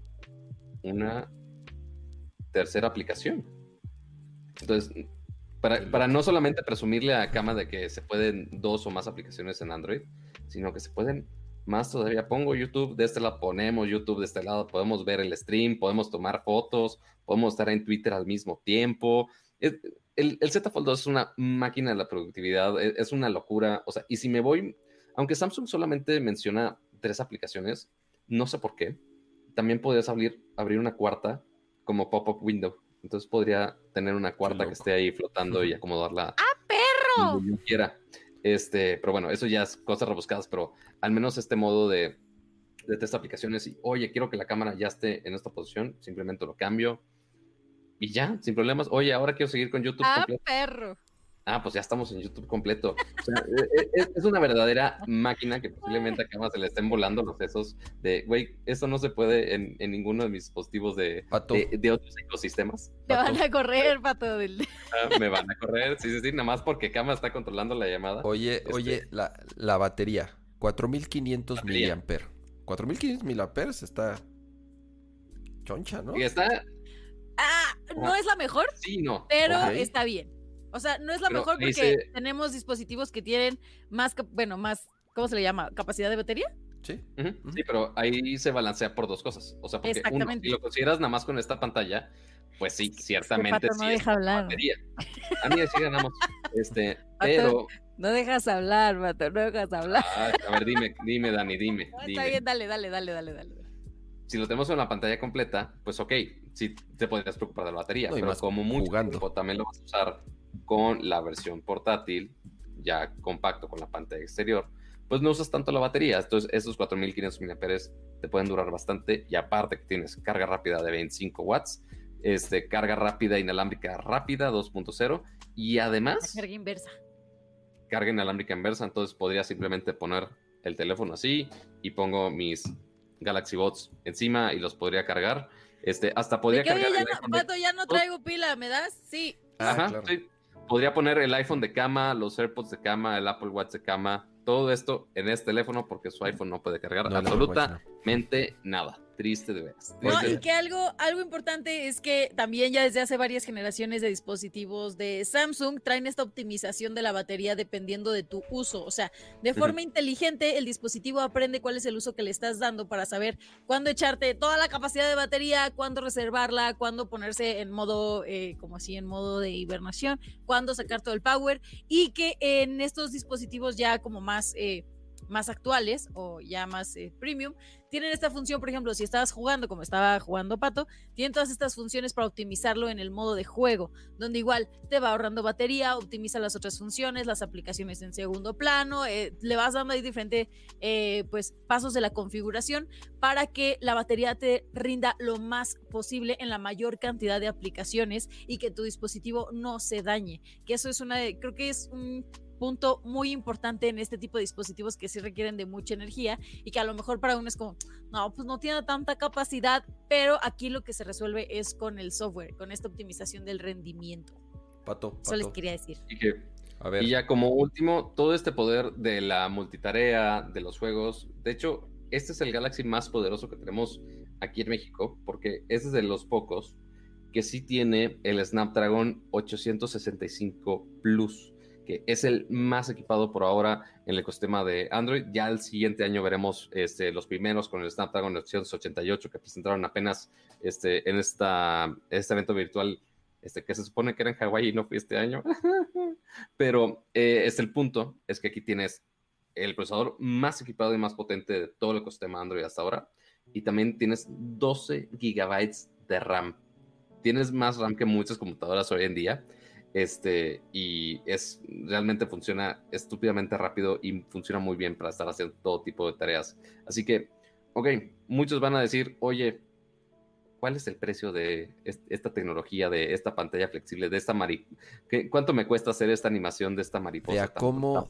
una tercera aplicación? Entonces, para no solamente presumirle a cama de que se pueden 2 o más aplicaciones en Android, sino que se pueden más todavía. Pongo YouTube de este lado, ponemos YouTube de este lado, podemos ver el stream, podemos tomar fotos, podemos estar en Twitter al mismo tiempo. El Z Fold 2 es una máquina de la productividad, es una locura. O sea, y si me voy, aunque Samsung solamente menciona 3 aplicaciones, no sé por qué, también podrías abrir una cuarta como pop-up window. Entonces podría tener una cuarta que esté ahí flotando y acomodarla. ¡Ah, perro! Como yo quiera. Pero bueno, eso ya es cosas rebuscadas, pero al menos este modo de detesto aplicaciones y, oye, quiero que la cámara ya esté en esta posición, simplemente lo cambio y ya, sin problemas. Oye, ahora quiero seguir con YouTube completo. Perro. Pues ya estamos en YouTube completo. O sea, es una verdadera máquina que posiblemente a cámara se le estén volando los sesos de, güey, esto no se puede en ninguno de mis dispositivos de otros ecosistemas. Te van a correr, Pato. Me van a correr, sí, nada más porque cámara está controlando la llamada. Oye, la batería, 4500 miliamperes. 4500 miliamperes está choncha, ¿no? Y está... no es la mejor, sí, no. Pero está bien. O sea, no es la mejor porque tenemos dispositivos que tienen más, ¿cómo se le llama? ¿Capacidad de batería? Sí. Sí, pero ahí se balancea por dos cosas. O sea, porque uno, si lo consideras nada más con esta pantalla, pues sí, ciertamente Pato, no deja hablar. Batería. A mí sí ganamos. Pero... No dejas hablar, Pato, no dejas hablar. A ver, dime, Dani, dime. Está bien, dale. Si lo tenemos en la pantalla completa, pues ok, sí te podrías preocupar de la batería, pero como mucho tiempo también lo vas a usar con la versión portátil, ya compacto con la pantalla exterior, pues no usas tanto la batería. Entonces esos 4500 mAh te pueden durar bastante, y aparte que tienes carga rápida de 25 watts, carga rápida inalámbrica rápida 2.0, y además carga inalámbrica inversa. Entonces podría simplemente poner el teléfono así y pongo mis Galaxy Buds encima y los podría cargar. Hasta podría cargar el iPhone. Pato, ya no traigo pila, ¿me das? Sí. Ajá, claro. Sí. Podría poner el iPhone de cama, los AirPods de cama, el Apple Watch de cama, todo esto en este teléfono, porque su iPhone no puede cargar absolutamente nada. Triste de veras. No, y que algo importante es que también ya desde hace varias generaciones de dispositivos de Samsung traen esta optimización de la batería dependiendo de tu uso. O sea, de forma inteligente el dispositivo aprende cuál es el uso que le estás dando para saber cuándo echarte toda la capacidad de batería, cuándo reservarla, cuándo ponerse en modo, en modo de hibernación, cuándo sacar todo el power, y que en estos dispositivos ya como más actuales o ya más premium, tienen esta función. Por ejemplo, si estabas jugando como estaba jugando Pato, tienen todas estas funciones para optimizarlo en el modo de juego, donde igual te va ahorrando batería, optimiza las otras funciones, las aplicaciones en segundo plano, le vas dando ahí diferentes pasos de la configuración para que la batería te rinda lo más posible en la mayor cantidad de aplicaciones y que tu dispositivo no se dañe, que eso es creo que es un punto muy importante en este tipo de dispositivos que sí requieren de mucha energía y que a lo mejor para uno es como, no, pues no tiene tanta capacidad, pero aquí lo que se resuelve es con el software, con esta optimización del rendimiento. Pato. Eso les quería decir. Y ya como último, todo este poder de la multitarea, de los juegos. De hecho, este es el Galaxy más poderoso que tenemos aquí en México, porque este es de los pocos que sí tiene el Snapdragon 865 Plus, que es el más equipado por ahora en el ecosistema de Android. Ya el siguiente año veremos los primeros con el Snapdragon 888 que presentaron apenas en este evento virtual que se supone que era en Hawái y no fue este año. Pero el punto es que aquí tienes el procesador más equipado y más potente de todo el ecosistema Android hasta ahora, y también tienes 12 gigabytes de RAM. Tienes más RAM que muchas computadoras hoy en día. Y realmente funciona estúpidamente rápido y funciona muy bien para estar haciendo todo tipo de tareas. Así que, muchos van a decir, oye, ¿cuál es el precio de esta tecnología, de esta pantalla flexible, de esta ¿cuánto me cuesta hacer esta animación de esta mariposa? Lo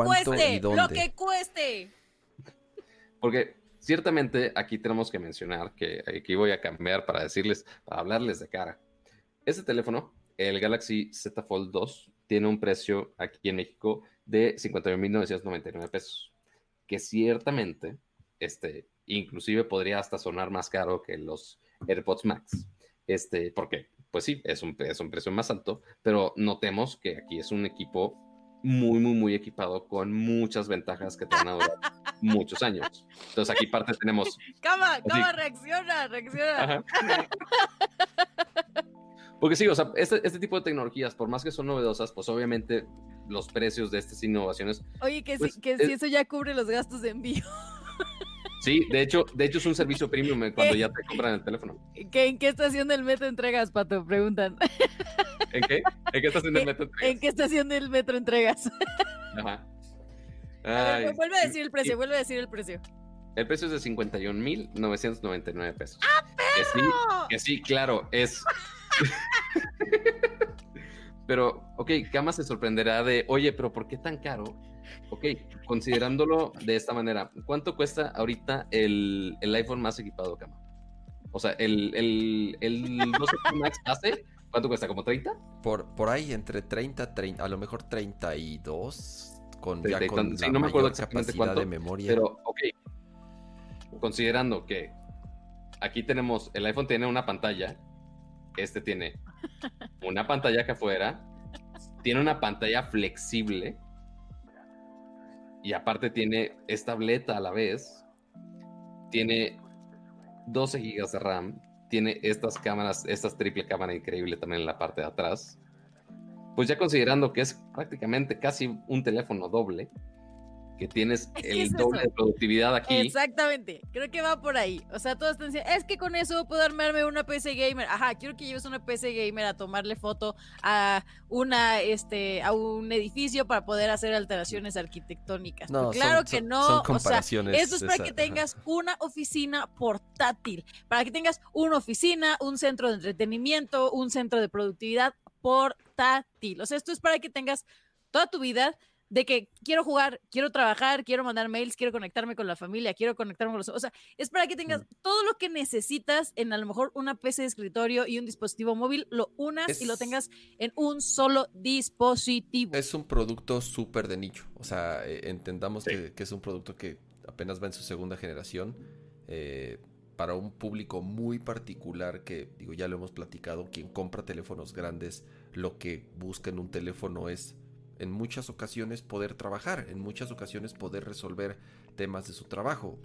que cueste. Porque ciertamente aquí tenemos que mencionar que aquí voy a cambiar para hablarles de cara. Este teléfono, el Galaxy Z Fold 2, tiene un precio aquí en México de $59,999, que ciertamente, inclusive podría hasta sonar más caro que los AirPods Max, porque, pues sí, es un precio más alto, pero notemos que aquí es un equipo muy, muy, muy equipado con muchas ventajas que te van a durar muchos años. Entonces aquí parte tenemos... Cama, reacciona. Ajá. Porque sí, o sea, este tipo de tecnologías, por más que son novedosas, pues obviamente los precios de estas innovaciones... Oye, si eso ya cubre los gastos de envío. Sí, de hecho es un servicio premium cuando ya te compran el teléfono. ¿En qué estación del metro entregas, Pato? Preguntan. ¿En qué? ¿En qué estación del metro entregas? ¿En qué estación del metro entregas? Ajá. A ver, vuelve a decir el precio. El precio es de 51,999 pesos. ¡Ah, perro! Que sí, claro, es... Pero, ok, Kama se sorprenderá de, oye, pero ¿por qué tan caro? Ok, considerándolo de esta manera, ¿cuánto cuesta ahorita el iPhone más equipado, Kama? O sea, el 12 Pro Max base, ¿cuánto cuesta? ¿Como 30? Por ahí entre 30, a lo mejor 32, con 30, ya con sí, la no me acuerdo mayor exactamente capacidad cuánto, de memoria. pero, ok, considerando que aquí tenemos, el iPhone tiene una pantalla, este tiene una pantalla acá afuera, tiene una pantalla flexible y aparte tiene es tableta a la vez, tiene 12 GB de RAM, tiene estas cámaras, estas triple cámara increíble también en la parte de atrás. Pues ya considerando que es prácticamente casi un teléfono doble, que tienes el doble de productividad aquí. Exactamente, creo que va por ahí. O sea, todos están diciendo, es que con eso puedo armarme una PC gamer. Ajá, quiero que lleves una PC gamer a tomarle foto a a un edificio para poder hacer alteraciones arquitectónicas. No, claro que no. Son comparaciones. O sea, esto es para que tengas una oficina portátil, para que tengas una oficina, un centro de entretenimiento, un centro de productividad portátil. O sea, esto es para que tengas toda tu vida de que quiero jugar, quiero trabajar, quiero mandar mails, quiero conectarme con la familia, quiero conectarme con los... O sea, es para que tengas todo lo que necesitas en a lo mejor una PC de escritorio y un dispositivo móvil, lo unas y lo tengas en un solo dispositivo. Es un producto súper de nicho. O sea, entendamos que es un producto que apenas va en su segunda generación. Para un público muy particular que, digo, ya lo hemos platicado, quien compra teléfonos grandes, lo que busca en un teléfono es en muchas ocasiones poder trabajar, en muchas ocasiones poder resolver temas de su trabajo.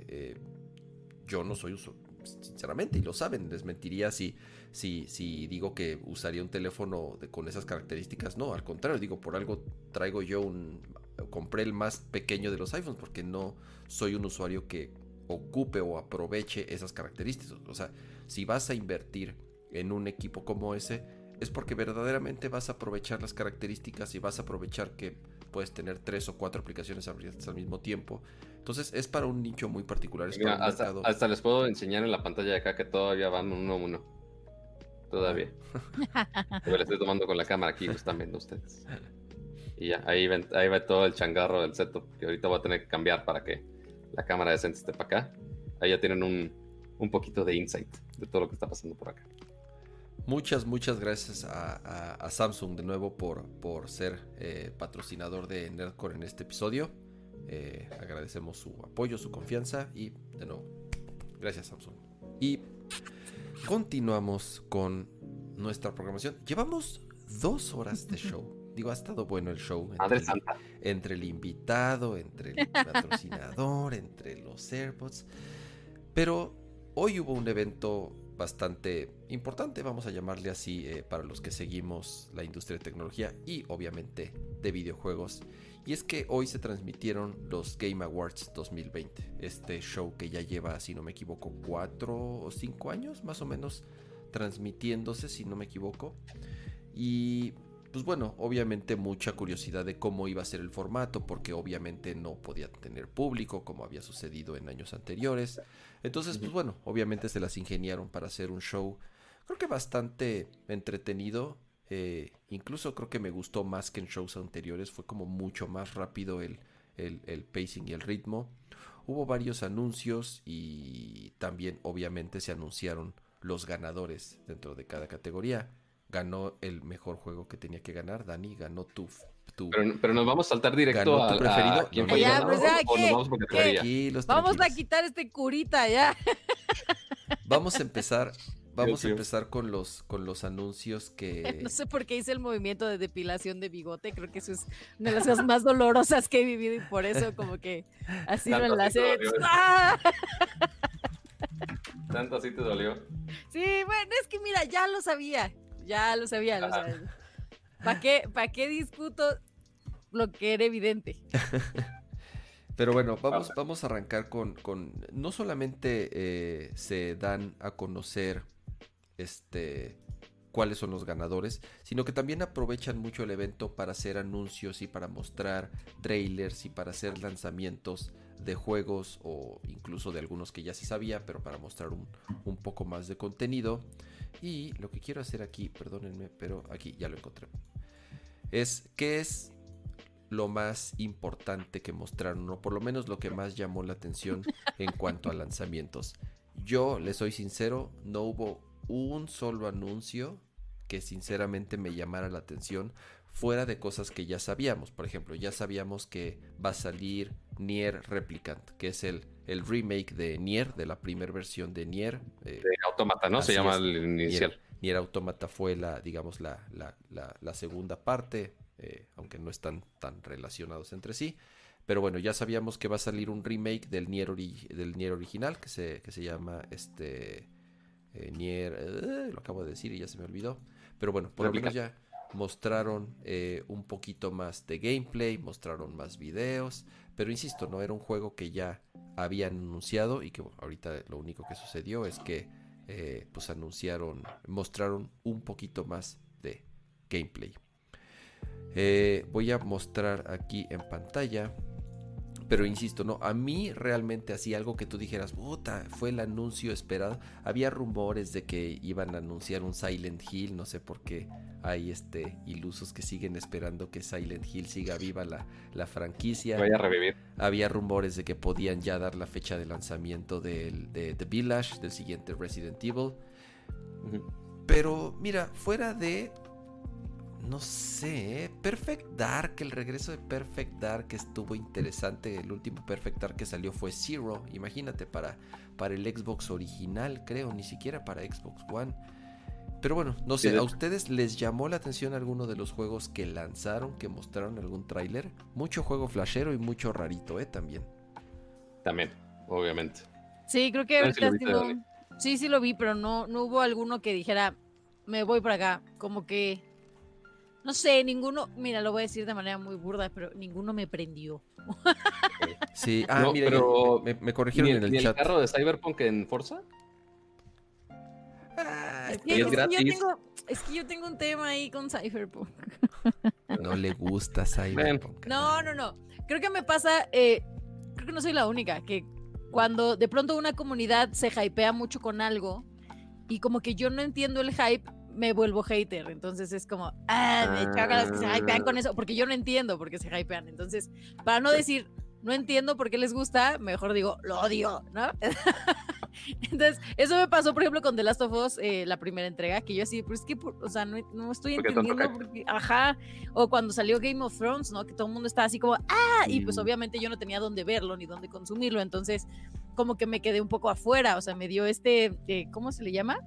Yo no soy sinceramente, y lo saben, les mentiría si digo que usaría un teléfono con esas características. No, al contrario, digo, por algo traigo yo compré el más pequeño de los iPhones, porque no soy un usuario que ocupe o aproveche esas características. O sea, si vas a invertir en un equipo como ese, es porque verdaderamente vas a aprovechar las características y vas a aprovechar que puedes tener 3 o 4 aplicaciones abiertas al mismo tiempo. Entonces es para un nicho muy particular. Es Mira, para un mercado... hasta les puedo enseñar en la pantalla de acá que todavía van uno a uno. Todavía. Pero le estoy tomando con la cámara aquí, lo están viendo ustedes. Y ya, ahí va todo el changarro del setup, que ahorita voy a tener que cambiar para que la cámara decente esté para acá. Ahí ya tienen un poquito de insight de todo lo que está pasando por acá. Muchas gracias a Samsung de nuevo por ser patrocinador de Nerdcore en este episodio. Agradecemos su apoyo, su confianza y de nuevo, gracias Samsung. Y continuamos con nuestra programación. Llevamos 2 horas de show. Digo, ha estado bueno el show. Entre el invitado, entre el patrocinador, entre los AirPods. Pero hoy hubo un evento bastante importante, vamos a llamarle así, para los que seguimos la industria de tecnología y obviamente de videojuegos. Y es que hoy se transmitieron los Game Awards 2020. Este show que ya lleva, si no me equivoco, 4 o 5 años más o menos transmitiéndose, si no me equivoco. Y pues bueno, obviamente mucha curiosidad de cómo iba a ser el formato, porque obviamente no podía tener público como había sucedido en años anteriores. Entonces, pues bueno, obviamente se las ingeniaron para hacer un show, creo que bastante entretenido. Incluso creo que me gustó más que en shows anteriores, fue como mucho más rápido el pacing y el ritmo. Hubo varios anuncios y también obviamente se anunciaron los ganadores dentro de cada categoría. Ganó el mejor juego que tenía que ganar, Dani, ganó tu pero nos vamos a saltar directo a tu preferido. ¿Quién fue el ganador, o nos vamos por categoría? Vamos a quitar este curita ya. Vamos a empezar con los anuncios que... No sé por qué hice el movimiento de depilación de bigote, creo que eso es una de las cosas más dolorosas que he vivido y por eso como que así lo enlacé. ¿Tanto así te dolió? Sí, bueno, es que mira, ya lo sabía. ¿Para qué discuto lo que era evidente? Pero bueno, vamos a arrancar con no solamente se dan a conocer cuáles son los ganadores, sino que también aprovechan mucho el evento para hacer anuncios y para mostrar trailers y para hacer lanzamientos de juegos o incluso de algunos que ya se sabía, pero para mostrar un poco más de contenido. Y lo que quiero hacer aquí, perdónenme, pero aquí ya lo encontré, es qué es lo más importante que mostraron, o por lo menos lo que más llamó la atención en cuanto a lanzamientos. Yo, les soy sincero, no hubo un solo anuncio que sinceramente me llamara la atención fuera de cosas que ya sabíamos. Por ejemplo, ya sabíamos que va a salir Nier Replicant, que es el remake de Nier, de la primera versión de Nier. De Automata, ¿no? Se llama el inicial. Nier Automata fue la segunda parte, aunque no están tan relacionados entre sí. Pero bueno, ya sabíamos que va a salir un remake del Nier original, que se llama Nier... lo acabo de decir y ya se me olvidó. Pero bueno, por lo menos ya mostraron un poquito más de gameplay, mostraron más videos. Pero insisto, no era un juego que ya habían anunciado y que bueno, ahorita lo único que sucedió es que pues mostraron un poquito más de gameplay. Voy a mostrar aquí en pantalla. Pero insisto, no, a mí realmente así algo que tú dijeras, puta, fue el anuncio esperado. Había rumores de que iban a anunciar un Silent Hill, no sé por qué hay ilusos que siguen esperando que Silent Hill siga viva la franquicia. Vaya a revivir. Había rumores de que podían ya dar la fecha de lanzamiento de The Village, del siguiente Resident Evil. Pero mira, fuera de... No sé, Perfect Dark, el regreso de Perfect Dark estuvo interesante. El último Perfect Dark que salió fue Zero, imagínate, para el Xbox original, creo, ni siquiera para Xbox One. Pero bueno, no sé, ¿a ustedes les llamó la atención alguno de los juegos que lanzaron, que mostraron algún tráiler? Mucho juego flashero y mucho rarito, también. También, obviamente. Sí, creo que ahorita sí lo vi, pero no hubo alguno que dijera, me voy para acá, como que... No sé, ninguno, mira, lo voy a decir de manera muy burda, pero ninguno me prendió. Sí, no, mira, pero me corrigieron en el chat. ¿El carro de Cyberpunk en Forza? Es que yo tengo un tema ahí con Cyberpunk. No le gusta Cyberpunk. No. Creo que me pasa, creo que no soy la única, que cuando de pronto una comunidad se hypea mucho con algo y como que yo no entiendo el hype, me vuelvo hater, entonces es como, me chocan los que se hypean con eso, porque yo no entiendo por qué se hypean, entonces, para no decir, no entiendo por qué les gusta, mejor digo, lo odio, ¿no? Entonces, eso me pasó, por ejemplo, con The Last of Us, la primera entrega, que yo así, pero es que, o sea, no estoy entendiendo, porque, o cuando salió Game of Thrones, ¿no? Que todo el mundo estaba así como, y pues obviamente yo no tenía dónde verlo, ni dónde consumirlo, entonces, como que me quedé un poco afuera, o sea, me dio ¿cómo se le llama?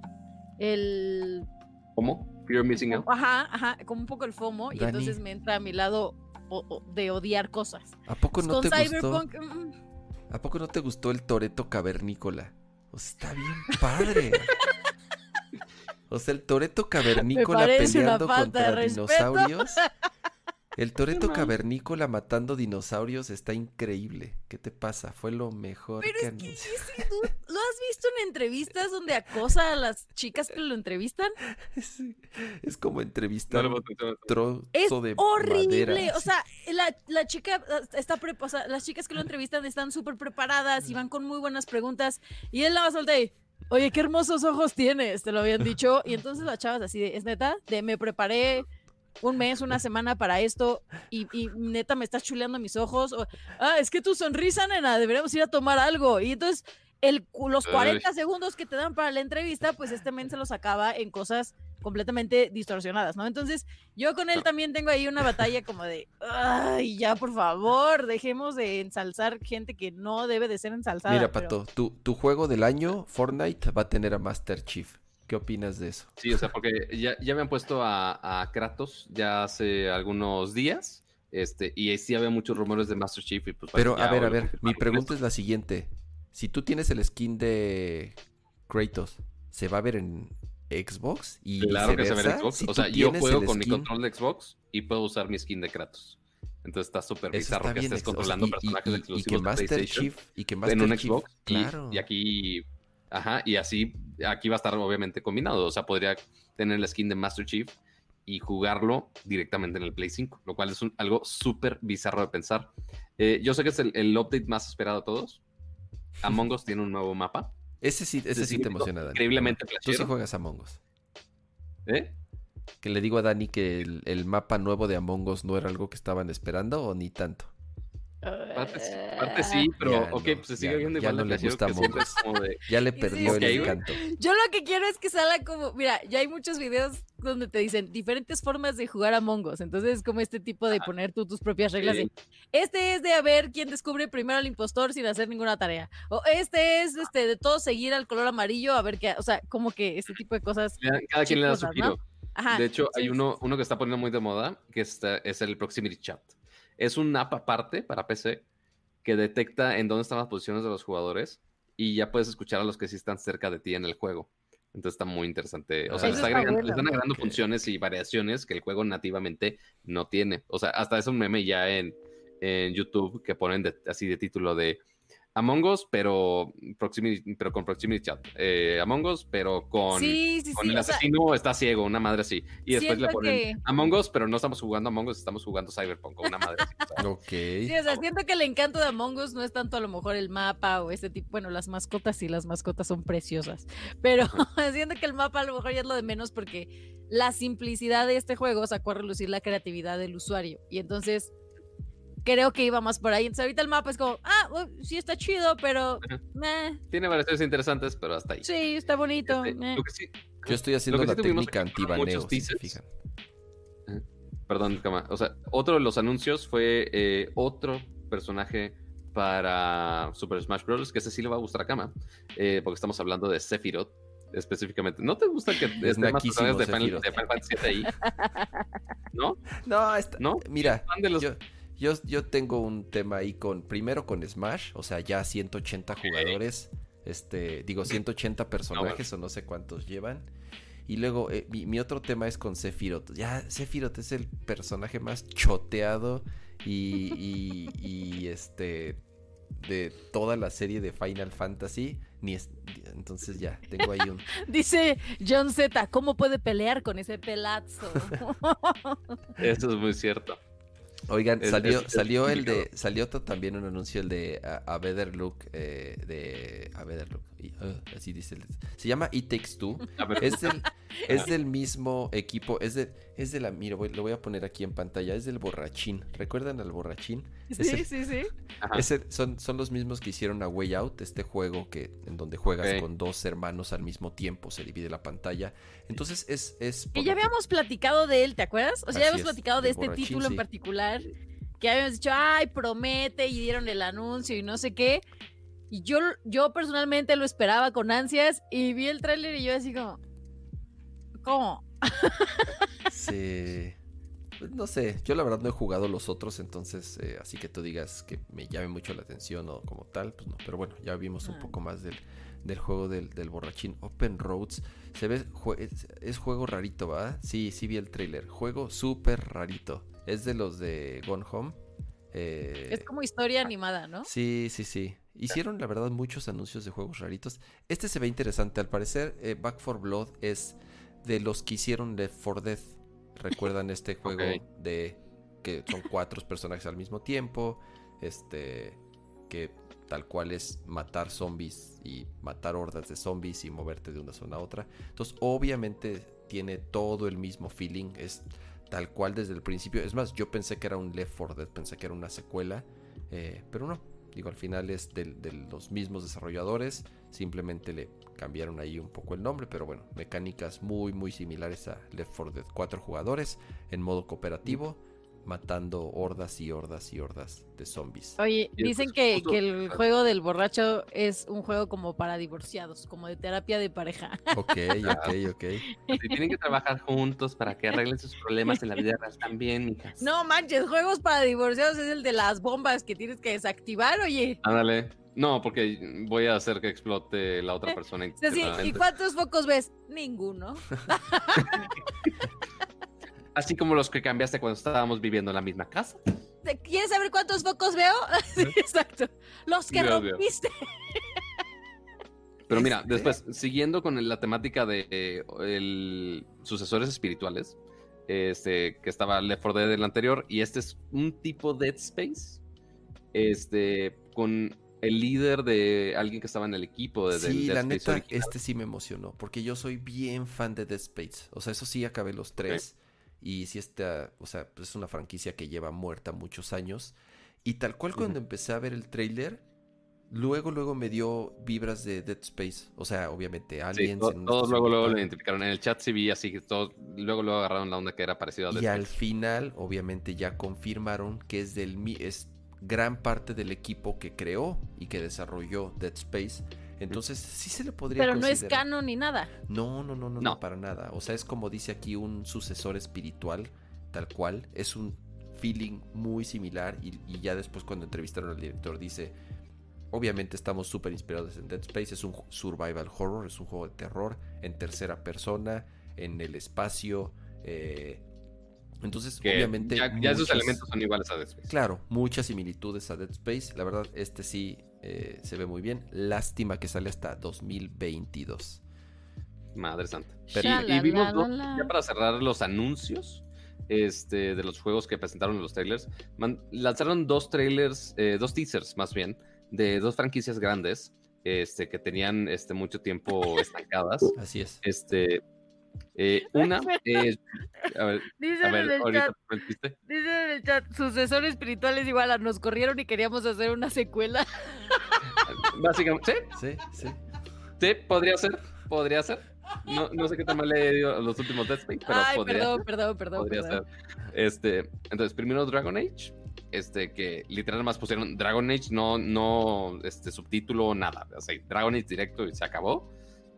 ¿Cómo? Fear Missing Out. Ajá, como un poco el FOMO, Dani. Y entonces me entra a mi lado de odiar cosas. ¿A poco no con te Cyberpunk, gustó? ¿A poco no te gustó el Toretto cavernícola? O sea, está bien padre. O sea, el Toretto cavernícola peleando contra dinosaurios. El Toretto cavernícola matando dinosaurios está increíble. ¿Qué te pasa? Fue lo mejor pero que anunció. ¿Lo has visto en entrevistas donde acosa a las chicas que lo entrevistan? Es como entrevistar un trozo es de horrible. madera. O sea, la chica está o sea, las chicas que lo entrevistan están súper preparadas y van con muy buenas preguntas. Y él la va a soltar y, oye, qué hermosos ojos tienes, te lo habían dicho. Y entonces las chavas así de, ¿es neta? Me preparé un mes, una semana para esto y neta me estás chuleando mis ojos. Es que tu sonrisa, nena, deberíamos ir a tomar algo. Y entonces los 40 segundos que te dan para la entrevista, pues men se los acaba en cosas completamente distorsionadas, ¿no? Entonces yo con él también tengo ahí una batalla como de, ay, ya por favor, dejemos de ensalzar gente que no debe de ser ensalzada. Mira, Pato, tu juego del año, Fortnite, va a tener a Master Chief. ¿Qué opinas de eso? Sí, o sea, porque ya me han puesto a Kratos ya hace algunos días, y sí había muchos rumores de Master Chief. Y pues, pero, a ver, mi pregunta es la siguiente. Si tú tienes el skin de Kratos, ¿se va a ver en Xbox? Y claro que se ve en Xbox. Si o sea, yo juego con mi control de Xbox y puedo usar mi skin de Kratos. Entonces está súper bizarro que estés controlando personajes exclusivos de PlayStation en un Xbox. Claro. Y aquí... Ajá, y así, aquí va a estar obviamente combinado. O sea, podría tener la skin de Master Chief y jugarlo directamente en el Play 5, lo cual es algo súper bizarro de pensar. Yo sé que es el update más esperado de todos. Among Us tiene un nuevo mapa. Ese sí te emociona, Dani. Increíblemente Tú flashero. sí juegas Among Us. ¿Eh? Que le digo a Dani que el mapa nuevo de Among Us no era algo que estaban esperando o ni tanto. Parte sí, pero Ya ok, no, pues se sigue ya viendo no, ya igual no de le flashero gusta que siempre Among es como de... Ya le perdió sí, el ok, encanto. Yo lo que quiero es que salga como, mira, ya hay muchos videos donde te dicen diferentes formas de jugar Among Us, entonces es como este tipo de poner tú tus propias reglas de, este es de a ver quién descubre primero al impostor sin hacer ninguna tarea, o este es de todos seguir al color amarillo a ver qué, o sea, como que este tipo de cosas. Cada quien le da su chistosas, giro. ¿no? Ajá, De hecho, hay sí. uno que está poniendo muy de moda, que es el Proximity Chat. Es un app aparte para PC que detecta en dónde están las posiciones de los jugadores y ya puedes escuchar a los que sí están cerca de ti en el juego. Entonces está muy interesante. O sea, le Eso están está bueno. agregando Ok. funciones y variaciones que el juego nativamente no tiene. O sea, hasta es un meme ya en YouTube que ponen así de título de Among Us, pero con Proximity Chat. Among Us, pero con Sí, el o sea, asesino está ciego, una madre así. Y después le siento ponen que- Among Us, pero no estamos jugando Among Us, estamos jugando Cyberpunk, o una madre así. O sea, Ok. Sí, o sea, siento que el encanto de Among Us no es tanto a lo mejor el mapa o este tipo, bueno, las mascotas sí, las mascotas son preciosas, pero siento que el mapa a lo mejor ya es lo de menos porque la simplicidad de este juego sacó a relucir la creatividad del usuario y entonces creo que iba más por ahí. Entonces ahorita el mapa es como, sí está chido, pero tiene variaciones interesantes, pero hasta ahí. sí, está bonito. Lo que sí, Yo estoy haciendo lo que la sí tuvimos técnica que comprar antibaneo, muchos si se teasers. fijan. Perdón, Kama. O sea, otro de los anuncios fue otro personaje para Super Smash Bros. Que ese sí le va a gustar a Kama, porque estamos hablando de Sephiroth específicamente. ¿No te gusta que estén más personajes de Final Fantasy VII ahí? ¿No? No, ¿No? mira, Fan de los... yo tengo un tema ahí primero con Smash, o sea, ya 180 jugadores, 180 personajes o no sé cuántos llevan. Y luego mi otro tema es con Sephiroth. Ya Sephiroth es el personaje más choteado y de toda la serie de Final Fantasy. Entonces ya, tengo ahí un... Dice John Z, ¿cómo puede pelear con ese pelazo? Eso es muy cierto. Oigan, es salió también un anuncio, el de A Better Look, así dice, se llama It Takes Two, es del mismo equipo, mira, lo voy a poner aquí en pantalla, es del Borrachín, ¿recuerdan al Borrachín? Sí. Son los mismos que hicieron A Way Out, este juego en donde juegas con dos hermanos al mismo tiempo, se divide la pantalla, entonces es que ya habíamos platicado de él, ¿te acuerdas? O sea, ya habíamos platicado de este Borrachín, título en sí. particular, que habíamos dicho, ay, promete, y dieron el anuncio y no sé qué. Y yo personalmente lo esperaba con ansias y vi el tráiler y yo así como, ¿cómo? Sí. Pues no sé, yo la verdad no he jugado los otros, entonces así que tú digas que me llame mucho la atención o como tal, pues no. Pero bueno, ya vimos un poco más del juego del Borrachín. Open Roads, se ve, es juego rarito, ¿va? Sí vi el trailer. Juego súper rarito. Es de los de Gone Home. Es como historia animada, ¿no? Sí. Hicieron, la verdad, muchos anuncios de juegos raritos. Este se ve interesante. Al parecer, Back 4 Blood es de los que hicieron Left 4 Dead. ¿Recuerdan este juego de que son 4 personajes al mismo tiempo? Que tal cual es matar zombies y matar hordas de zombies y moverte de una zona a otra. Entonces, obviamente, tiene todo el mismo feeling. Es tal cual desde el principio. Es más, yo pensé que era un Left 4 Dead, pensé que era una secuela. Pero no. Digo, al final es de los mismos desarrolladores. Simplemente le cambiaron ahí un poco el nombre. Pero bueno, mecánicas muy, muy similares a Left 4 Dead. 4 jugadores en modo cooperativo, matando hordas y hordas y hordas de zombies. Oye, dicen que el juego del borracho es un juego como para divorciados, como de terapia de pareja. Ok. Si tienen que trabajar juntos para que arreglen sus problemas en la vida real también, mijas. No manches, juegos para divorciados es el de las bombas que tienes que desactivar, oye. Ándale. No, porque voy a hacer que explote la otra persona. Sí, ¿y cuántos focos ves? Ninguno. Así como los que cambiaste cuando estábamos viviendo en la misma casa. ¿Quieres saber cuántos focos veo? Sí, exacto. Los que rompiste. Pero mira, después, siguiendo con la temática de sucesores espirituales, que estaba Left 4 Dead del anterior, y este es un tipo Dead Space, con el líder de alguien que estaba en el equipo de Sí, Dead la Space neta, original. sí me emocionó, porque yo soy bien fan de Dead Space. O sea, eso sí, acabé los 3. Y sí o sea, pues es una franquicia que lleva muerta muchos años. Y tal cual cuando empecé a ver el tráiler, luego me dio vibras de Dead Space. O sea, obviamente aliens en una Todos estación luego lo virtual. identificaron. En el chat sí vi así que todos luego agarraron la onda que era parecido a Dead Y Space. al final, obviamente, ya confirmaron que es gran parte del equipo que creó y que desarrolló Dead Space. Entonces, sí se le podría Pero no es considerar. canon ni nada. No, para nada. O sea, es como dice aquí un sucesor espiritual, tal cual. Es un feeling muy similar. Y ya después, cuando entrevistaron al director, dice: obviamente estamos súper inspirados en Dead Space. Es un survival horror, es un juego de terror en tercera persona, en el espacio. Entonces, Que obviamente. Ya esos elementos son iguales a Dead Space. Claro, muchas similitudes a Dead Space. La verdad, sí se ve muy bien. Lástima que sale hasta 2022. Madre santa. Pero- Y vimos ya para cerrar los anuncios de los juegos que presentaron en los trailers. Lanzaron dos teasers más bien, de dos franquicias grandes que tenían mucho tiempo estancadas. Así es. Una es. Dicen A ver, en el ahorita chat, ¿me entendiste? dicen en el chat, sucesor espiritual es igual a nos corrieron y queríamos hacer una secuela. Básicamente, Sí. sí, podría ser. No sé qué tan mal le he ido a los últimos Dead Space, pero Ay, podría perdón. ser. Entonces, primero Dragon Age, que literal más pusieron Dragon Age, no subtítulo, nada. O sea, Dragon Age directo y se acabó.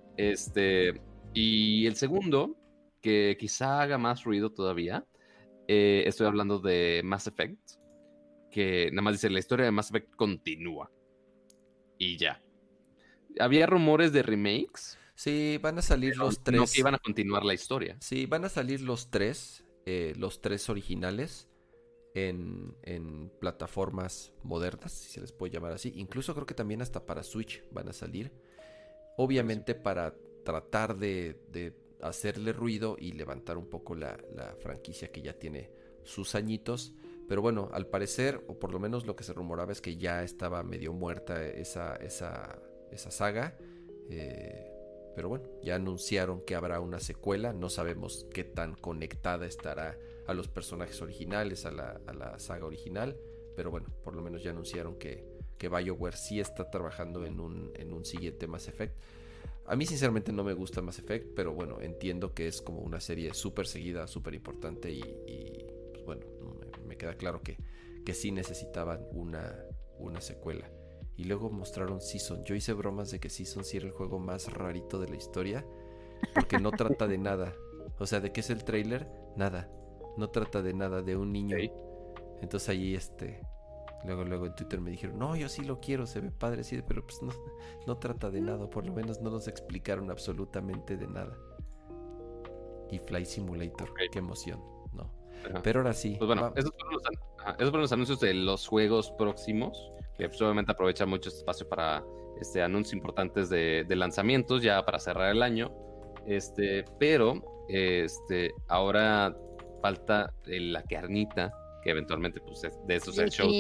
Y el segundo, que quizá haga más ruido todavía, estoy hablando de Mass Effect, que nada más dice, la historia de Mass Effect continúa. Y ya. Había rumores de remakes. Sí, van a salir los 3. No que iban a continuar la historia. Sí, van a salir los 3 originales en plataformas modernas, si se les puede llamar así. Incluso creo que también hasta para Switch van a salir. Obviamente para tratar de hacerle ruido y levantar un poco la franquicia que ya tiene sus añitos. Pero bueno, al parecer, o por lo menos lo que se rumoraba es que ya estaba medio muerta esa saga. Pero bueno, ya anunciaron que habrá una secuela. No sabemos qué tan conectada estará a los personajes originales, a la saga original. Pero bueno, por lo menos ya anunciaron que BioWare sí está trabajando en un siguiente Mass Effect. A mí sinceramente no me gusta Mass Effect, pero bueno, entiendo que es como una serie súper seguida, súper importante y pues bueno, me queda claro que sí necesitaban una secuela. Y luego mostraron Season. Yo hice bromas de que Season sí era el juego más rarito de la historia, porque no trata de nada. O sea, ¿de qué es el tráiler? Nada. No trata de nada, de un niño. Sí. Entonces ahí luego en Twitter me dijeron, no, yo sí lo quiero, se ve padre, sí, pero pues no trata de nada, por lo menos no nos explicaron absolutamente de nada. Y Flight Simulator, qué emoción, ¿no? Ajá. Pero ahora sí. Pues bueno, esos fueron los anuncios de los juegos próximos, que pues, obviamente aprovecha mucho este espacio para anuncios importantes de lanzamientos, ya para cerrar el año. Pero ahora falta la carnita, que eventualmente pues de estos shows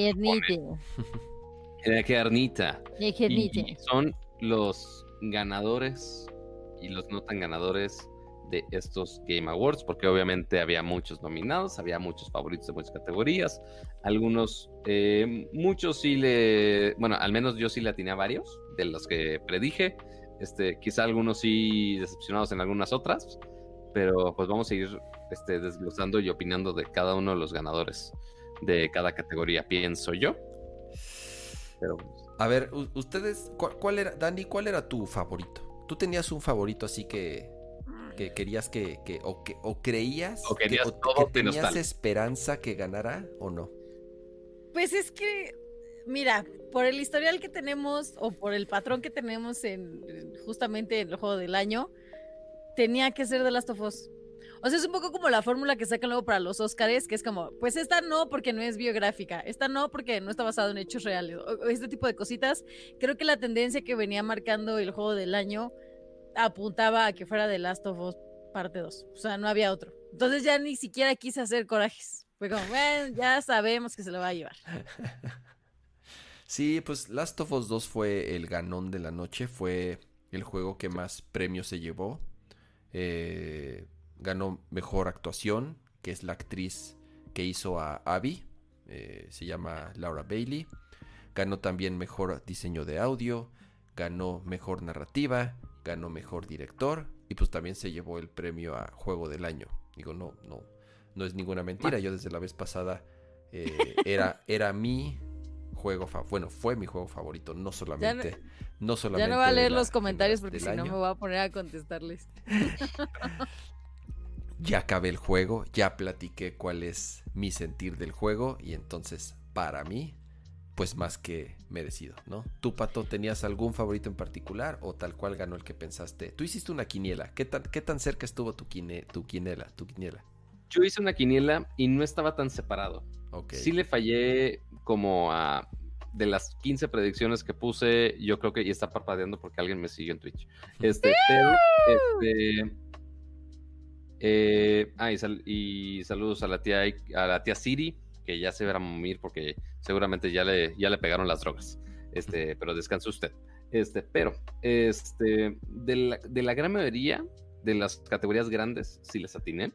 la carnita. Y son los ganadores y los no tan ganadores de estos Game Awards, porque obviamente había muchos nominados, había muchos favoritos de muchas categorías, algunos, muchos sí bueno, al menos yo sí le atiné a varios de los que predije, quizá algunos sí decepcionados en algunas otras, pero pues vamos a ir desglosando y opinando de cada uno de los ganadores de cada categoría, pienso yo. Pero a ver, ustedes, ¿cuál era, Dani, cuál era tu favorito? ¿Tú tenías un favorito así que querías o creías que tenías esperanza que ganara o no? Pues es que, mira, por el historial que tenemos o por el patrón que tenemos justamente en el juego del año, tenía que ser The Last of Us. O sea, es un poco como la fórmula que sacan luego para los Óscares, que es como, pues esta no porque no es biográfica, esta no porque no está basado en hechos reales, o este tipo de cositas. Creo que la tendencia que venía marcando el juego del año apuntaba a que fuera The Last of Us parte 2. O sea, no había otro. Entonces ya ni siquiera quise hacer corajes. Fue como, bueno, ya sabemos que se lo va a llevar. Sí, pues Last of Us 2 fue el ganón de la noche, fue el juego que más premios se llevó. Ganó mejor actuación, que es la actriz que hizo a Abby, se llama Laura Bailey. Ganó también mejor diseño de audio, ganó mejor narrativa, ganó mejor director y pues también se llevó el premio a juego del año. Digo, no es ninguna mentira. Yo desde la vez pasada era mi juego fue mi juego favorito, no solamente. Ya no voy a leer los comentarios porque si no me voy a poner a contestarles. Ya acabé el juego, ya platiqué cuál es mi sentir del juego y entonces para mí, pues más que merecido, ¿no? ¿Tú, Pato, tenías algún favorito en particular o tal cual ganó el que pensaste? Tú hiciste una quiniela, ¿qué tan cerca estuvo tu quiniela? Yo hice una quiniela y no estaba tan separado. Okay. Sí le fallé como a... De las 15 predicciones que puse, yo creo que... Y está parpadeando porque alguien me siguió en Twitch. Y saludos a la tía Siri, que ya se verá morir porque seguramente ya le pegaron las drogas. Pero descanse usted. De la gran mayoría de las categorías grandes, sí les atiné.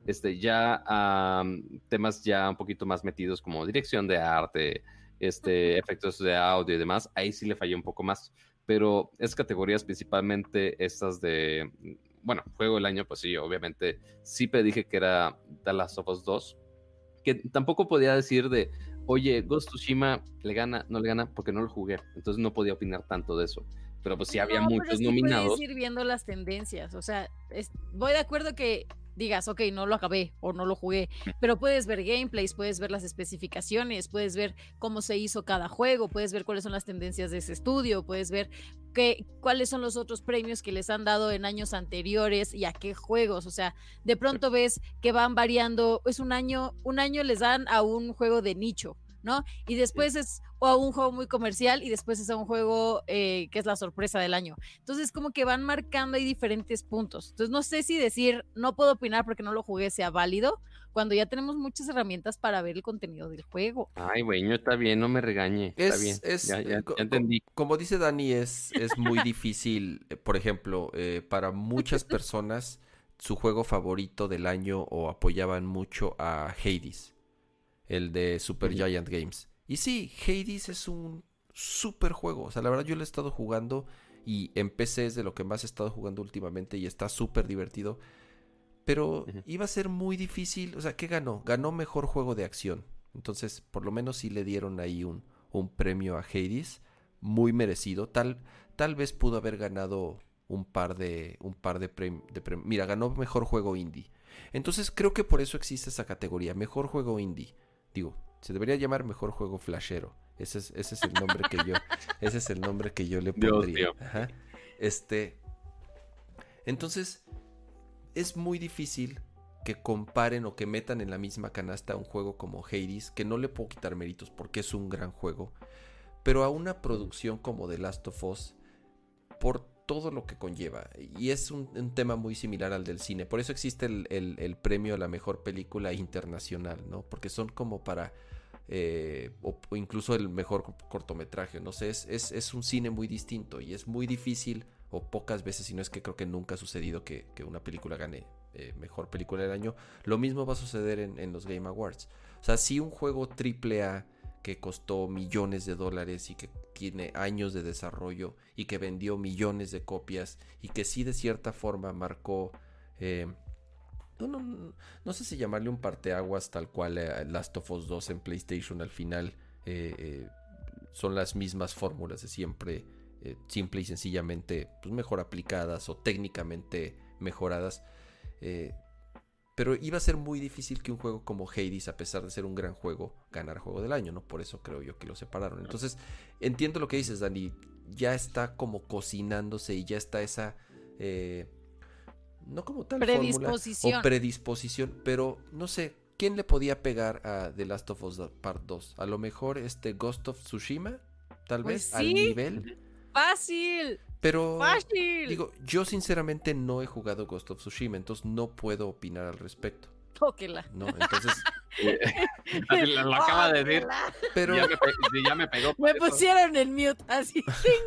Temas ya un poquito más metidos como dirección de arte, efectos de audio y demás, ahí sí le fallé un poco más, pero es categorías principalmente estas de, bueno, juego del año, pues sí, obviamente sí predije que era The Last of Us 2, que tampoco podía decir de, oye, Ghost of Tsushima le gana, no le gana, porque no lo jugué, entonces no podía opinar tanto de eso, pero pues sí había muchos nominados. Puedes ir viendo las tendencias, o sea, voy de acuerdo que digas, ok, no lo acabé o no lo jugué, pero puedes ver gameplays, puedes ver las especificaciones, puedes ver cómo se hizo cada juego, puedes ver cuáles son las tendencias de ese estudio, puedes ver cuáles son los otros premios que les han dado en años anteriores y a qué juegos, o sea, de pronto ves que van variando, es un año les dan a un juego de nicho, ¿no? Y después es a un juego muy comercial y después es a un juego que es la sorpresa del año. Entonces como que van marcando ahí diferentes puntos. Entonces no sé si decir no puedo opinar porque no lo jugué sea válido cuando ya tenemos muchas herramientas para ver el contenido del juego. Ay, güey, no está bien, no me regañe. Está bien, ya entendí. Como dice Dani, es muy difícil, por ejemplo, para muchas personas su juego favorito del año o apoyaban mucho a Hades, el de Supergiant Games. Y sí, Hades es un super juego. O sea, la verdad yo lo he estado jugando y en PC es de lo que más he estado jugando últimamente y está súper divertido. Pero iba a ser muy difícil. O sea, ¿qué ganó? Ganó mejor juego de acción. Entonces, por lo menos sí le dieron ahí un premio a Hades. Muy merecido. Tal vez pudo haber ganado un par de premios. Mira, ganó mejor juego indie. Entonces creo que por eso existe esa categoría. Mejor juego indie. Digo, se debería llamar mejor juego flashero. Ese es el nombre que yo le pondría. Ajá. Entonces, es muy difícil que comparen o que metan en la misma canasta un juego como Hades, que no le puedo quitar méritos porque es un gran juego, pero a una producción como The Last of Us, por todo lo que conlleva, y es un tema muy similar al del cine, por eso existe el premio a la mejor película internacional, ¿no? Porque son como para o incluso el mejor cortometraje, no sé, es un cine muy distinto y es muy difícil, o pocas veces, si no es que creo que nunca ha sucedido que una película gane mejor película del año. Lo mismo va a suceder en los Game Awards. O sea, si un juego AAA que costó millones de dólares y que tiene años de desarrollo y que vendió millones de copias y que sí de cierta forma marcó, no sé si llamarle un parteaguas tal cual Last of Us 2 en PlayStation al final, son las mismas fórmulas de siempre, simple y sencillamente pues mejor aplicadas o técnicamente mejoradas, pero iba a ser muy difícil que un juego como Hades, a pesar de ser un gran juego, ganara juego del año, ¿no? Por eso creo yo que lo separaron. Entonces, entiendo lo que dices, Dani. Ya está como cocinándose y ya está esa, no como tal predisposición. Fórmula o predisposición, pero no sé, ¿quién le podía pegar a The Last of Us Part 2? A lo mejor Ghost of Tsushima, tal vez, sí. al nivel. ¡Fácil! Pero, ¡Fácil! Digo, yo sinceramente no he jugado Ghost of Tsushima, entonces no puedo opinar al respecto. Tóquela. No, entonces, Así lo acaba de decir. Pero ya me pegó. Me pusieron el mute, así.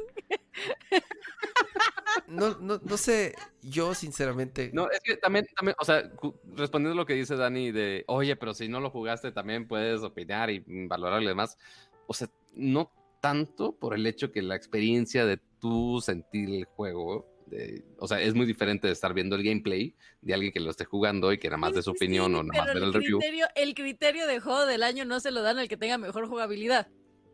no sé, yo sinceramente... No, es que también, o sea, respondiendo a lo que dice Dani de, oye, pero si no lo jugaste también puedes opinar y valorar y demás. O sea, no tanto por el hecho que la experiencia de tú sentir el juego, o sea, es muy diferente de estar viendo el gameplay de alguien que lo esté jugando y que nada más dé su opinión o nada más ver el review. El criterio de juego del año no se lo dan al que tenga mejor jugabilidad.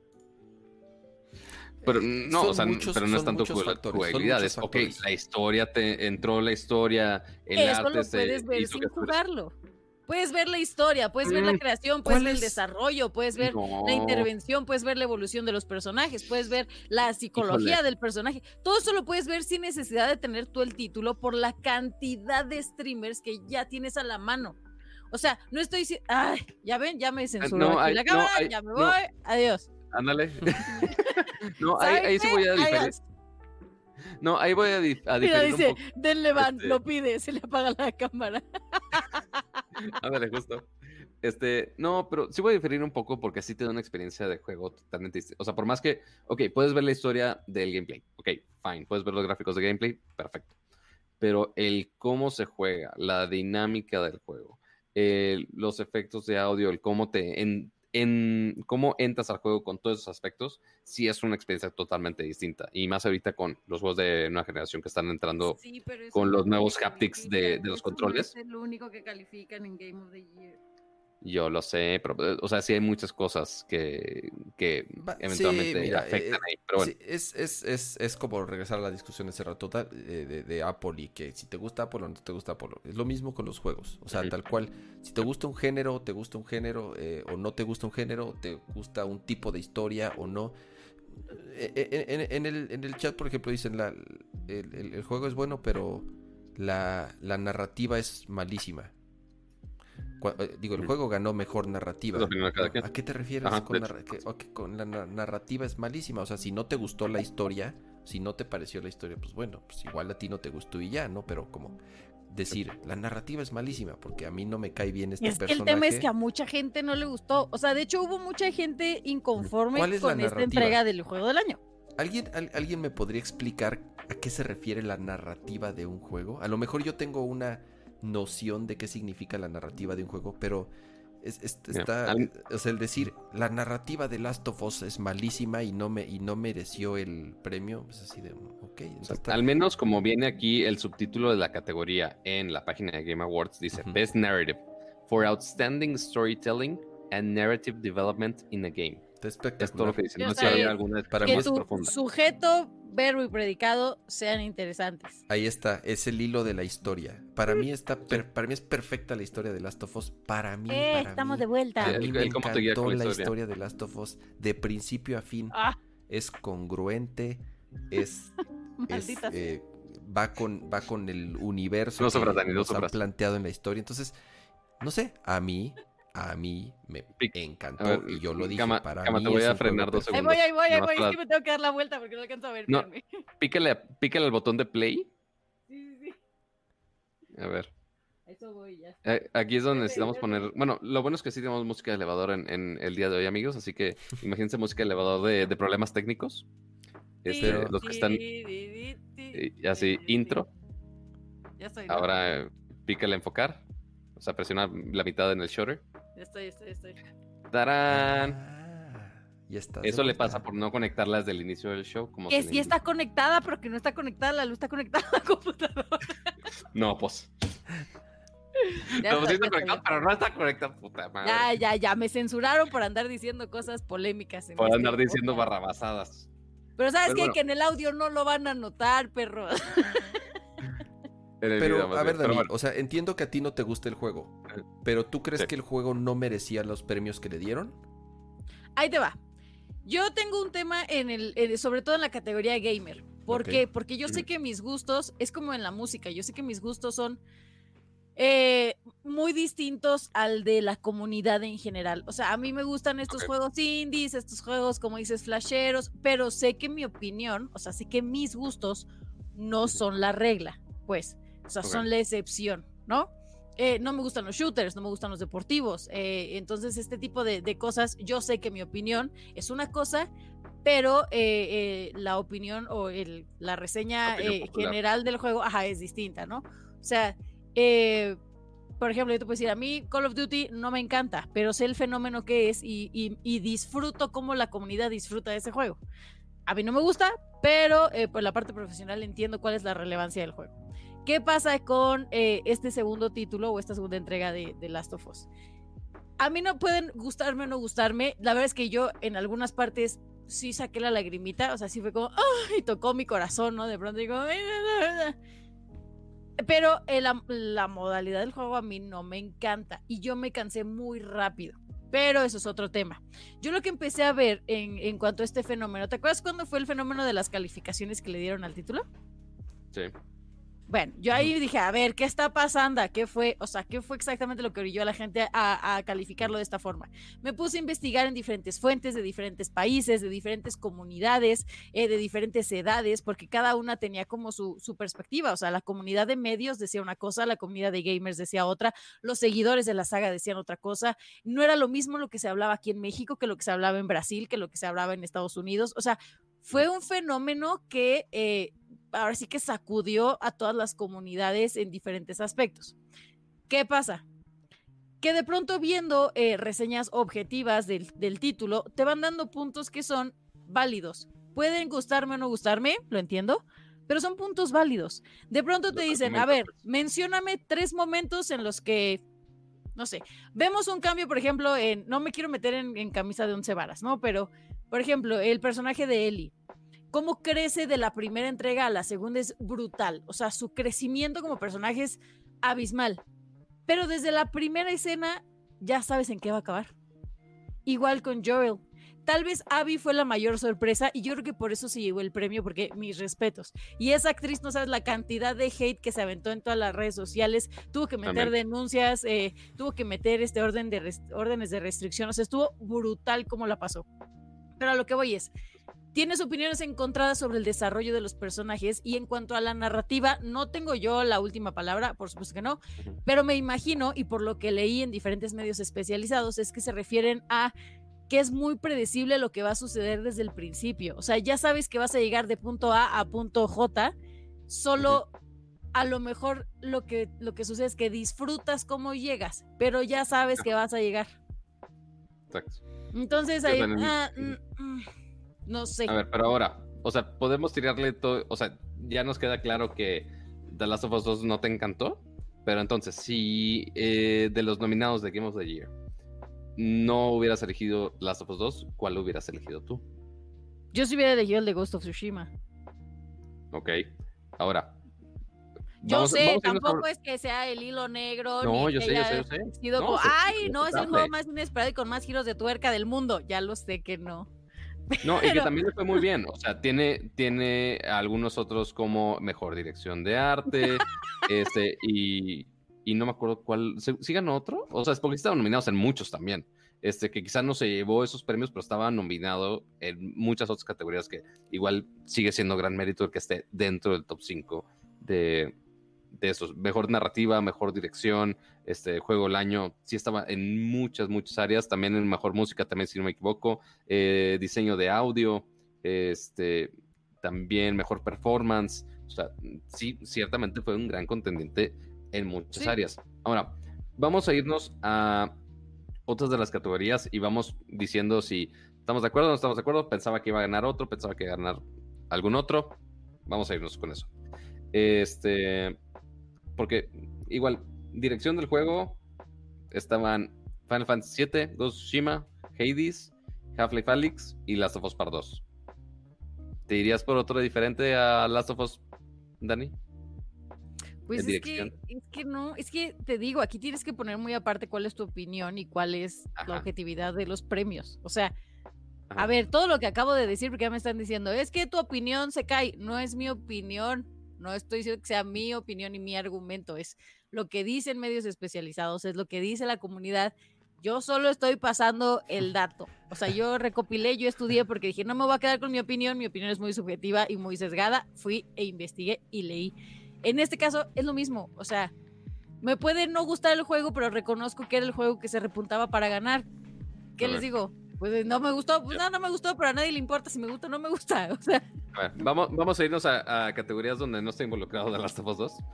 Pero no, o sea, pero no es tanto jugabilidad, es ok, la historia te entró, el eso arte lo puedes ver sin jugarlo. Puedes ver la historia, puedes ver la creación, puedes ver el desarrollo, puedes ver la intervención, puedes ver la evolución de los personajes, puedes ver la psicología del personaje. Todo eso lo puedes ver sin necesidad de tener tú el título por la cantidad de streamers que ya tienes a la mano. O sea, no estoy diciendo... Ay, ya ven, ya me censuró aquí la cámara, ya me voy, adiós. Ándale. No, ahí sí voy a diferir. No, ahí voy a diferir. Mira, dice, denle van, lo pide, se le apaga la cámara. Ándale, justo. No, pero sí voy a diferir un poco porque sí te da una experiencia de juego totalmente distinta. O sea, por más que, ok, puedes ver la historia del gameplay. Ok, fine. Puedes ver los gráficos de gameplay, perfecto. Pero el cómo se juega, la dinámica del juego, los efectos de audio, el cómo cómo entras al juego con todos esos aspectos, sí es una experiencia totalmente distinta. Y más ahorita con los juegos de nueva generación que están entrando con los nuevos haptics de los controles. No es lo único que califican en Game of the Year. Yo lo sé, pero, o sea, sí hay muchas cosas que eventualmente afectan ahí. Pero bueno. Sí, es como regresar a la discusión de ese rato de Apple y que si te gusta Apple o no te gusta Apple. Es lo mismo con los juegos. O sea, tal cual. Si te gusta un género, o no te gusta un género, te gusta un tipo de historia o no. En el chat, por ejemplo, dicen el juego es bueno, pero la narrativa es malísima. El juego ganó mejor narrativa. ¿A qué te refieres con la narrativa es malísima? O sea, si no te gustó la historia, si no te pareció la historia, pues bueno, pues igual a ti no te gustó y ya, ¿no? Pero como decir, la narrativa es malísima porque a mí no me cae bien este personaje. El tema es que a mucha gente no le gustó. O sea, de hecho hubo mucha gente inconforme con esta entrega del juego del año. ¿Alguien me podría explicar a qué se refiere la narrativa de un juego? A lo mejor yo tengo una noción de qué significa la narrativa de un juego, pero o sea, el decir la narrativa de Last of Us es malísima y no mereció el premio, pues así de okay, o sea, al menos como viene aquí el subtítulo de la categoría en la página de Game Awards, dice Best Narrative for Outstanding Storytelling and Narrative Development in a Game. Es todo lo que dice. No sé si hay alguna para mí es profunda. Sujeto, verbo y predicado sean interesantes. Ahí está, es el hilo de la historia. Para mí es perfecta la historia de Last of Us. Para mí estamos de vuelta. A mí me encantó la historia de Last of Us de principio a fin. Es congruente, va con el universo que nos han planteado en la historia. Entonces, no sé, a mí me encantó y yo lo dije. Para mí te voy a frenar 2 segundos. Ahí voy, es que me tengo que dar la vuelta porque no alcanzo a ver. No, pícale al botón de play. Sí. A ver. Eso voy ya. Aquí es donde necesitamos poner... Bueno, lo bueno es que sí tenemos música de elevador en el día de hoy, amigos, así que imagínense música de elevador de problemas técnicos. Los que están... así, intro. Ya estoy. Ahora pícale a enfocar. O sea, presiona la mitad en el shutter. Ya estoy. ¡Tarán! Ya está. Eso le pasa por no conectarla desde el inicio del show. Como que sí está conectada, pero que no está conectada la luz, está conectada a la computadora. No, pues. Lo pusiste conectado, pero no está conectada, puta madre. Ya, me censuraron por andar diciendo cosas polémicas. Por andar diciendo barrabasadas. Pero ¿sabes qué? Que en el audio no lo van a notar, perro. Pero, a ver, Dani, o sea, entiendo que a ti no te gusta el juego, pero ¿tú crees que el juego no merecía los premios que le dieron? Ahí te va. Yo tengo un tema sobre todo en la categoría gamer. ¿Por qué? Porque yo sé que mis gustos, es como en la música, yo sé que mis gustos son muy distintos al de la comunidad en general. O sea, a mí me gustan estos juegos indies, estos juegos, como dices, flasheros, pero sé que mi opinión, o sea, sé que mis gustos no son la regla, pues. O sea, son la excepción, ¿no? no me gustan los shooters, no me gustan los deportivos. Entonces, este tipo de cosas, yo sé que mi opinión es una cosa, pero la opinión o la reseña general del juego, es distinta, ¿no? O sea, por ejemplo, yo te puedo decir, a mí Call of Duty no me encanta, pero sé el fenómeno que es y disfruto cómo la comunidad disfruta de ese juego. A mí no me gusta, pero por la parte profesional entiendo cuál es la relevancia del juego. ¿Qué pasa con este segundo título o esta segunda entrega de Last of Us? A mí no pueden gustarme o no gustarme. La verdad es que yo en algunas partes sí saqué la lagrimita, o sea, sí fue como, ¡ay! Tocó mi corazón, ¿no? De pronto digo, pero la modalidad del juego a mí no me encanta y yo me cansé muy rápido. Pero eso es otro tema. Yo lo que empecé a ver en cuanto a este fenómeno, ¿te acuerdas cuándo fue el fenómeno de las calificaciones que le dieron al título? Sí. Bueno, yo ahí dije, a ver, ¿qué está pasando? ¿Qué fue? O sea, ¿qué fue exactamente lo que orilló a la gente a calificarlo de esta forma? Me puse a investigar en diferentes fuentes, de diferentes países, de diferentes comunidades, de diferentes edades, porque cada una tenía como su perspectiva. O sea, la comunidad de medios decía una cosa, la comunidad de gamers decía otra, los seguidores de la saga decían otra cosa. No era lo mismo lo que se hablaba aquí en México que lo que se hablaba en Brasil, que lo que se hablaba en Estados Unidos. O sea, fue un fenómeno que ahora sí que sacudió a todas las comunidades en diferentes aspectos. ¿Qué pasa? Que de pronto viendo reseñas objetivas del título, te van dando puntos que son válidos. Pueden gustarme o no gustarme, lo entiendo, pero son puntos válidos. De pronto te dicen, a ver, mencióname 3 momentos en los que, no sé, vemos un cambio, por ejemplo, no me quiero meter en camisa de 11 varas, ¿no? Pero, por ejemplo, el personaje de Ellie, cómo crece de la primera entrega a la segunda es brutal. O sea, su crecimiento como personaje es abismal. Pero desde la primera escena ya sabes en qué va a acabar. Igual con Joel. Tal vez Abby fue la mayor sorpresa y yo creo que por eso se llevó el premio, porque mis respetos. Y esa actriz, no sabes la cantidad de hate que se aventó en todas las redes sociales, tuvo que meter denuncias, tuvo que meter órdenes de restricción, o sea, estuvo brutal cómo la pasó. Pero a lo que voy es, tienes opiniones encontradas sobre el desarrollo de los personajes y en cuanto a la narrativa, no tengo yo la última palabra, por supuesto que no, pero me imagino, y por lo que leí en diferentes medios especializados, es que se refieren a que es muy predecible lo que va a suceder desde el principio. O sea, ya sabes que vas a llegar de punto A a punto J, solo a lo mejor lo que sucede es que disfrutas cómo llegas, pero ya sabes que vas a llegar. Exacto. Entonces ahí... no sé. A ver, pero ahora, o sea, podemos tirarle todo, o sea, ya nos queda claro que The Last of Us 2 no te encantó, pero entonces, si de los nominados de Game of the Year no hubieras elegido Last of Us 2, ¿cuál hubieras elegido tú? Yo sí hubiera elegido el de Ghost of Tsushima. Ok, ahora. Yo sé, tampoco es que sea el hilo negro. No, ni yo que sé. Sido No, como, no, es el juego más inesperado y con más giros de tuerca del mundo. Ya lo sé que no. No, y que también le fue muy bien. O sea, tiene algunos otros como mejor dirección de arte, y no me acuerdo cuál. ¿Sí ganó otro? O sea, es porque estaban nominados en muchos también. Que quizás no se llevó esos premios, pero estaba nominado en muchas otras categorías que igual sigue siendo gran mérito el que esté dentro del top 5 de esos. Mejor narrativa, mejor dirección, juego del año, sí estaba en muchas áreas, también en mejor música, también si no me equivoco, diseño de audio, también mejor performance, o sea, sí, ciertamente fue un gran contendiente en muchas áreas. Ahora, vamos a irnos a otras de las categorías y vamos diciendo si estamos de acuerdo o no estamos de acuerdo. Pensaba que iba a ganar otro, pensaba que iba a ganar algún otro. Vamos a irnos con eso. Porque igual, dirección del juego estaban Final Fantasy VII, Ghost of Tsushima, Hades, Half-Life Alyx y Last of Us Part 2. ¿Te irías por otro diferente a Last of Us, Dani? Pues es que no, es que te digo, aquí tienes que poner muy aparte cuál es tu opinión y cuál es la objetividad de los premios. O sea, a ver, todo lo que acabo de decir, porque ya me están diciendo, es que tu opinión se cae, no es mi opinión. No estoy diciendo que sea mi opinión y mi argumento, es lo que dicen medios especializados, es lo que dice la comunidad. Yo solo estoy pasando el dato. O sea, yo recopilé, yo estudié porque dije, no me voy a quedar con mi opinión es muy subjetiva y muy sesgada. Fui e investigué y leí. En este caso es lo mismo, o sea, Me puede no gustar el juego, pero reconozco que era el juego que se repuntaba para ganar. ¿Qué les digo? Pues no me gustó, pues no me gustó, pero a nadie le importa si me gusta o no me gusta. O sea. A ver, vamos a irnos a categorías donde no está involucrado The Last of Us 2.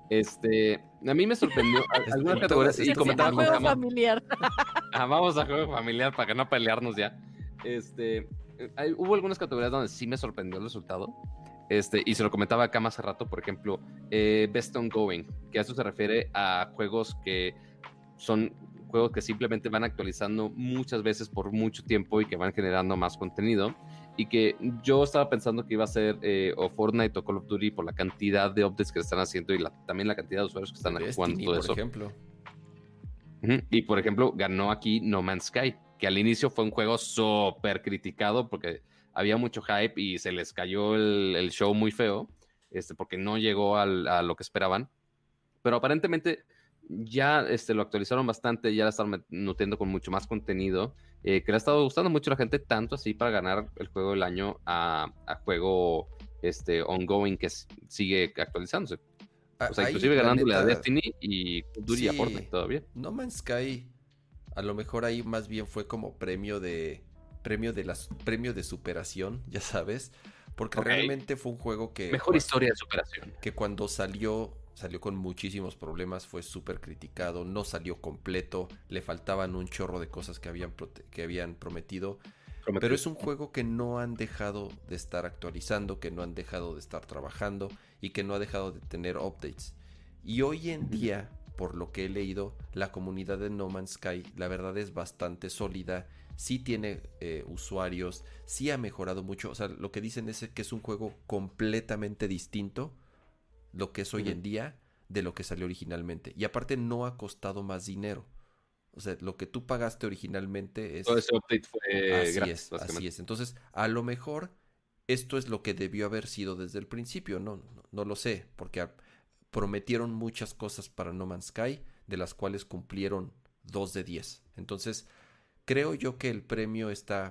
A mí me sorprendió algunas categorías y comentaba con juego familiar. Vamos a juego familiar para que no pelearnos ya. Hubo algunas categorías donde sí me sorprendió el resultado. Y se lo comentaba acá más hace rato, por ejemplo, Best Ongoing, que a eso se refiere a juegos que son juegos que simplemente van actualizando muchas veces por mucho tiempo y que van generando más contenido, y que yo estaba pensando que iba a ser o Fortnite o Call of Duty por la cantidad de updates que están haciendo y también la cantidad de usuarios que están jugando todo eso. Por ejemplo. Y por ejemplo, ganó aquí No Man's Sky, que al inicio fue un juego súper criticado porque había mucho hype y se les cayó el show muy feo, porque no llegó a lo que esperaban. Pero aparentemente ya lo actualizaron bastante, ya la están nutriendo con mucho más contenido, que le ha estado gustando mucho a la gente, tanto así para ganar el juego del año a juego ongoing que sigue actualizándose. O sea, inclusive ganándole a Destiny y Duty a Fortnite todavía. No Man's Sky, a lo mejor ahí más bien fue como premio de superación, ya sabes, porque realmente fue un juego que... Mejor historia de superación. Que cuando salió con muchísimos problemas, fue súper criticado, no salió completo, le faltaban un chorro de cosas que habían prometido. Pero es un juego que no han dejado de estar actualizando, que no han dejado de estar trabajando y que no ha dejado de tener updates. Y hoy en día, por lo que he leído, la comunidad de No Man's Sky, la verdad es bastante sólida, sí tiene usuarios, sí ha mejorado mucho. O sea, lo que dicen es que es un juego completamente distinto, lo que es hoy en día, de lo que salió originalmente. Y aparte no ha costado más dinero. O sea, lo que tú pagaste originalmente es... Todo ese update fue gratis. Así es. Entonces, a lo mejor esto es lo que debió haber sido desde el principio. No lo sé, porque prometieron muchas cosas para No Man's Sky, de las cuales cumplieron 2 de 10. Entonces, creo yo que el premio está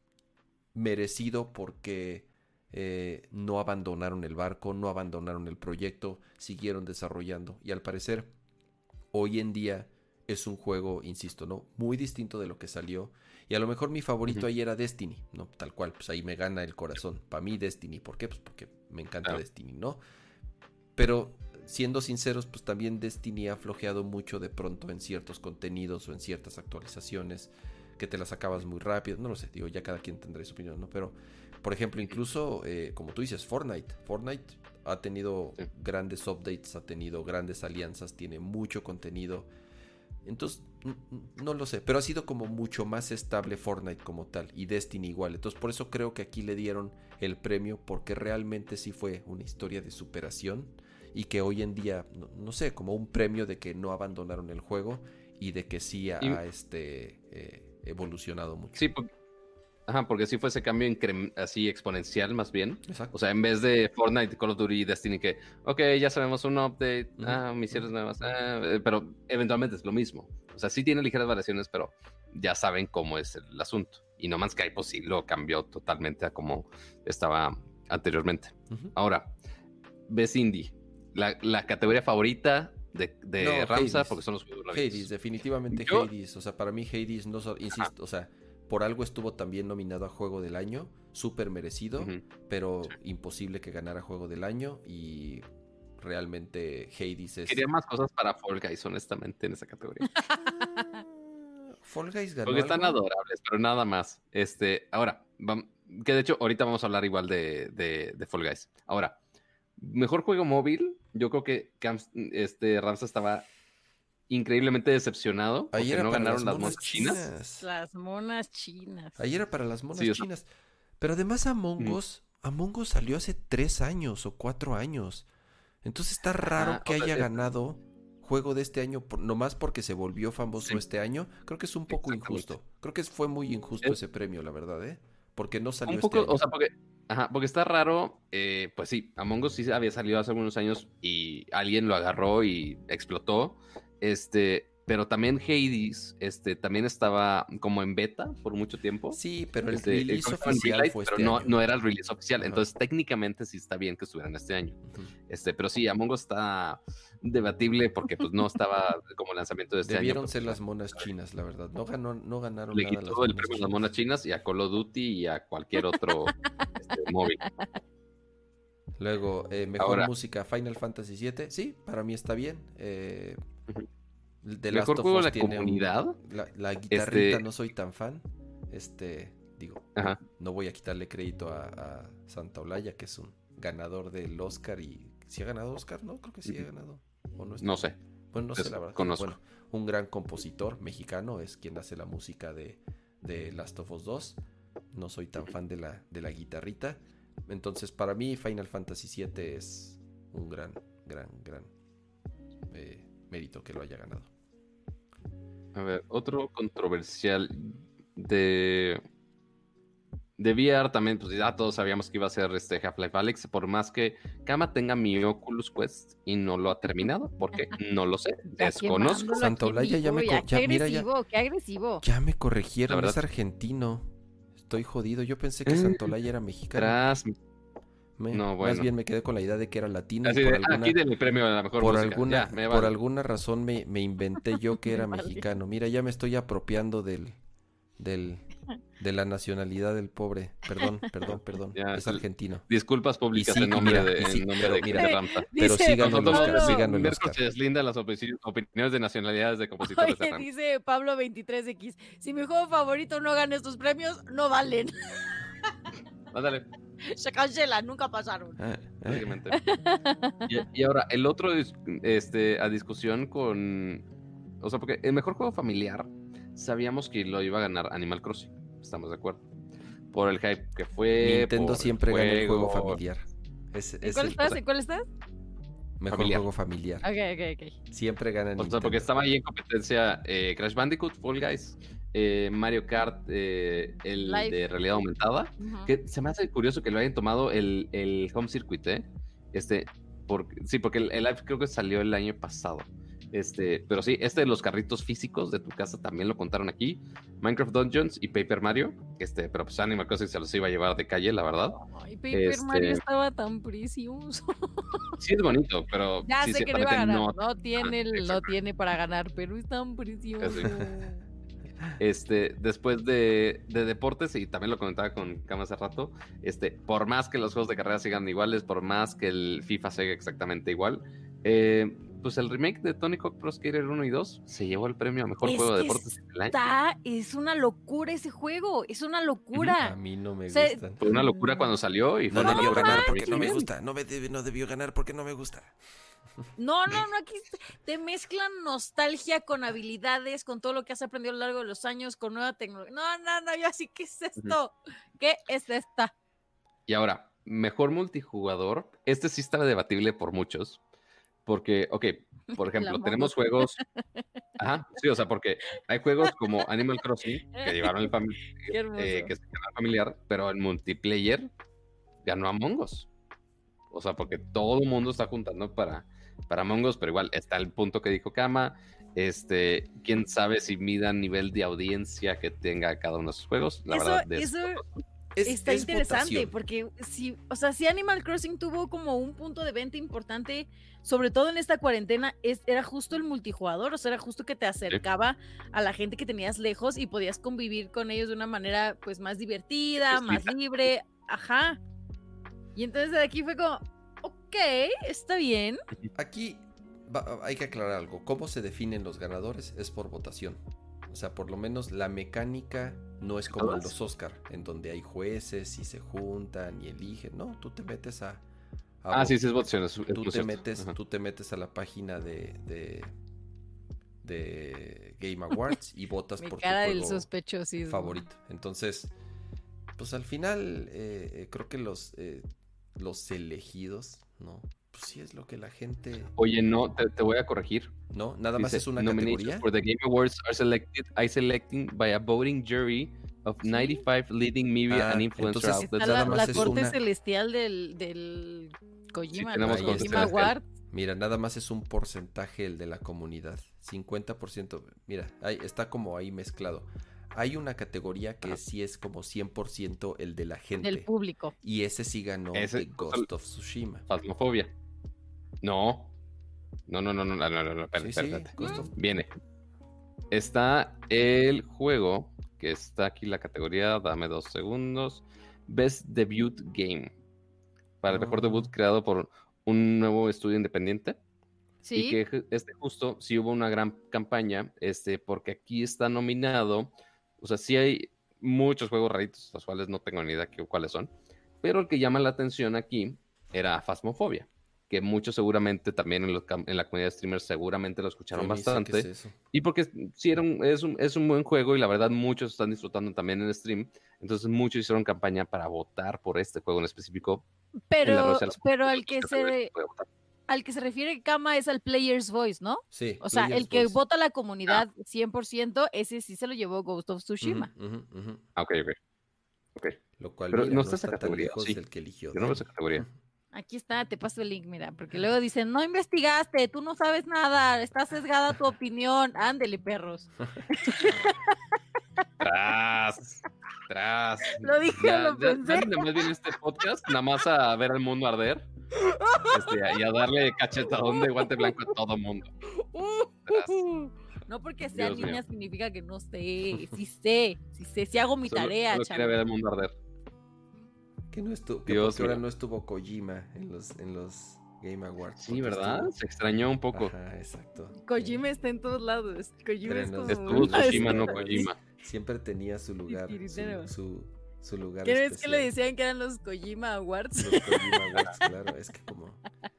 merecido porque no abandonaron el barco, no abandonaron el proyecto, siguieron desarrollando. Y al parecer, hoy en día es un juego, insisto, ¿no? Muy distinto de lo que salió. Y a lo mejor mi favorito ahí era Destiny, ¿no? Tal cual, pues ahí me gana el corazón. Para mí Destiny, ¿por qué? Pues porque me encanta Destiny, ¿no? Pero siendo sinceros, pues también Destiny ha flojeado mucho de pronto en ciertos contenidos o en ciertas actualizaciones que te las acabas muy rápido. No lo sé, digo, ya cada quien tendrá su opinión, ¿no? Pero, por ejemplo, incluso, como tú dices, Fortnite ha tenido grandes updates, ha tenido grandes alianzas, tiene mucho contenido. Entonces, no lo sé, pero ha sido como mucho más estable Fortnite como tal, y Destiny igual. Entonces, por eso creo que aquí le dieron el premio, porque realmente sí fue una historia de superación, y que hoy en día, no sé, como un premio de que no abandonaron el juego y de que sí ha evolucionado mucho. Sí, porque sí fue ese cambio así exponencial más bien. Exacto. O sea, en vez de Fortnite, Call of Duty y Destiny que, ok, ya sabemos un update, misiones nuevas, pero eventualmente es lo mismo. O sea, sí tiene ligeras variaciones, pero ya saben cómo es el asunto. Y No Man's Sky, pues sí, lo cambió totalmente a como estaba anteriormente. Ahora, Best Indie, la categoría favorita de Ramsa, Hades. Porque son los juegos Hades, definitivamente Hades. O sea, para mí Hades, insisto, o sea, por algo estuvo también nominado a Juego del Año, súper merecido, pero imposible que ganara Juego del Año, y realmente Hades es... Quería más cosas para Fall Guys, honestamente, en esa categoría. Fall Guys ganó Porque están algo. adorables, pero nada más. Ahora, que de hecho ahorita vamos a hablar igual de Fall Guys. Ahora, mejor juego móvil, yo creo que Ramsa estaba increíblemente decepcionado porque Ayer no para ganaron las monas chinas. Las monas chinas. Ayer era para las monas chinas. Pero además Among Us salió hace 3 años o 4 años. Entonces está raro que haya ganado juego de este año nomás porque se volvió famoso este año. Creo que es un poco injusto. Creo que fue muy injusto ese premio, la verdad, ¿eh? Porque no salió un poco, este año. O sea, porque está raro. Pues sí, Among Us sí había salido hace algunos años y alguien lo agarró y explotó. Pero también Hades, también estaba como en beta por mucho tiempo. Sí, pero el release oficial fue pero este año. no era el release oficial. Ajá. Entonces, técnicamente sí está bien que estuvieran este año. Ujú. Pero sí, Among Us está debatible porque pues no estaba como lanzamiento de este Debieron año. ser las monas chinas, la verdad. No ganaron Le nada quitó el premio a las monas chinas y a Call of Duty y a cualquier otro móvil. Luego, mejor Ahora, música, Final Fantasy VII. Sí, para mí está bien. The Last mejor of juego de Us la tiene comunidad. la guitarrita no soy tan fan. Digo, Ajá. no voy a quitarle crédito a Santaolalla, que es un ganador del Oscar. Y ¿sí ha ganado Oscar? No, creo que sí ha ganado. ¿O no, No sé. Bueno, no sé la verdad. Conozco. Bueno, un gran compositor mexicano es quien hace la música de Last of Us 2. No soy tan fan de la guitarrita. Entonces, para mí, Final Fantasy VII es un gran mérito que lo haya ganado. A ver, otro controversial de VR también, pues ya todos sabíamos que iba a ser Half-Life Alyx, por más que Kama tenga mi Oculus Quest y no lo ha terminado, porque no lo sé, desconozco. Santaolalla ya me qué agresivo. Ya me corrigieron, La verdad, es argentino. Estoy jodido, yo pensé que Santaolalla era mexicano. No, bueno. Más bien me quedé con la idea de que era latino. Así aquí denle premio a la mejor música. Por alguna razón me inventé yo que era mexicano. Mira, ya me estoy apropiando de la nacionalidad del pobre. Perdón. Ya, es argentino. Disculpas públicas en nombre de Rampa. Pero síganlo en el Oscar. Se deslindan las opiniones de nacionalidades de compositores de Rampa. Dice Pablo 23X, si mi juego favorito no gana estos premios, no valen. Ándale. Se cancela, nunca pasaron. Y ahora, el otro a discusión con... O sea, porque el mejor juego familiar sabíamos que lo iba a ganar Animal Crossing. Estamos de acuerdo. Por el hype que fue. Nintendo siempre gana el juego familiar. ¿En cuál estás? Mejor juego familiar. Ok. Siempre gana Nintendo. O sea, porque estaba ahí en competencia Crash Bandicoot, Fall Guys, Mario Kart, el Live. de realidad aumentada. Uh-huh. Que se me hace curioso que lo hayan tomado el Home Circuit, porque el Live creo que salió el año pasado. Pero sí, de los carritos físicos de tu casa también lo contaron aquí. Minecraft Dungeons y Paper Mario. Pero pues Animal Crossing se los iba a llevar de calle, la verdad. Ay, Paper Mario estaba tan precioso. Sí, es bonito, pero. Ya sí, sé que no iba a ganar. No no tiene para ganar, pero es tan precioso. Después de deportes, y también lo comentaba con Cama hace rato, por más que los juegos de carrera sigan iguales, por más que el FIFA siga exactamente igual, pues el remake de Tony Hawk Pro Skater 1 y 2 se llevó el premio a mejor juego de deportes del año. Es una locura ese juego, es una locura. A mí no me gustan. Fue una locura cuando salió y fue no una debió locura ganar porque no me gusta. No debió ganar porque no me gusta. No, aquí te mezclan nostalgia con habilidades, con todo lo que has aprendido a lo largo de los años, con nueva tecnología. No, yo así, ¿qué es esto? ¿Qué es esta? Y ahora, mejor multijugador, sí estaba debatible por muchos, porque, por ejemplo, tenemos juegos, sí, o sea, porque hay juegos como Animal Crossing, que llevaron el familiar, pero en multiplayer ganó Among Us. O sea, porque todo el mundo está juntando para Among Us, pero igual está el punto que dijo Kama. Quién sabe si midan nivel de audiencia que tenga cada uno de sus juegos. La verdad, está interesante, votación. porque si Animal Crossing tuvo como un punto de venta importante, sobre todo en esta cuarentena, era justo el multijugador, o sea, era justo que te acercaba a la gente que tenías lejos y podías convivir con ellos de una manera pues más divertida, más libre, Y entonces de aquí fue como, ok, está bien. Aquí hay que aclarar algo. ¿Cómo se definen los ganadores? Es por votación. O sea, por lo menos la mecánica no es como en los Oscar, en donde hay jueces y se juntan y eligen. No, tú te metes a sí, es votación. Tú te metes a la página de Game Awards y votas por tu juego favorito. Entonces, pues al final creo que los elegidos, ¿no? Pues sí es lo que la gente... Oye, no, te voy a corregir. No, nada más es una categoría. For the Game Awards are selecting by a voting jury of 95 leading media and influencer outlets. La corte celestial del Kojima, Kojima Award. Mira, nada más es un porcentaje el de la comunidad. 50%. Mira, está como ahí mezclado. Hay una categoría que sí es como 100% el de la gente. Del público. Y ese sí ganó de Ghost of Tsushima. Phasmophobia. No, espérate. Viene. Está el juego, que está aquí la categoría, dame 2 segundos. Best Debut Game. Para el mejor debut creado por un nuevo estudio independiente. Sí. Y que justo sí hubo una gran campaña, porque aquí está nominado. O sea, sí hay muchos juegos raritos, los cuales no tengo ni idea cuáles son. Pero el que llama la atención aquí era Phasmophobia, que muchos seguramente también en la comunidad de streamers seguramente lo escucharon bastante. Es eso. Y porque sí es un buen juego y la verdad muchos están disfrutando también en el stream. Entonces muchos hicieron campaña para votar por este juego en específico. Pero al que se refiere Kama es al Player's Voice, ¿no? Sí. O sea, el que vota la comunidad 100%, ese sí se lo llevó Ghost of Tsushima. Ok. Lo cual, pero mira, no está esa categoría, tan lejos del que eligió. Yo no veo esa categoría. Aquí está, te paso el link, mira, porque luego dicen, no investigaste, tú no sabes nada, está sesgada tu opinión. Ándele, perros. Tras. Lo dije, lo pensé. Nada más viene este podcast, nada más a ver al mundo arder. Y a darle cachetadón de guante blanco a todo mundo. No porque sea Dios niña mío. Significa que no sé. Sí sé, sí hago mi tarea. Solo quería ver al mundo arder. Que no estuvo, que porque ahora no estuvo Kojima en los Game Awards. Sí, ¿verdad? Se extrañó un poco. Ajá, exacto. Kojima está en todos lados. Kojima es como... Estuvo Tsushima, no Kojima. Siempre tenía su lugar. Su lugar ¿Qué es que le decían que eran los Kojima Awards? Los Kojima Awards, claro. Es que como...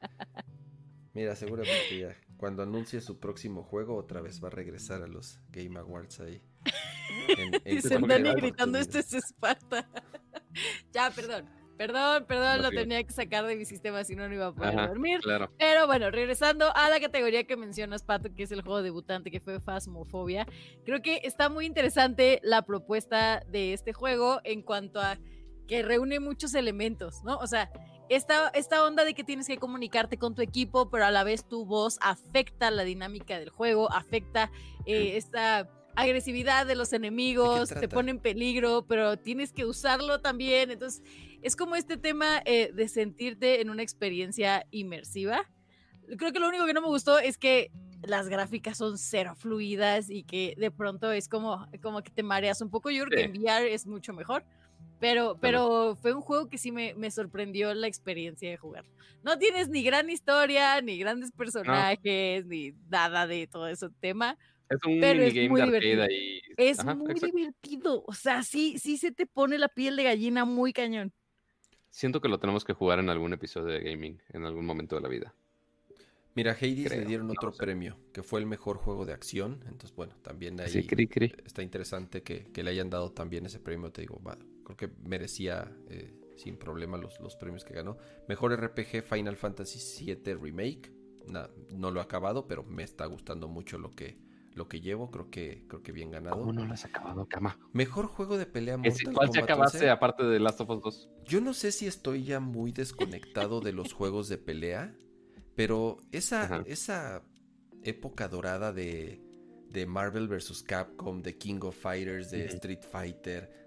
Mira, seguramente ya cuando anuncie su próximo juego otra vez va a regresar a los Game Awards ahí. Dicen Dani gritando, esto es Esparta. Ya, perdón, lo tenía que sacar de mi sistema, si no, no iba a poder dormir. Claro. Pero bueno, regresando a la categoría que mencionas, Pato, que es el juego debutante, que fue Phasmophobia. Creo que está muy interesante la propuesta de este juego en cuanto a que reúne muchos elementos, ¿no? O sea, esta onda de que tienes que comunicarte con tu equipo, pero a la vez tu voz afecta la dinámica del juego, afecta esta agresividad de los enemigos, te pone en peligro, pero tienes que usarlo también. Entonces, es como este tema de sentirte en una experiencia inmersiva. Creo que lo único que no me gustó es que las gráficas son cero fluidas y que de pronto es como que te mareas un poco. Yo creo que en VR es mucho mejor. Pero fue un juego que sí me sorprendió la experiencia de jugar. No tienes ni gran historia, ni grandes personajes, ni nada de todo ese tema. Es un minigame de arcade ahí. Es muy divertido. O sea, sí se te pone la piel de gallina muy cañón. Siento que lo tenemos que jugar en algún episodio de gaming, en algún momento de la vida. Mira, a Hades le dieron otro premio, que fue el mejor juego de acción. Entonces, bueno, también ahí está interesante que le hayan dado también ese premio. Te digo, creo que merecía sin problema los premios que ganó. Mejor RPG Final Fantasy VII Remake. No lo he acabado, pero me está gustando mucho lo que llevo. Creo que bien ganado. ¿Cómo no lo has acabado, Kama? Mejor juego de pelea Mortal Kombat. ¿Cuál se acabaste aparte de Last of Us 2? Yo no sé si estoy ya muy desconectado de los juegos de pelea. Pero esa época dorada de Marvel vs. Capcom, de King of Fighters, de Street Fighter,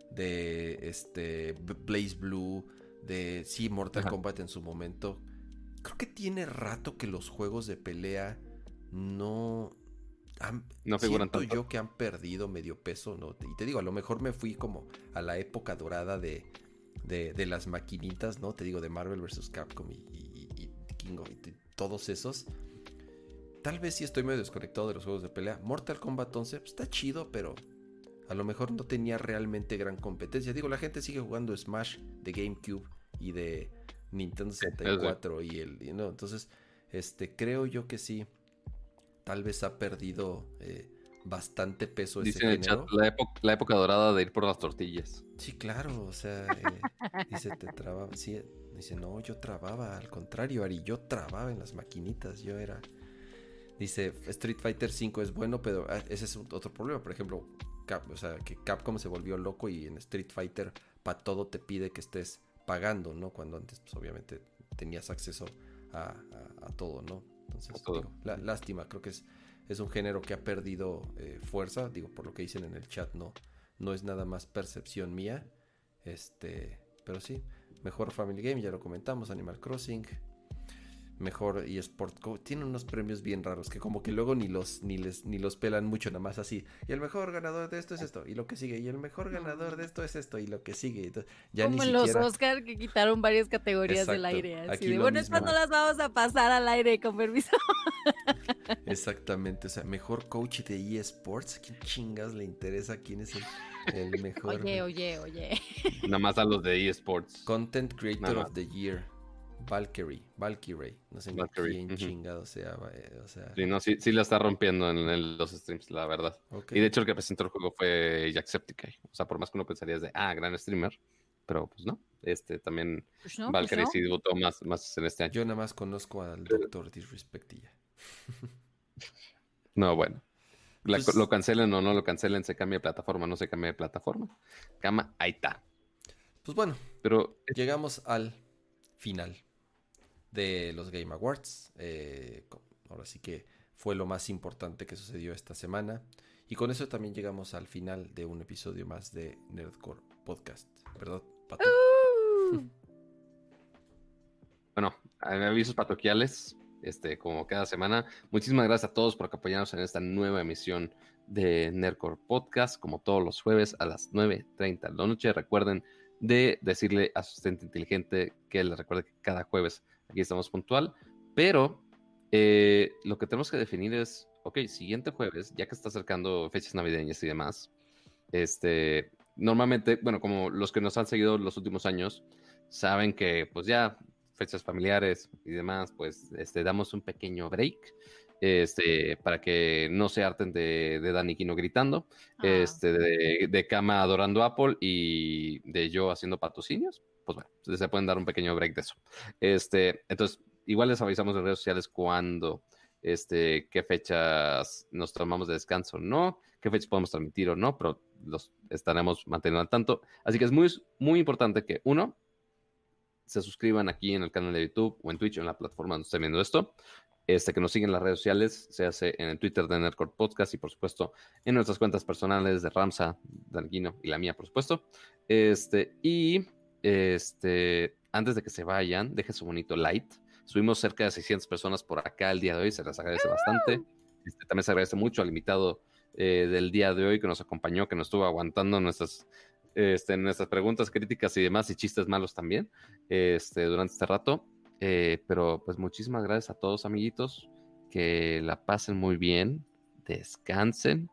de Blaze Blue, de Mortal Kombat en su momento, creo que tiene rato que los juegos de pelea no figuran tanto. Yo que han perdido medio peso, ¿no? Y te digo, a lo mejor me fui como a la época dorada de las maquinitas, ¿no? Te digo, de Marvel vs. Capcom y King of todos esos. Tal vez sí estoy medio desconectado de los juegos de pelea. Mortal Kombat 11 está chido, pero a lo mejor no tenía realmente gran competencia. Digo, la gente sigue jugando Smash de GameCube y de Nintendo 64 entonces creo yo que sí. Tal vez ha perdido bastante peso. Dice en el chat, la época dorada de ir por las tortillas. Sí, claro, o sea, dice, te trababa, sí, dice, no, yo trababa, al contrario, Ari, yo trababa en las maquinitas, dice, Street Fighter 5 es bueno, pero ese es otro problema, por ejemplo, que Capcom se volvió loco y en Street Fighter para todo te pide que estés pagando, ¿no? Cuando antes, pues obviamente tenías acceso a todo, ¿no? Entonces, digo, lástima, creo que es un género que ha perdido fuerza, digo, por lo que dicen en el chat, no es nada más percepción mía, pero sí, mejor Family Game, ya lo comentamos, Animal Crossing, mejor eSport, tiene unos premios bien raros que como que luego ni los pelan mucho, nada más así, y el mejor ganador de esto es esto, y lo que sigue, y el mejor ganador de esto es esto, y lo que sigue, entonces, ya como ni en siquiera... los Oscar que quitaron varias categorías del aire, así de, bueno, estas no las vamos a pasar al aire, con permiso. Exactamente, o sea, mejor coach de eSports, ¿a quién chingas le interesa quién es el mejor? Oye. Nada más a los de eSports. Content Creator of the Year, Valkyrie, no sé quién chingado sea, o sea... Sí, no, sí la está rompiendo en los streams, la verdad. Okay. Y de hecho el que presentó el juego fue Jacksepticeye. O sea, por más que uno pensaría es de, gran streamer, pero pues no. También pues no, Valkyrie pues no. sí debutó más en este año. Yo nada más conozco al Dr. Disrespectilla. No, bueno. Pues, lo cancelen o no lo cancelen, se cambia de plataforma, no se cambia de plataforma. Ahí está. Pues bueno, pero llegamos al final de los Game Awards. Ahora sí que fue lo más importante que sucedió esta semana. Y con eso también llegamos al final de un episodio más de Nerdcore Podcast. ¿Verdad, Pato? Bueno, avisos patoquiales. Como cada semana, muchísimas gracias a todos por acompañarnos en esta nueva emisión de Nerdcore Podcast, como todos los jueves a las 9:30 de la noche. Recuerden de decirle a su asistente inteligente que les recuerde que cada jueves aquí estamos puntual, pero lo que tenemos que definir es, siguiente jueves, ya que está acercando fechas navideñas y demás, normalmente, bueno, como los que nos han seguido los últimos años, saben que pues ya fechas familiares y demás, pues damos un pequeño break para que no se harten de Dani Quino gritando, de Kama adorando Apple y de yo haciendo patrocinios. Pues bueno, se pueden dar un pequeño break de eso. Entonces, igual les avisamos en redes sociales cuándo, qué fechas nos tomamos de descanso o no, qué fechas podemos transmitir o no, pero los estaremos manteniendo al tanto. Así que es muy, muy importante que uno se suscriban aquí en el canal de YouTube o en Twitch o en la plataforma donde estén viendo esto, que nos siguen en las redes sociales, se hace en el Twitter de Nerdcore Podcast y por supuesto en nuestras cuentas personales de Ramsa, Danquino y la mía, por supuesto. Antes de que se vayan, dejen su bonito like. Subimos cerca de 600 personas por acá el día de hoy, se les agradece bastante. También se agradece mucho al invitado del día de hoy que nos acompañó, que nos estuvo aguantando nuestras preguntas, críticas y demás, y chistes malos también, durante este rato. Pero pues muchísimas gracias a todos, amiguitos, que la pasen muy bien, descansen,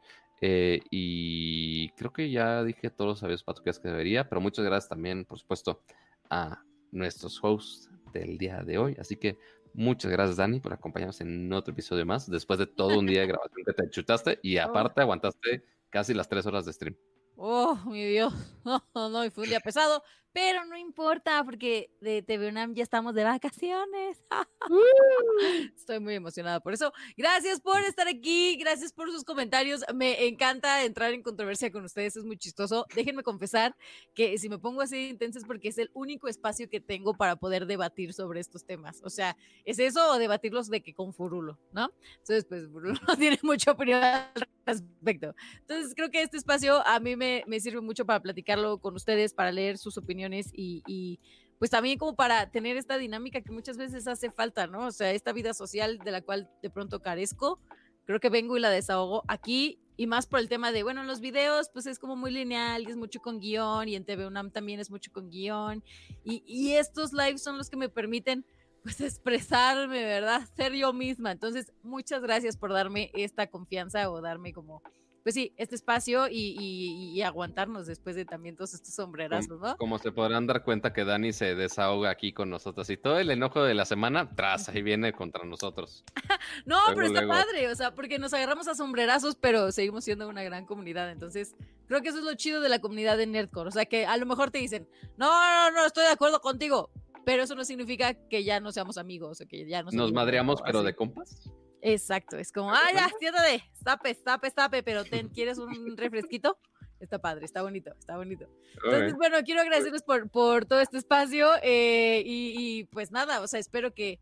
y creo que ya dije todos los sabios patoquias que debería, pero muchas gracias también, por supuesto, a nuestros hosts del día de hoy. Así que muchas gracias, Dani, por acompañarnos en otro episodio más, después de todo un día de grabación que te chutaste, y aparte aguantaste casi las 3 horas de stream. Oh, mi Dios, no, fue un día pesado, pero no importa porque de TV UNAM ya estamos de vacaciones. Estoy muy emocionada por eso. Gracias por estar aquí, gracias por sus comentarios. Me encanta entrar en controversia con ustedes, es muy chistoso. Déjenme confesar que si me pongo así intensa es porque es el único espacio que tengo para poder debatir sobre estos temas. O sea, es eso o debatirlos de que con Furulo, ¿no? Entonces, pues Furulo no tiene mucha opinión al respecto. Entonces, creo que este espacio a mí me sirve mucho para platicarlo con ustedes, para leer sus opiniones y pues también como para tener esta dinámica que muchas veces hace falta, ¿no? O sea, esta vida social de la cual de pronto carezco, creo que vengo y la desahogo aquí, y más por el tema de, bueno, en los videos pues es como muy lineal y es mucho con guión, y en TV UNAM también es mucho con guión, y estos lives son los que me permiten pues expresarme, ¿verdad? Ser yo misma. Entonces, muchas gracias por darme esta confianza o darme como, pues sí, este espacio y aguantarnos después de también todos estos sombrerazos, ¿no? Como se podrán dar cuenta que Dani se desahoga aquí con nosotros y todo el enojo de la semana, ahí viene contra nosotros. No, pero está padre, o sea, porque nos agarramos a sombrerazos, pero seguimos siendo una gran comunidad. Entonces, creo que eso es lo chido de la comunidad de Nerdcore. O sea, que a lo mejor te dicen, no, estoy de acuerdo contigo, pero eso no significa que ya no seamos amigos o que ya no nos madreamos, pero de compas. Exacto, es como, ya, siéntate, estape, pero ¿quieres un refresquito? Está padre, está bonito. Entonces, bueno, quiero agradecerles por todo este espacio y pues nada, o sea, espero que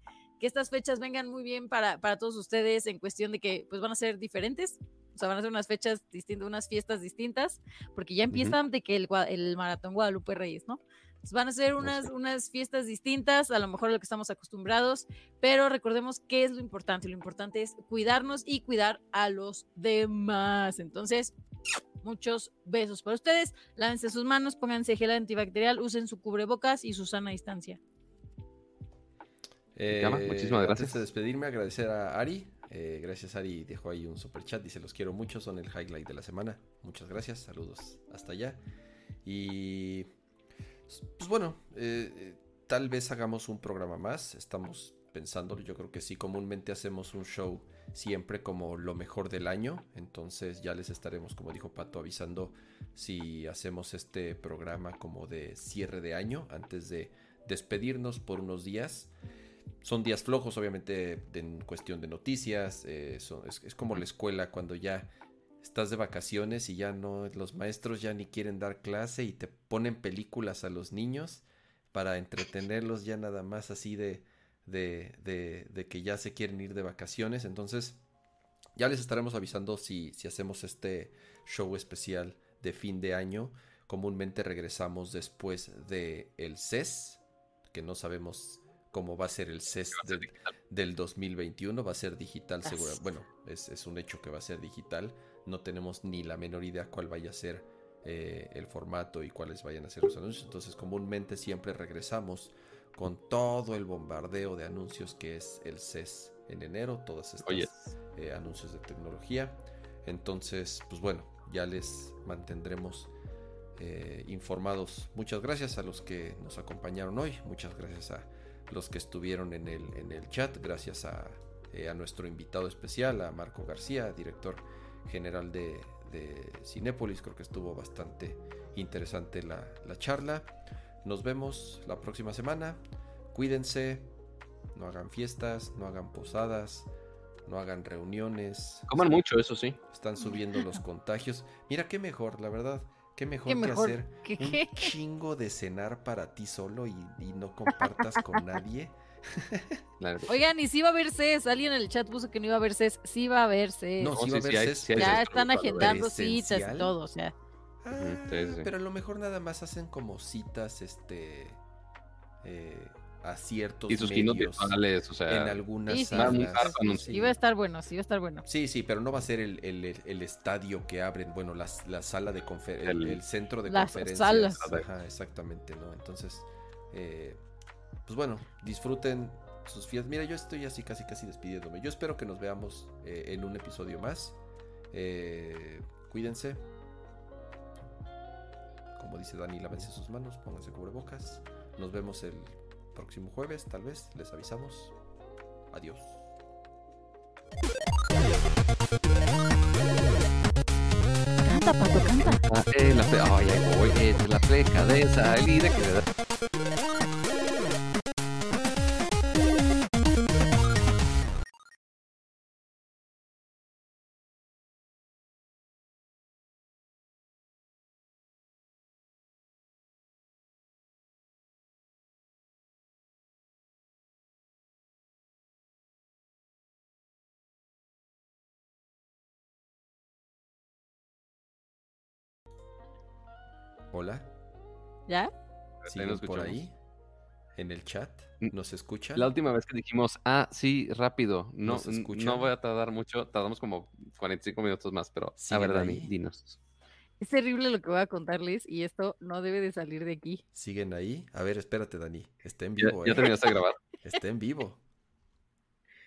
que estas fechas vengan muy bien para todos ustedes en cuestión de que pues van a ser diferentes. O sea, van a ser unas fechas distintas, unas fiestas distintas, porque ya empiezan de que el Maratón Guadalupe Reyes, ¿no? Entonces van a ser unas fiestas distintas, a lo mejor a lo que estamos acostumbrados, pero recordemos qué es lo importante. Lo importante es cuidarnos y cuidar a los demás. Entonces, muchos besos para ustedes. Lávense sus manos, pónganse gel antibacterial, usen su cubrebocas y su sana distancia. Muchísimas gracias. Antes de despedirme, agradecer a Ari. Gracias, Ari. Dejó ahí un super chat. Dice: los quiero mucho, son el highlight de la semana. Muchas gracias. Saludos hasta allá. Y pues bueno, tal vez hagamos un programa más. Estamos pensándolo. Yo creo que sí, comúnmente hacemos un show siempre como lo mejor del año. Entonces ya les estaremos, como dijo Pato, avisando si hacemos este programa como de cierre de año antes de despedirnos por unos días. Son días flojos, obviamente, en cuestión de noticias. Es como la escuela cuando ya estás de vacaciones y ya no, los maestros ya ni quieren dar clase y te ponen películas a los niños para entretenerlos ya nada más así de que ya se quieren ir de vacaciones. Entonces ya les estaremos avisando si hacemos este show especial de fin de año. Comúnmente regresamos después del CES, que no sabemos cómo va a ser el CES del 2021. Va a ser digital, seguro. Bueno, es un hecho que va a ser digital. No tenemos ni la menor idea cuál vaya a ser el formato y cuáles vayan a ser los anuncios. Entonces, comúnmente siempre regresamos con todo el bombardeo de anuncios que es el CES en enero. Todos estos anuncios de tecnología. Entonces, pues bueno, ya les mantendremos informados. Muchas gracias a los que nos acompañaron hoy. Muchas gracias a los que estuvieron en el chat. Gracias a nuestro invitado especial, a Marco García, director general de Cinépolis. Creo que estuvo bastante interesante la charla. Nos vemos la próxima semana. Cuídense, no hagan fiestas, no hagan posadas, no hagan reuniones. Coman mucho, eso sí. Están subiendo los contagios. Mira, qué mejor, la verdad. Qué mejor que hacer un chingo de cenar para ti solo y no compartas con nadie. Oigan, y sí va a haber CES. Alguien en el chat puso que no iba a haber CES. Sí va a haber CES. No, sí va a haber CES. Ya están agendando citas y todo, o sea. Pero a lo mejor nada más hacen como citas, a ciertos y sus medios virtuales, o sea, en algunas salas. Sí va a estar bueno, sí va a estar bueno. Sí, pero no va a ser el estadio que abren, bueno, la sala de conferencias, el centro de conferencias. Salas. Ajá, exactamente, ¿no? Entonces, pues bueno, disfruten sus fiestas. Mira, yo estoy así casi despidiéndome. Yo espero que nos veamos en un episodio más. Cuídense. Como dice Dani, lávense sus manos, pónganse cubrebocas. Nos vemos el próximo jueves, tal vez, les avisamos. Adiós. Canta, Pato, canta. La fleca de salida que le da. Hola. ¿Ya? ¿Siguen por ahí? ¿En el chat? ¿Nos escuchan? La última vez que dijimos, sí, rápido, no voy a tardar mucho, tardamos como 45 minutos más, pero a ver, Dani, dinos. Es terrible lo que voy a contarles y esto no debe de salir de aquí. ¿Siguen ahí? A ver, espérate, Dani. Está en vivo. ¿Ya terminaste de grabar? Está en vivo.